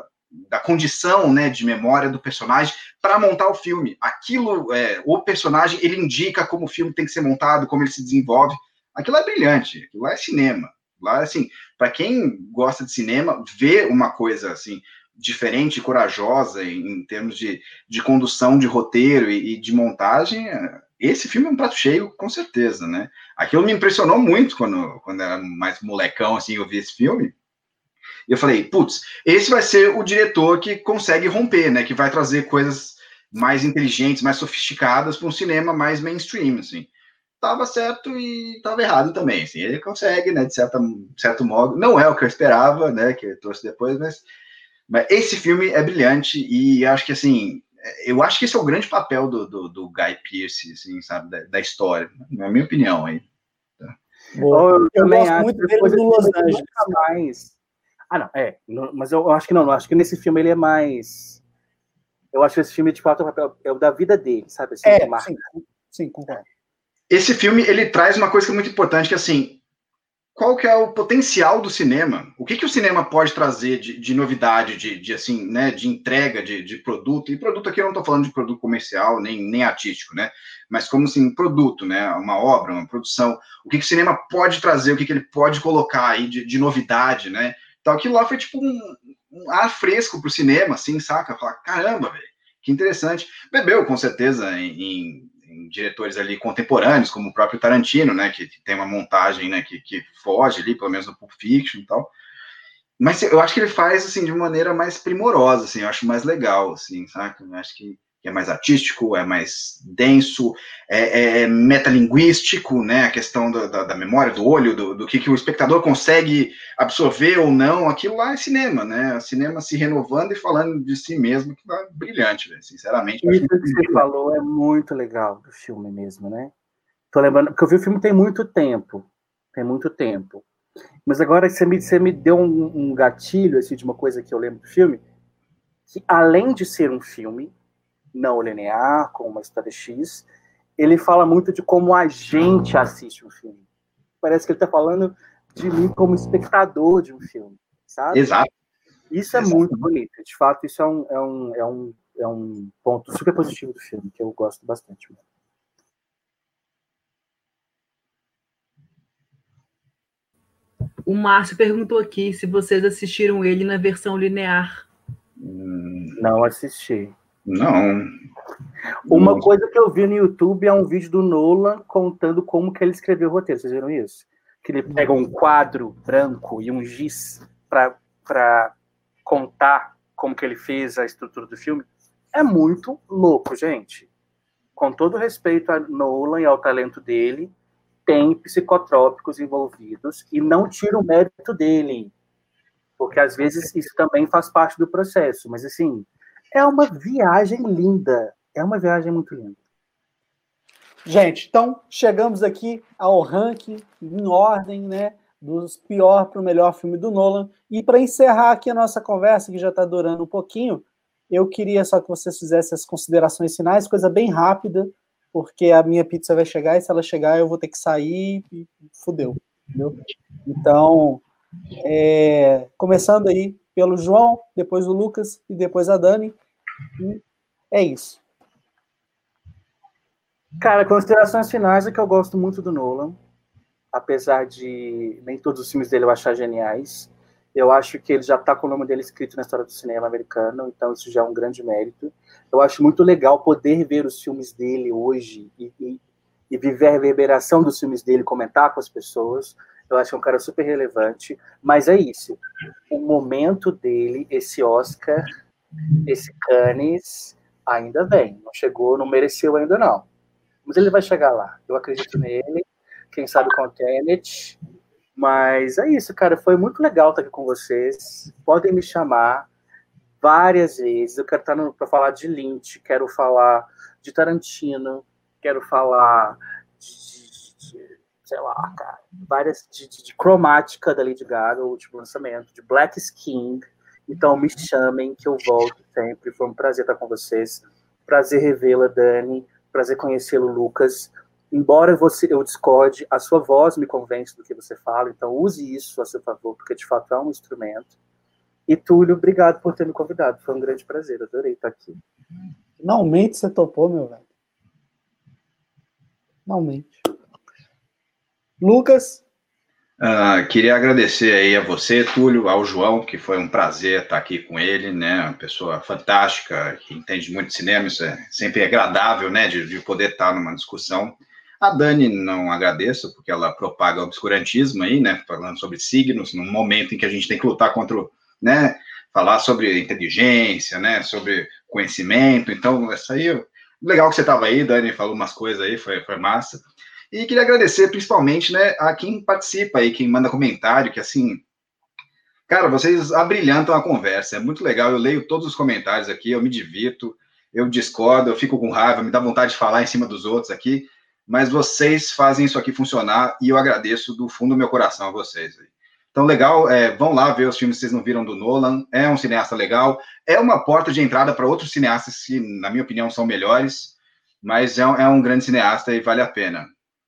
da condição, né, de memória do personagem para montar o filme. Aquilo, o personagem, ele indica como o filme tem que ser montado, como ele se desenvolve. Aquilo é brilhante, aquilo é cinema. Lá, assim, para quem gosta de cinema, ver uma coisa, assim, diferente e corajosa em termos de condução de roteiro e de montagem, esse filme é um prato cheio, com certeza, né? Aquilo me impressionou muito quando era mais molecão, assim, eu vi esse filme. E eu falei, putz, esse vai ser o diretor que consegue romper, né? Que vai trazer coisas mais inteligentes, mais sofisticadas para um cinema mais mainstream, assim. Tava certo e tava errado também, assim. Ele consegue, né? De certo modo. Não é o que eu esperava, né? Que eu trouxe depois, mas esse filme é brilhante e acho que, assim, eu acho que esse é o grande papel do Guy Pearce, assim, sabe? Da história, na minha opinião, aí. Tá. Eu gosto muito dele no Los Angeles. Mais... mas eu acho que não, acho que nesse filme ele é mais... Eu acho que esse filme, de fato, é o da vida dele, sabe? Assim, sim, concordo. Esse filme, ele traz uma coisa que é muito importante, que, assim, qual que é o potencial do cinema? O que o cinema pode trazer de novidade, de assim, né, de entrega de produto? E produto aqui eu não estou falando de produto comercial, nem artístico, né? Mas como, assim, produto, né? Uma obra, uma produção. O que o cinema pode trazer, o que ele pode colocar aí de novidade, né? Então, aquilo lá foi tipo um ar fresco pro cinema, assim, saca? Falar, caramba, velho, que interessante. Bebeu, com certeza, em diretores ali contemporâneos, como o próprio Tarantino, né, que tem uma montagem, né, que foge ali, pelo menos no Pulp Fiction e tal. Mas eu acho que ele faz, assim, de uma maneira mais primorosa, assim, eu acho mais legal, assim, saca? Eu acho que que é mais artístico, é mais denso, é metalinguístico, né? A questão da memória, do olho, do que o espectador consegue absorver ou não. Aquilo lá é cinema, né? O cinema se renovando e falando de si mesmo, que é brilhante, né? Sinceramente. Isso que você falou é muito legal do filme mesmo, né? Tô lembrando, porque eu vi o filme tem muito tempo. Mas agora você me deu um gatilho, assim, de uma coisa que eu lembro do filme, que além de ser um filme não linear, com uma história X, ele fala muito de como a gente assiste um filme. Parece que ele está falando de mim como espectador de um filme, sabe? Exato. Isso é muito bonito. De fato, isso é um ponto super positivo do filme, que eu gosto bastante. O Márcio perguntou aqui se vocês assistiram ele na versão linear. Não assisti. Não. Uma coisa que eu vi no YouTube é um vídeo do Nolan contando como que ele escreveu o roteiro. Vocês viram isso? Que ele pega um quadro branco e um giz para contar como que ele fez a estrutura do filme. É muito louco, gente. Com todo respeito a Nolan e ao talento dele, tem psicotrópicos envolvidos e não tira o mérito dele. Porque às vezes isso também faz parte do processo. Mas assim, é uma viagem linda. É uma viagem muito linda. Gente, então chegamos aqui ao ranking em ordem, né? Dos pior para o melhor filme do Nolan. E para encerrar aqui a nossa conversa, que já está durando um pouquinho, eu queria só que vocês fizessem as considerações finais, coisa bem rápida, porque a minha pizza vai chegar e se ela chegar eu vou ter que sair e fudeu. Entendeu? Então, começando aí pelo João, depois o Lucas e depois a Dani. E é isso. Cara, considerações finais é que eu gosto muito do Nolan, apesar de nem todos os filmes dele eu achar geniais. Eu acho que ele já está com o nome dele escrito na história do cinema americano, então isso já é um grande mérito. Eu acho muito legal poder ver os filmes dele hoje e viver a reverberação dos filmes dele, comentar com as pessoas. Eu acho que é um cara super relevante, mas é isso. O momento dele, esse Oscar, esse Cannes, ainda vem. Não chegou, não mereceu ainda não. Mas ele vai chegar lá. Eu acredito nele. Quem sabe com o Tenet. Mas é isso, cara. Foi muito legal estar aqui com vocês. Podem me chamar várias vezes. Eu quero estar para falar de Lynch, quero falar de Tarantino, quero falar sei lá, cara, várias de Cromática da Lady Gaga, o último lançamento, de Black King. Então me chamem que eu volto sempre. Foi um prazer estar com vocês. Prazer revê-la, Dani. Prazer conhecê-lo, Lucas. Embora eu discorde, a sua voz me convence do que você fala, então use isso a seu favor, porque de fato é um instrumento. E Túlio, obrigado por ter me convidado. Foi um grande prazer, adorei estar aqui. Finalmente você topou, meu velho. Finalmente. Lucas? Queria agradecer aí a você, Túlio, ao João, que foi um prazer estar aqui com ele, né? Uma pessoa fantástica, que entende muito de cinema, isso é sempre agradável, né? De poder estar numa discussão. A Dani não agradeço, porque ela propaga o obscurantismo aí, né? Falando sobre signos, num momento em que a gente tem que lutar contra, né? Falar sobre inteligência, né? Sobre conhecimento. Então, isso aí, legal que você estava aí, Dani falou umas coisas aí, foi massa. E queria agradecer principalmente, né, a quem participa aí, quem manda comentário, que assim, cara, vocês abrilhantam a conversa, é muito legal, eu leio todos os comentários aqui, eu me divirto, eu discordo, eu fico com raiva, me dá vontade de falar em cima dos outros aqui, mas vocês fazem isso aqui funcionar e eu agradeço do fundo do meu coração a vocês. Então, legal, vão lá ver os filmes que vocês não viram do Nolan, é um cineasta legal, é uma porta de entrada para outros cineastas que, na minha opinião, são melhores, mas é um grande cineasta e vale a pena.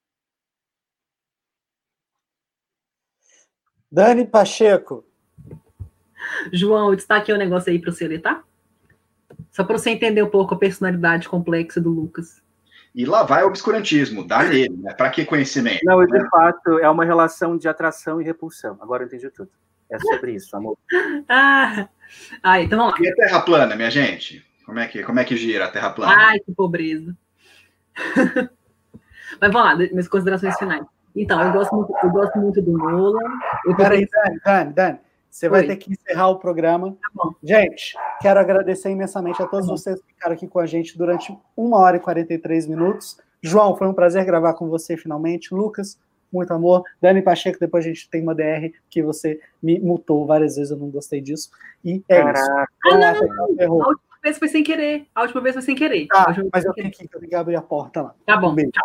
Dani Pacheco. João, eu destaquei um negócio aí para você ler, tá? Só para você entender um pouco a personalidade complexa do Lucas. E lá vai o obscurantismo, dá nele, né? Para que conhecimento? Não, de fato, é uma relação de atração e repulsão. Agora eu entendi tudo. É sobre isso, amor. Então vamos lá. E a Terra plana, minha gente? Como é que gira a Terra plana? Ai, que pobreza. Mas vamos lá, minhas considerações finais. Então, eu gosto muito do Nolan. Peraí, Dani. Você vai ter que encerrar o programa. Tá bom. Gente, quero agradecer imensamente a todos vocês que ficaram aqui com a gente durante 1 hora e 43 minutos. João, foi um prazer gravar com você finalmente. Lucas, muito amor. Dani Pacheco, depois a gente tem uma DR que você me mutou várias vezes, eu não gostei disso. E é isso. A última vez foi sem querer. Tá, mas eu tenho que abrir a porta lá. Tá bom, tchau.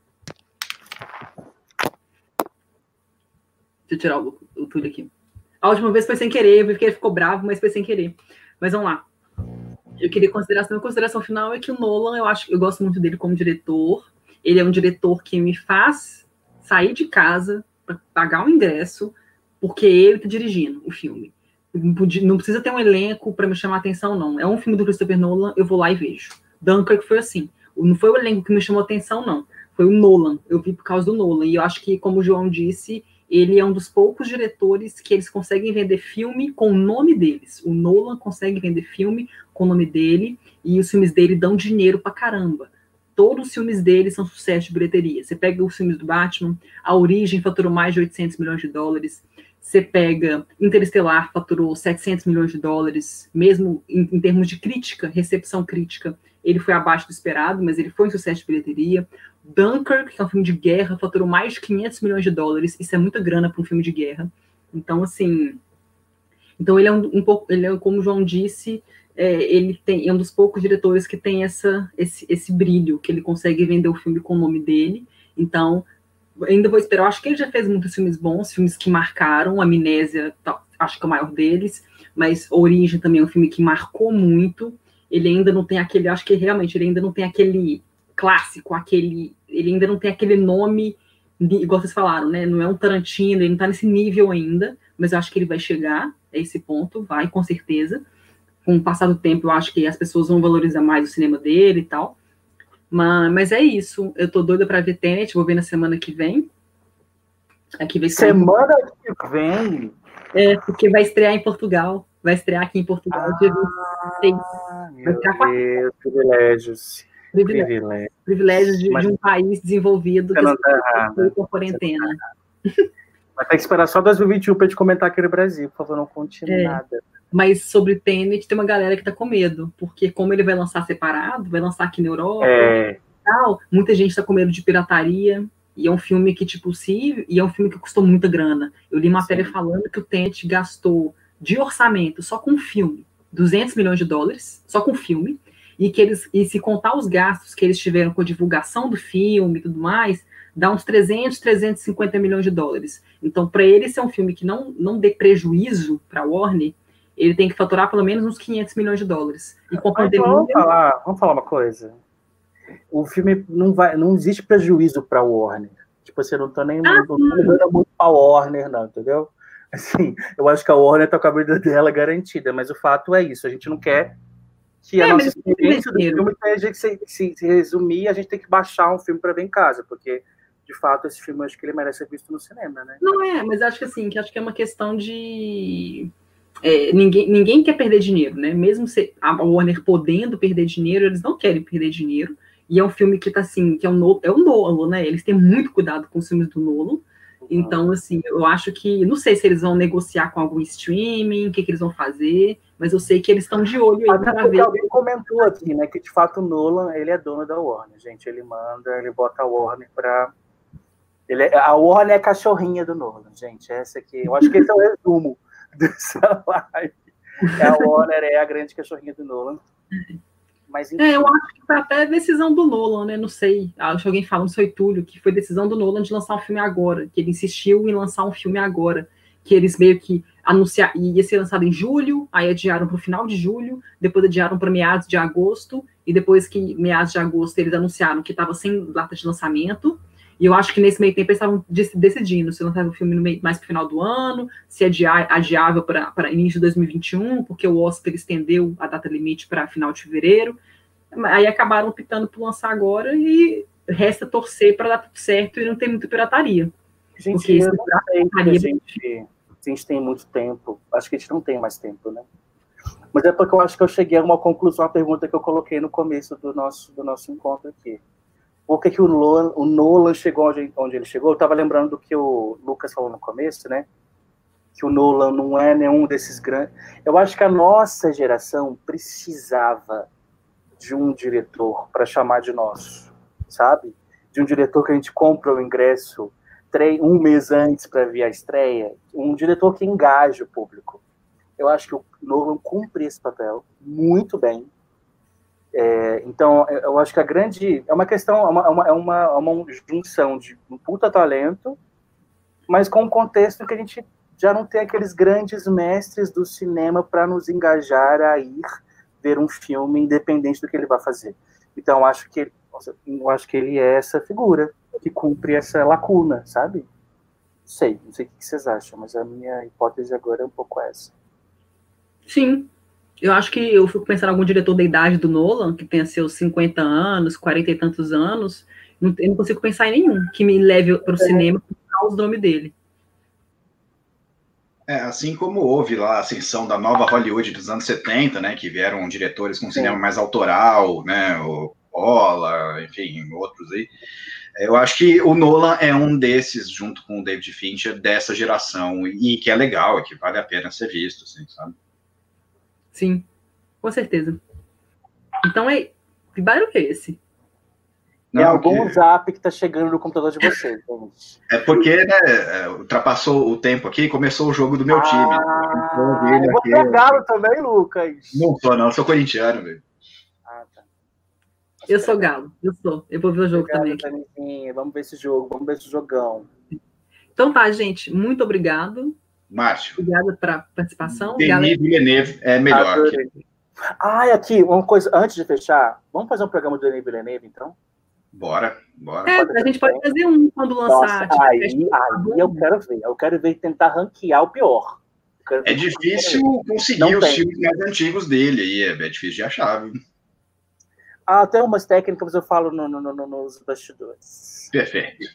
Deixa eu tirar o Túlio aqui. A última vez foi sem querer, eu vi que ele ficou bravo, mas foi sem querer. Mas vamos lá. Eu queria minha consideração final é que o Nolan, eu gosto muito dele como diretor. Ele é um diretor que me faz sair de casa para pagar o ingresso, porque ele está dirigindo o filme. Não precisa ter um elenco para me chamar a atenção, não. É um filme do Christopher Nolan, eu vou lá e vejo. Dunkirk foi assim. Não foi o elenco que me chamou a atenção, não. Foi o Nolan. Eu vi por causa do Nolan. E eu acho que, como o João disse, ele é um dos poucos diretores que eles conseguem vender filme com o nome deles. O Nolan consegue vender filme com o nome dele, e os filmes dele dão dinheiro pra caramba. Todos os filmes dele são sucesso de bilheteria. Você pega os filmes do Batman, A Origem faturou mais de 800 milhões de dólares. Você pega Interestelar, faturou 700 milhões de dólares. Mesmo em termos de crítica, recepção crítica, ele foi abaixo do esperado, mas ele foi um sucesso de bilheteria. Dunkirk, que é um filme de guerra, faturou mais de 500 milhões de dólares. Isso é muita grana para um filme de guerra. Então, assim... Então, ele é um pouco... Ele é, como o João disse, ele é um dos poucos diretores que tem esse brilho, que ele consegue vender o filme com o nome dele. Então, ainda vou esperar. Eu acho que ele já fez muitos filmes bons, filmes que marcaram. Amnésia, acho que é o maior deles. Mas Origem também é um filme que marcou muito. Ele ainda não tem aquele... Acho que realmente ele ainda não tem aquele... clássico, ele ainda não tem aquele nome, igual vocês falaram, né? Não é um Tarantino, ele não tá nesse nível ainda, mas eu acho que ele vai chegar a esse ponto, vai, com certeza. Com o passar do tempo, eu acho que as pessoas vão valorizar mais o cinema dele e tal. Mas é isso. Eu tô doida pra ver Tenet, vou ver na semana que vem. Semana que vem? Porque vai estrear em Portugal. Vai estrear aqui em Portugal dia 26. Meu Deus, privilégios. Privilégios de um país desenvolvido que não tá com a quarentena. Vai ter que esperar só 2021 para a gente comentar aqui no Brasil, por favor, não conte nada. Mas sobre Tenet, tem uma galera que tá com medo, porque como ele vai lançar separado, vai lançar aqui na Europa e tal, muita gente tá com medo de pirataria, e é um filme que, tipo, e é um filme que custou muita grana. Eu li matéria falando que o Tenet gastou de orçamento, só com o filme, 200 milhões de dólares, só com o filme, e se contar os gastos que eles tiveram com a divulgação do filme e tudo mais, dá uns 350 milhões de dólares. Então, para ele ser um filme que não dê prejuízo para a Warner, ele tem que faturar pelo menos uns 500 milhões de dólares. E com a pandemia... Vamos falar uma coisa. O filme não existe prejuízo para a Warner. Tipo, você não tá nem ligando muito para a Warner, não, entendeu? Assim, eu acho que a Warner tá com a vida dela garantida, mas o fato é isso, a gente não quer que a nossa experiência do filme tenha que se resumir, a gente tem que baixar um filme para ver em casa, porque, de fato, esse filme, acho que ele merece ser visto no cinema, né? Não mas acho que assim, acho que é uma questão de... ninguém quer perder dinheiro, né? Mesmo a Warner podendo perder dinheiro, eles não querem perder dinheiro, e é um filme que tá assim, que é o Nolan, né? Eles têm muito cuidado com os filmes do Nolan. Então, assim, eu acho que... Não sei se eles vão negociar com algum streaming, o que eles vão fazer, mas eu sei que eles estão de olho aí para ver. Alguém comentou aqui, né, que de fato o Nolan, ele é dono da Warner, gente. Ele manda, ele bota a Warner para... A Warner é a cachorrinha do Nolan, gente. Essa aqui, eu acho que esse é o resumo dessa live. A Warner é a grande cachorrinha do Nolan. Mas, eu acho que foi até decisão do Nolan, né? Não sei. Acho que alguém falou, não sei, Túlio, que foi decisão do Nolan de lançar um filme agora, que ele insistiu em lançar um filme agora, que eles meio que anunciaram, ia ser lançado em julho, aí adiaram para o final de julho, depois adiaram para meados de agosto, e depois que meados de agosto eles anunciaram que estava sem data de lançamento, e eu acho que nesse meio tempo eles estavam decidindo se lançava o filme mais para o final do ano, se adiável para início de 2021, porque o Oscar estendeu a data limite para final de fevereiro. Aí acabaram optando por lançar agora e resta torcer para dar tudo certo e não ter muita pirataria. Gente, a gente tem muito tempo. Acho que a gente não tem mais tempo, né? Mas é porque eu acho que eu cheguei a uma conclusão, a pergunta que eu coloquei no começo do nosso encontro aqui. Por que o Nolan chegou onde ele chegou? Eu estava lembrando do que o Lucas falou no começo, né? que o Nolan não é nenhum desses grandes... Eu acho que a nossa geração precisava de um diretor para chamar de nosso, sabe? De um diretor que a gente compra o ingresso um mês antes para ver a estreia, um diretor que engaje o público. Eu acho que o Nolan cumpre esse papel muito bem. Então, eu acho que a grande... É uma questão, é uma junção de um puta talento, mas com um contexto que a gente já não tem aqueles grandes mestres do cinema para nos engajar a ir ver um filme independente do que ele vai fazer. Então, eu acho que ele é essa figura que cumpre essa lacuna, sabe? Não sei o que vocês acham, mas a minha hipótese agora é um pouco essa. Sim, eu acho que eu fico pensando em algum diretor da idade do Nolan, que tenha seus 50 anos, 40 e tantos anos, eu não consigo pensar em nenhum que me leve para o cinema por causa do nome dele. Assim como houve lá a ascensão da nova Hollywood dos anos 70, né, que vieram diretores com cinema mais autoral, né, o Coppola, enfim, outros aí. Eu acho que o Nolan é um desses, junto com o David Fincher, dessa geração, e que é legal, que vale a pena ser visto, assim, sabe? Sim, com certeza. Então, que barulho é esse? É algum zap que tá chegando no computador de vocês, gente. É porque, né, ultrapassou o tempo aqui e começou o jogo do meu time. Você é galo também, Lucas? Não sou, não. Eu sou corintiano, velho. Tá. Eu sou galo. Eu vou ver o jogo também aqui. Vamos ver esse jogo, vamos ver esse jogão. Então tá, gente. Muito obrigado. Márcio. Obrigada pela participação. Denis Villeneuve é melhor. Aqui, uma coisa, antes de fechar, vamos fazer um programa do Denis Villeneuve, então? Bora. A gente pode fazer um quando lançar. Nossa, aí eu quero ver tentar ranquear o pior. É difícil conseguir os filmes mais antigos dele aí, é difícil de achar, viu? Tem umas técnicas, eu falo nos bastidores. Perfeito.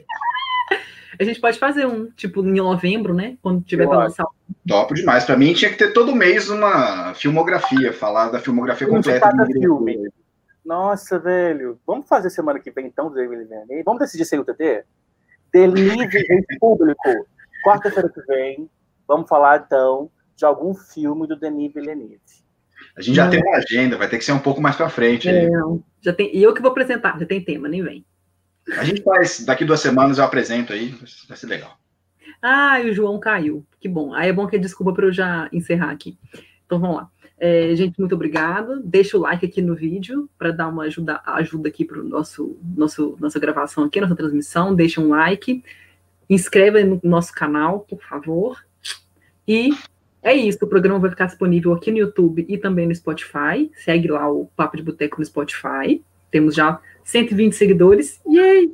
A gente pode fazer um, tipo, em novembro, né? Quando tiver para lançar. Topo demais. Para mim, tinha que ter todo mês uma filmografia, falar da filmografia completa. Cada filme. Nossa, velho. Vamos fazer semana que vem, então, do Denis Villeneuve? Vamos decidir sem o TT? Delivery em público. Quarta-feira que vem, vamos falar, então, de algum filme do Denis Villeneuve. A gente já tem uma agenda, vai ter que ser um pouco mais para frente. Já tem, e eu que vou apresentar, já tem tema, nem vem. A gente faz, daqui 2 semanas eu apresento aí, vai ser legal. E o João caiu, que bom. Aí é bom que é desculpa para eu já encerrar aqui. Então vamos lá. Gente, muito obrigada. Deixa o like aqui no vídeo para dar uma ajuda aqui para nossa gravação aqui, nossa transmissão. Deixa um like. Inscreva no nosso canal, por favor. E é isso. O programa vai ficar disponível aqui no YouTube e também no Spotify. Segue lá o Papo de Boteco no Spotify. Temos já 120 seguidores. Yay!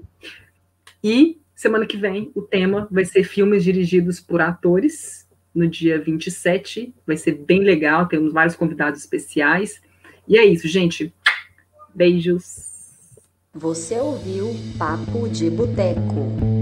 E semana que vem o tema vai ser filmes dirigidos por atores. No dia 27, vai ser bem legal, temos vários convidados especiais. E é isso, gente. Beijos. Você ouviu Papo de Boteco.